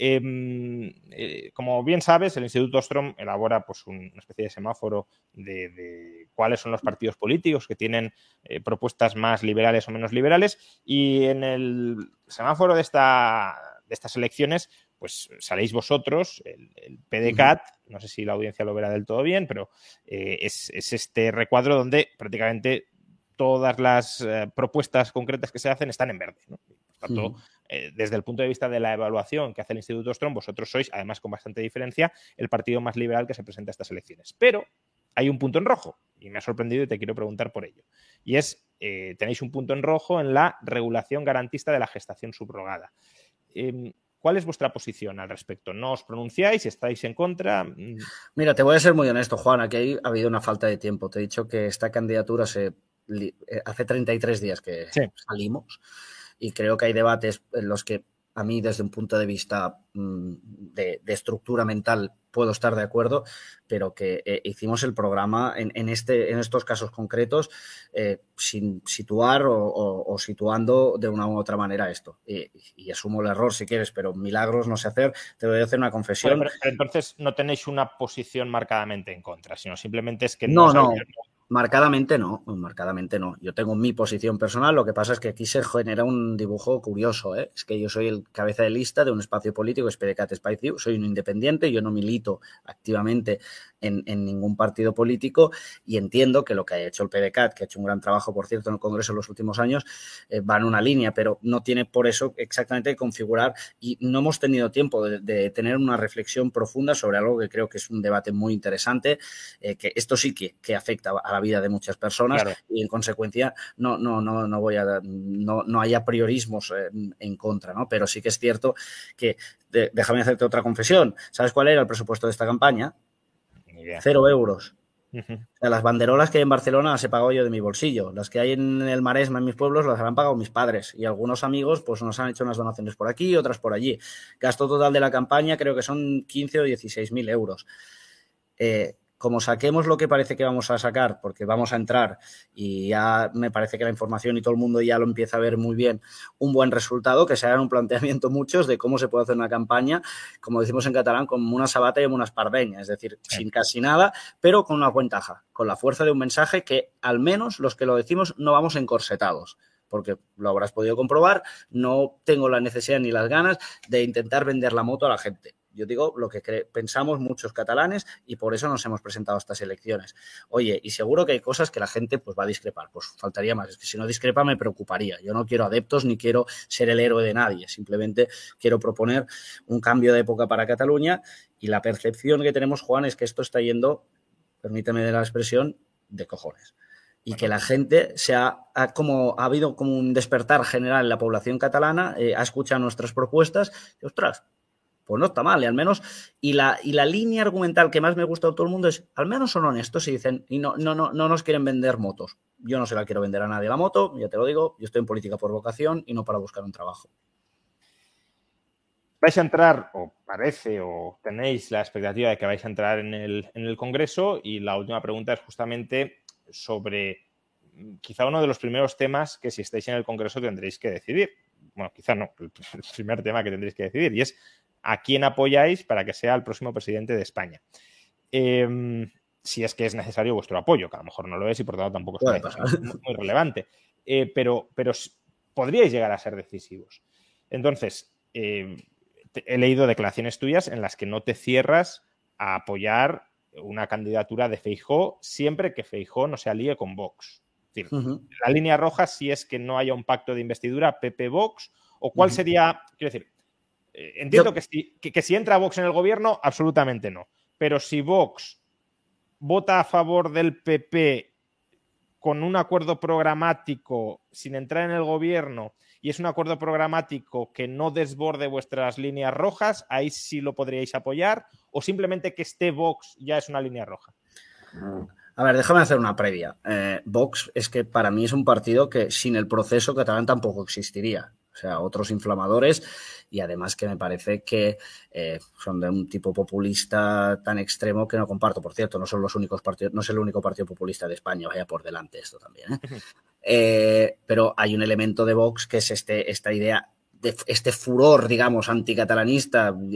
Como bien sabes, el Instituto Ostrom elabora pues, una especie de semáforo de cuáles son los partidos políticos que tienen propuestas más liberales o menos liberales, y en el semáforo de estas elecciones pues saléis vosotros, el PDCAT, no sé si la audiencia lo verá del todo bien, pero es este recuadro donde prácticamente todas las propuestas concretas que se hacen están en verde, ¿no? Por tanto, desde el punto de vista de la evaluación que hace el Instituto Ostrom, vosotros sois, además con bastante diferencia, el partido más liberal que se presenta a estas elecciones. Pero hay un punto en rojo, y me ha sorprendido y te quiero preguntar por ello. Y es, tenéis un punto en rojo en la regulación garantista de la gestación subrogada. ¿Cuál es vuestra posición al respecto? ¿No os pronunciáis? ¿Estáis en contra? Mira, te voy a ser muy honesto, Juan. Aquí ha habido una falta de tiempo. Te he dicho que esta candidatura hace 33 días que salimos, y creo que hay debates en los que a mí, desde un punto de vista de estructura mental, puedo estar de acuerdo, pero que hicimos el programa en estos casos concretos sin situar o situando de una u otra manera esto. Y asumo el error si quieres, pero milagros no sé hacer. Te voy a hacer una confesión. Pero entonces no tenéis una posición marcadamente en contra, sino simplemente es que no. Marcadamente no. Yo tengo mi posición personal, lo que pasa es que aquí se genera un dibujo curioso, ¿eh? Es que yo soy el cabeza de lista de un espacio político, es PDCAT Espacio, soy un independiente, yo no milito activamente en ningún partido político, y entiendo que lo que ha hecho el PDCAT, que ha hecho un gran trabajo, por cierto, en el Congreso en los últimos años, va en una línea, pero no tiene por eso exactamente que configurar, y no hemos tenido tiempo de tener una reflexión profunda sobre algo que creo que es un debate muy interesante, que esto sí que afecta a la vida de muchas personas, claro. Y en consecuencia no haya priorismos en contra, ¿no? Pero sí que es cierto que, déjame hacerte otra confesión, ¿sabes cuál era el presupuesto de esta campaña? 0 euros. O sea, las banderolas que hay en Barcelona las he pagado yo de mi bolsillo, las que hay en el Maresme, en mis pueblos, las han pagado mis padres, y algunos amigos pues nos han hecho unas donaciones por aquí y otras por allí. Gasto total de la campaña creo que son 15 o 16.000 euros. Como saquemos lo que parece que vamos a sacar, porque vamos a entrar y ya me parece que la información y todo el mundo ya lo empieza a ver muy bien, un buen resultado, que se hagan un planteamiento muchos de cómo se puede hacer una campaña, como decimos en catalán, como una sabata y una espardeña, es decir, sin casi nada, pero con una ventaja, con la fuerza de un mensaje que al menos los que lo decimos no vamos encorsetados, porque lo habrás podido comprobar, no tengo la necesidad ni las ganas de intentar vender la moto a la gente. Yo digo lo que pensamos muchos catalanes, y por eso nos hemos presentado a estas elecciones. Oye, y seguro que hay cosas que la gente pues va a discrepar, pues faltaría más. Es que si no discrepa me preocuparía. Yo no quiero adeptos ni quiero ser el héroe de nadie. Simplemente quiero proponer un cambio de época para Cataluña, y la percepción que tenemos, Juan, es que esto está yendo, permíteme de la expresión, de cojones. Y que la gente ha habido como un despertar general en la población catalana, ha escuchado nuestras propuestas y, ostras, pues no está mal, y al menos, y la línea argumental que más me gusta de todo el mundo es, al menos son honestos y dicen, y no nos quieren vender motos. Yo no se la quiero vender a nadie la moto, ya te lo digo, yo estoy en política por vocación y no para buscar un trabajo. Vais a entrar, o parece, o tenéis la expectativa de que vais a entrar en el Congreso, y la última pregunta es justamente sobre quizá uno de los primeros temas que si estáis en el Congreso tendréis que decidir. Bueno, quizá no, el primer tema que tendréis que decidir, y es a quién apoyáis para que sea el próximo presidente de España. Si es que es necesario vuestro apoyo, que a lo mejor no lo es y por tanto tampoco es muy relevante, pero podríais llegar a ser decisivos. Entonces, he leído declaraciones tuyas en las que no te cierras a apoyar una candidatura de Feijóo siempre que Feijóo no se alíe con Vox. Es decir, la línea roja si es que no haya un pacto de investidura PP-Vox, o cuál sería, quiero decir, entiendo que si entra Vox en el gobierno, absolutamente no, pero si Vox vota a favor del PP con un acuerdo programático sin entrar en el gobierno, y es un acuerdo programático que no desborde vuestras líneas rojas, ahí sí lo podríais apoyar, o simplemente que esté Vox ya es una línea roja. A ver, déjame hacer una previa. Vox es que para mí es un partido que sin el proceso catalán tampoco existiría. O sea, otros inflamadores, y además que me parece que son de un tipo populista tan extremo que no comparto. Por cierto, no son los únicos partidos, no es el único partido populista de España, vaya por delante esto también. Pero hay un elemento de Vox que es esta idea, este furor, digamos, anticatalanista, con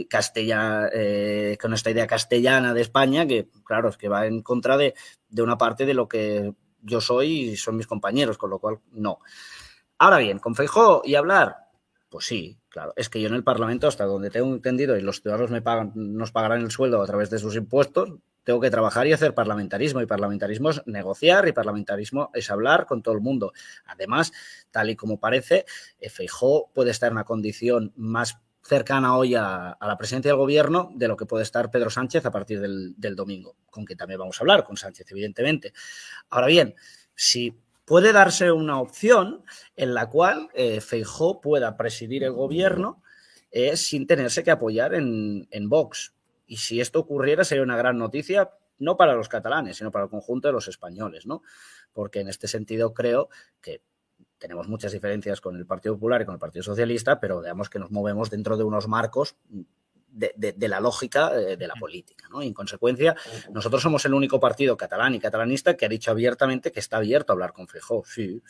esta idea castellana de España, que claro, es que va en contra de una parte de lo que yo soy y son mis compañeros, con lo cual no. Ahora bien, ¿con Feijóo y hablar? Pues sí, claro. Es que yo en el Parlamento, hasta donde tengo entendido, y los ciudadanos nos pagarán el sueldo a través de sus impuestos, tengo que trabajar y hacer parlamentarismo. Y parlamentarismo es negociar, y parlamentarismo es hablar con todo el mundo. Además, tal y como parece, Feijóo puede estar en una condición más cercana hoy a la presidencia del gobierno de lo que puede estar Pedro Sánchez a partir del domingo, con quien también vamos a hablar, con Sánchez, evidentemente. Ahora bien, si puede darse una opción en la cual Feijóo pueda presidir el gobierno sin tenerse que apoyar en Vox. Y si esto ocurriera sería una gran noticia, no para los catalanes, sino para el conjunto de los españoles, ¿no? Porque en este sentido creo que tenemos muchas diferencias con el Partido Popular y con el Partido Socialista, pero veamos que nos movemos dentro de unos marcos de la lógica de la política, ¿no? Y en consecuencia, nosotros somos el único partido catalán y catalanista que ha dicho abiertamente que está abierto a hablar con Feijóo. Sí.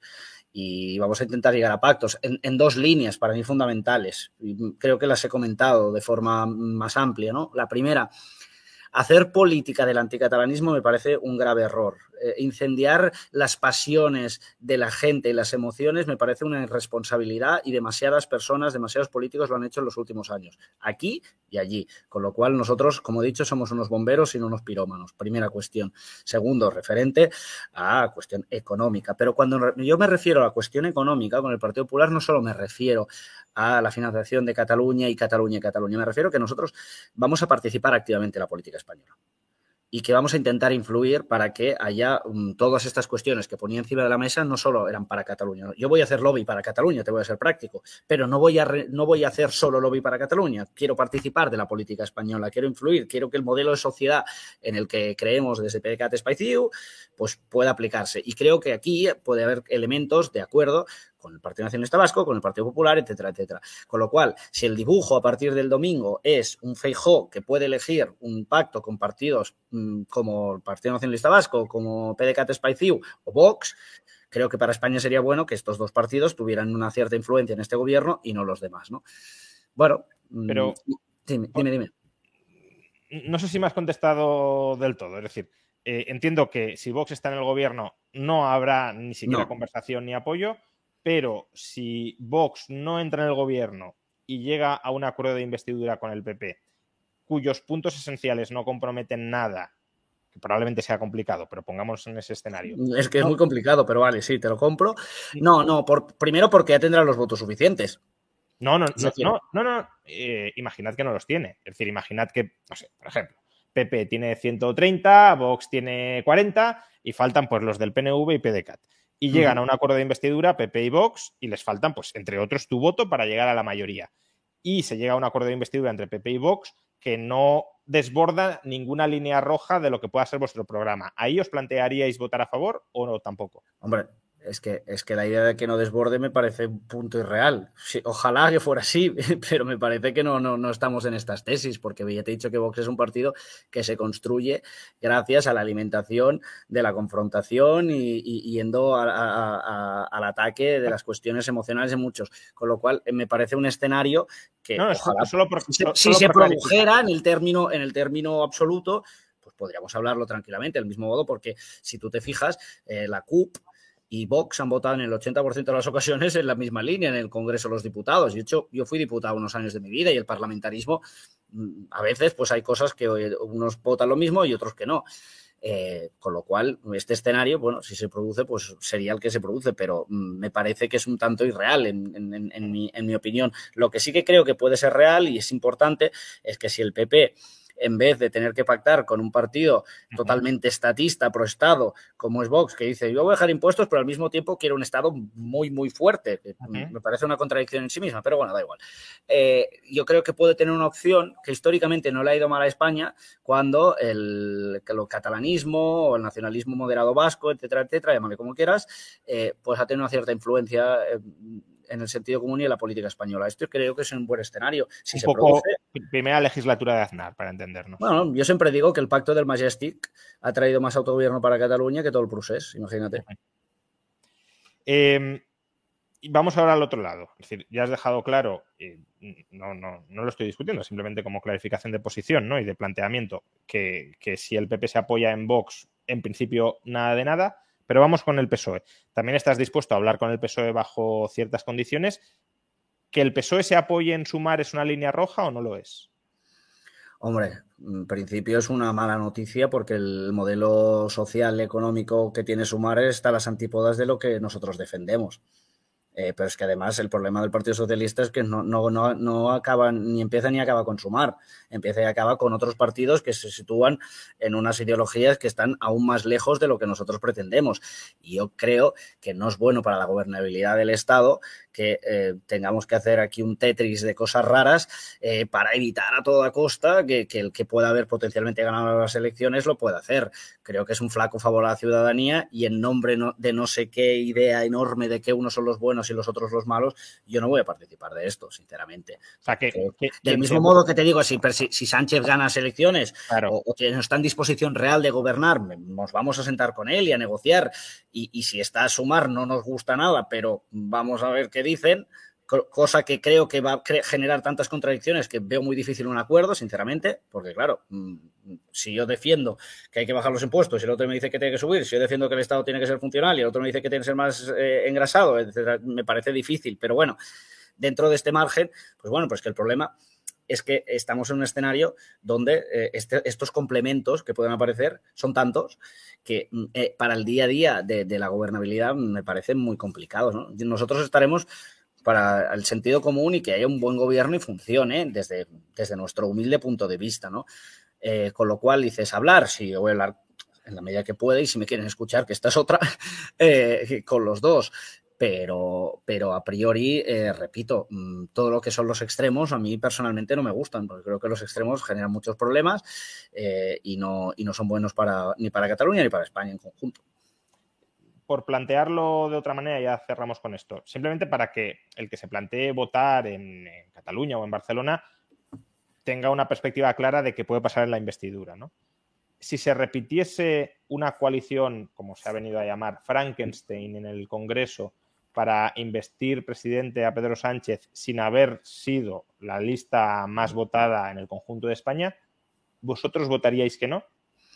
Y vamos a intentar llegar a pactos en dos líneas para mí fundamentales. Y creo que las he comentado de forma más amplia, ¿no? La primera, hacer política del anticatalanismo me parece un grave error. Incendiar las pasiones de la gente y las emociones me parece una irresponsabilidad, y demasiadas personas, demasiados políticos lo han hecho en los últimos años, aquí y allí. Con lo cual nosotros, como he dicho, somos unos bomberos y no unos pirómanos. Primera cuestión. Segundo, referente a cuestión económica. Pero cuando yo me refiero a la cuestión económica con el Partido Popular, no solo me refiero a la financiación de Cataluña y Cataluña. Me refiero a que nosotros vamos a participar activamente en la política española y que vamos a intentar influir para que haya todas estas cuestiones que ponía encima de la mesa no solo eran para Cataluña. Yo voy a hacer lobby para Cataluña, te voy a ser práctico, pero no voy a hacer solo lobby para Cataluña. Quiero participar de la política española, quiero influir, quiero que el modelo de sociedad en el que creemos desde PDeCAT Espaiciu pues pueda aplicarse. Y creo que aquí puede haber elementos de acuerdo con el Partido Nacionalista Vasco, con el Partido Popular, etcétera, etcétera. Con lo cual, si el dibujo a partir del domingo es un Feijóo que puede elegir un pacto con partidos como el Partido Nacionalista Vasco, como PDeCAT Espaiciu o Vox, creo que para España sería bueno que estos dos partidos tuvieran una cierta influencia en este gobierno y no los demás, ¿no? Bueno, pero dime. No sé si me has contestado del todo. Es decir, entiendo que si Vox está en el gobierno no habrá ni siquiera conversación ni apoyo, pero si Vox no entra en el gobierno y llega a un acuerdo de investidura con el PP, cuyos puntos esenciales no comprometen nada, que probablemente sea complicado, pero pongamos en ese escenario. Es que es muy complicado, pero vale, sí, te lo compro. Primero porque ya tendrá los votos suficientes. No. Imaginad que no los tiene. Es decir, imaginad que, no sé, por ejemplo, PP tiene 130, Vox tiene 40 y faltan pues los del PNV y PDeCAT. Y llegan a un acuerdo de investidura, PP y Vox, y les faltan, pues, entre otros, tu voto para llegar a la mayoría. y se llega a un acuerdo de investidura entre PP y Vox que no desborda ninguna línea roja de lo que pueda ser vuestro programa. ¿Ahí os plantearíais votar a favor o no tampoco? Hombre, es que la idea de que no desborde me parece un punto irreal. Sí, ojalá que fuera así, pero me parece que no estamos en estas tesis, porque ya te he dicho que Vox es un partido que se construye gracias a la alimentación de la confrontación y yendo al ataque de las cuestiones emocionales de muchos. Con lo cual, me parece un escenario que ojalá, si se produjera en el término absoluto, pues podríamos hablarlo tranquilamente, del mismo modo, porque si tú te fijas, la CUP y Vox han votado en el 80% de las ocasiones en la misma línea en el Congreso de los Diputados. De hecho, yo fui diputado unos años de mi vida y el parlamentarismo, a veces, pues hay cosas que unos votan lo mismo y otros que no. Con lo cual, este escenario, bueno, si se produce, pues sería el que se produce, pero me parece que es un tanto irreal en mi opinión. Lo que sí que creo que puede ser real y es importante es que si el PP, en vez de tener que pactar con un partido totalmente estatista, pro-Estado, como es Vox, que dice, yo voy a dejar impuestos, pero al mismo tiempo quiero un Estado muy, muy fuerte. Me parece una contradicción en sí misma, pero bueno, da igual. Yo creo que puede tener una opción que históricamente no le ha ido mal a España cuando el catalanismo o el nacionalismo moderado vasco, etcétera, etcétera, llámale como quieras, pues ha tenido una cierta influencia en el sentido común y en la política española. Esto creo que es un buen escenario. Si un se poco produce, primera legislatura de Aznar, para entendernos. Bueno, yo siempre digo que el pacto del Majestic ha traído más autogobierno para Cataluña que todo el procés, imagínate. Vamos ahora al otro lado. Es decir, ya has dejado claro, no lo estoy discutiendo, simplemente como clarificación de posición, ¿no? Y de planteamiento, que si el PP se apoya en Vox, en principio nada de nada. Pero vamos con el PSOE. ¿También estás dispuesto a hablar con el PSOE bajo ciertas condiciones? ¿Que el PSOE se apoye en Sumar es una línea roja o no lo es? Hombre, en principio es una mala noticia porque el modelo social económico que tiene Sumar está a las antípodas de lo que nosotros defendemos. Pero es que además el problema del Partido Socialista es que no acaba, ni empieza ni acaba con Sumar, empieza y acaba con otros partidos que se sitúan en unas ideologías que están aún más lejos de lo que nosotros pretendemos. Y yo creo que no es bueno para la gobernabilidad del Estado que tengamos que hacer aquí un Tetris de cosas raras para evitar a toda costa que el que pueda haber potencialmente ganado las elecciones lo pueda hacer. Creo que es un flaco favor a la ciudadanía y en nombre de no sé qué idea enorme de que unos son los buenos y los otros los malos, yo no voy a participar de esto, sinceramente. O sea, del mismo modo que te digo, si Sánchez gana las elecciones, claro, o que no está en disposición real de gobernar, nos vamos a sentar con él y a negociar, y si está a Sumar no nos gusta nada, pero vamos a ver qué dicen, cosa que creo que va a generar tantas contradicciones que veo muy difícil un acuerdo, sinceramente, porque claro, si yo defiendo que hay que bajar los impuestos y el otro me dice que tiene que subir, si yo defiendo que el Estado tiene que ser funcional y el otro me dice que tiene que ser más engrasado, etcétera, me parece difícil, pero bueno, dentro de este margen, pues bueno, pues que el problema es que estamos en un escenario donde estos complementos que pueden aparecer son tantos que para el día a día de la gobernabilidad me parecen muy complicados, ¿no? Nosotros estaremos para el sentido común y que haya un buen gobierno y funcione desde nuestro humilde punto de vista, ¿no? Con lo cual dices, hablar, sí, yo voy a hablar en la medida que pueda y si me quieren escuchar, que esta es otra, con los dos. Pero a priori, repito, todo lo que son los extremos a mí personalmente no me gustan, porque creo que los extremos generan muchos problemas y no son buenos ni para Cataluña ni para España en conjunto. Por plantearlo de otra manera, ya cerramos con esto. Simplemente para que el que se plantee votar en Cataluña o en Barcelona tenga una perspectiva clara de qué puede pasar en la investidura, ¿no? Si se repitiese una coalición, como se ha venido a llamar, Frankenstein en el Congreso, para investir presidente a Pedro Sánchez sin haber sido la lista más votada en el conjunto de España, ¿vosotros votaríais que no?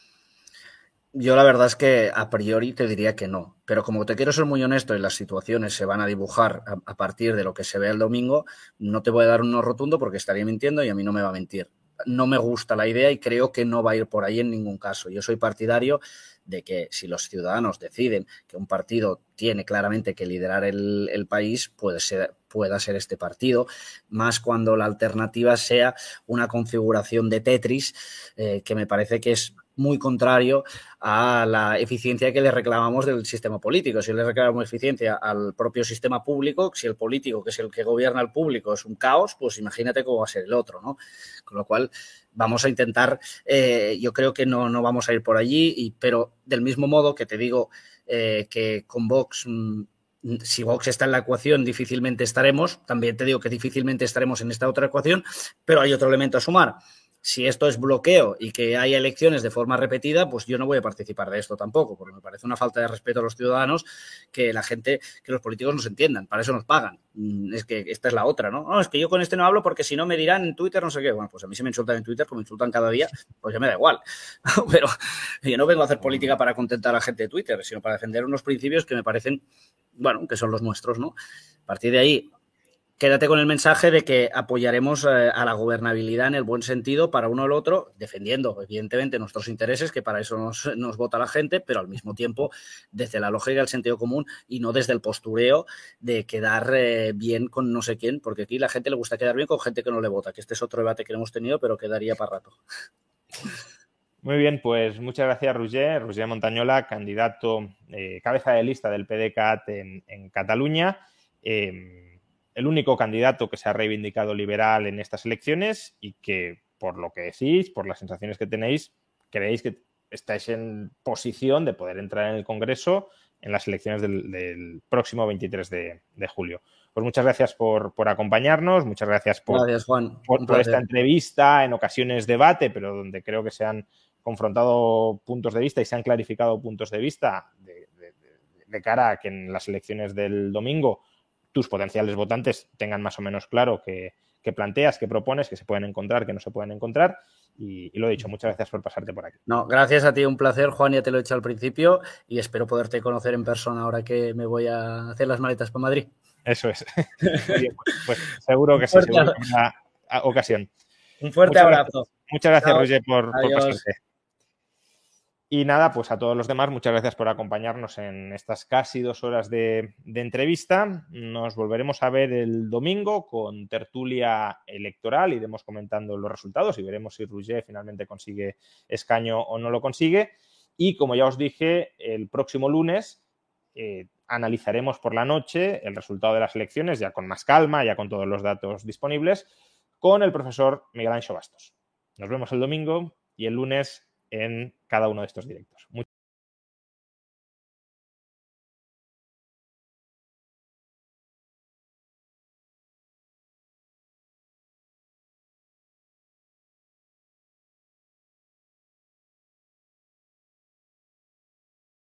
Yo la verdad es que a priori te diría que no, pero como te quiero ser muy honesto y las situaciones se van a dibujar a partir de lo que se ve el domingo, no te voy a dar un no rotundo porque estaría mintiendo y a mí no me va a mentir. No me gusta la idea y creo que no va a ir por ahí en ningún caso. Yo soy partidario de que si los ciudadanos deciden que un partido tiene claramente que liderar el país, pueda ser este partido, más cuando la alternativa sea una configuración de Tetris que me parece que es muy contrario a la eficiencia que le reclamamos del sistema político. Si le reclamamos eficiencia al propio sistema público, si el político, que es el que gobierna el público, es un caos, pues imagínate cómo va a ser el otro, ¿no? Con lo cual vamos a intentar, yo creo que no vamos a ir por allí, pero del mismo modo que te digo que con Vox... Si Vox está en la ecuación, difícilmente estaremos. También te digo que difícilmente estaremos en esta otra ecuación, pero hay otro elemento a sumar. Si esto es bloqueo y que haya elecciones de forma repetida, pues yo no voy a participar de esto tampoco, porque me parece una falta de respeto a los ciudadanos que la gente, que los políticos nos entiendan, para eso nos pagan. Es que esta es la otra, ¿no? No, es que yo con este no hablo porque si no me dirán en Twitter no sé qué. Bueno, pues a mí se me insultan en Twitter, como me insultan cada día, pues ya me da igual. Pero yo no vengo a hacer política para contentar a la gente de Twitter, sino para defender unos principios que me parecen, bueno, que son los nuestros, ¿no? A partir de ahí, quédate con el mensaje de que apoyaremos a la gobernabilidad en el buen sentido para uno o el otro, defendiendo evidentemente nuestros intereses, que para eso nos vota la gente, pero al mismo tiempo desde la lógica y el sentido común y no desde el postureo de quedar bien con no sé quién, porque aquí la gente le gusta quedar bien con gente que no le vota, que este es otro debate que hemos tenido, pero quedaría para rato. Muy bien, pues muchas gracias, Roger Montañola, candidato, cabeza de lista del PDeCAT en Cataluña. El único candidato que se ha reivindicado liberal en estas elecciones y que, por lo que decís, por las sensaciones que tenéis, creéis que estáis en posición de poder entrar en el Congreso en las elecciones del próximo 23 de julio. Pues muchas gracias por acompañarnos, muchas gracias Gracias, Juan. por esta entrevista, en ocasiones debate, pero donde creo que se han confrontado puntos de vista y se han clarificado puntos de vista de cara a que en las elecciones del domingo tus potenciales votantes tengan más o menos claro qué planteas, qué propones, qué se pueden encontrar, qué no se pueden encontrar. Y lo he dicho, muchas gracias por pasarte por aquí. No, gracias a ti, un placer, Juan, ya te lo he dicho al principio y espero poderte conocer en persona ahora que me voy a hacer las maletas para Madrid. Eso es. Bien, pues seguro que sí, seguro que habrá ocasión. Un fuerte abrazo. Muchas gracias, Roger, por pasarte. Y nada, pues a todos los demás, muchas gracias por acompañarnos en estas casi 2 horas de entrevista. Nos volveremos a ver el domingo con tertulia electoral. Iremos comentando los resultados y veremos si Roger finalmente consigue escaño o no lo consigue. Y como ya os dije, el próximo lunes analizaremos por la noche el resultado de las elecciones, ya con más calma, ya con todos los datos disponibles, con el profesor Miguel Anxo Bastos. Nos vemos el domingo y el lunes en cada uno de estos directos.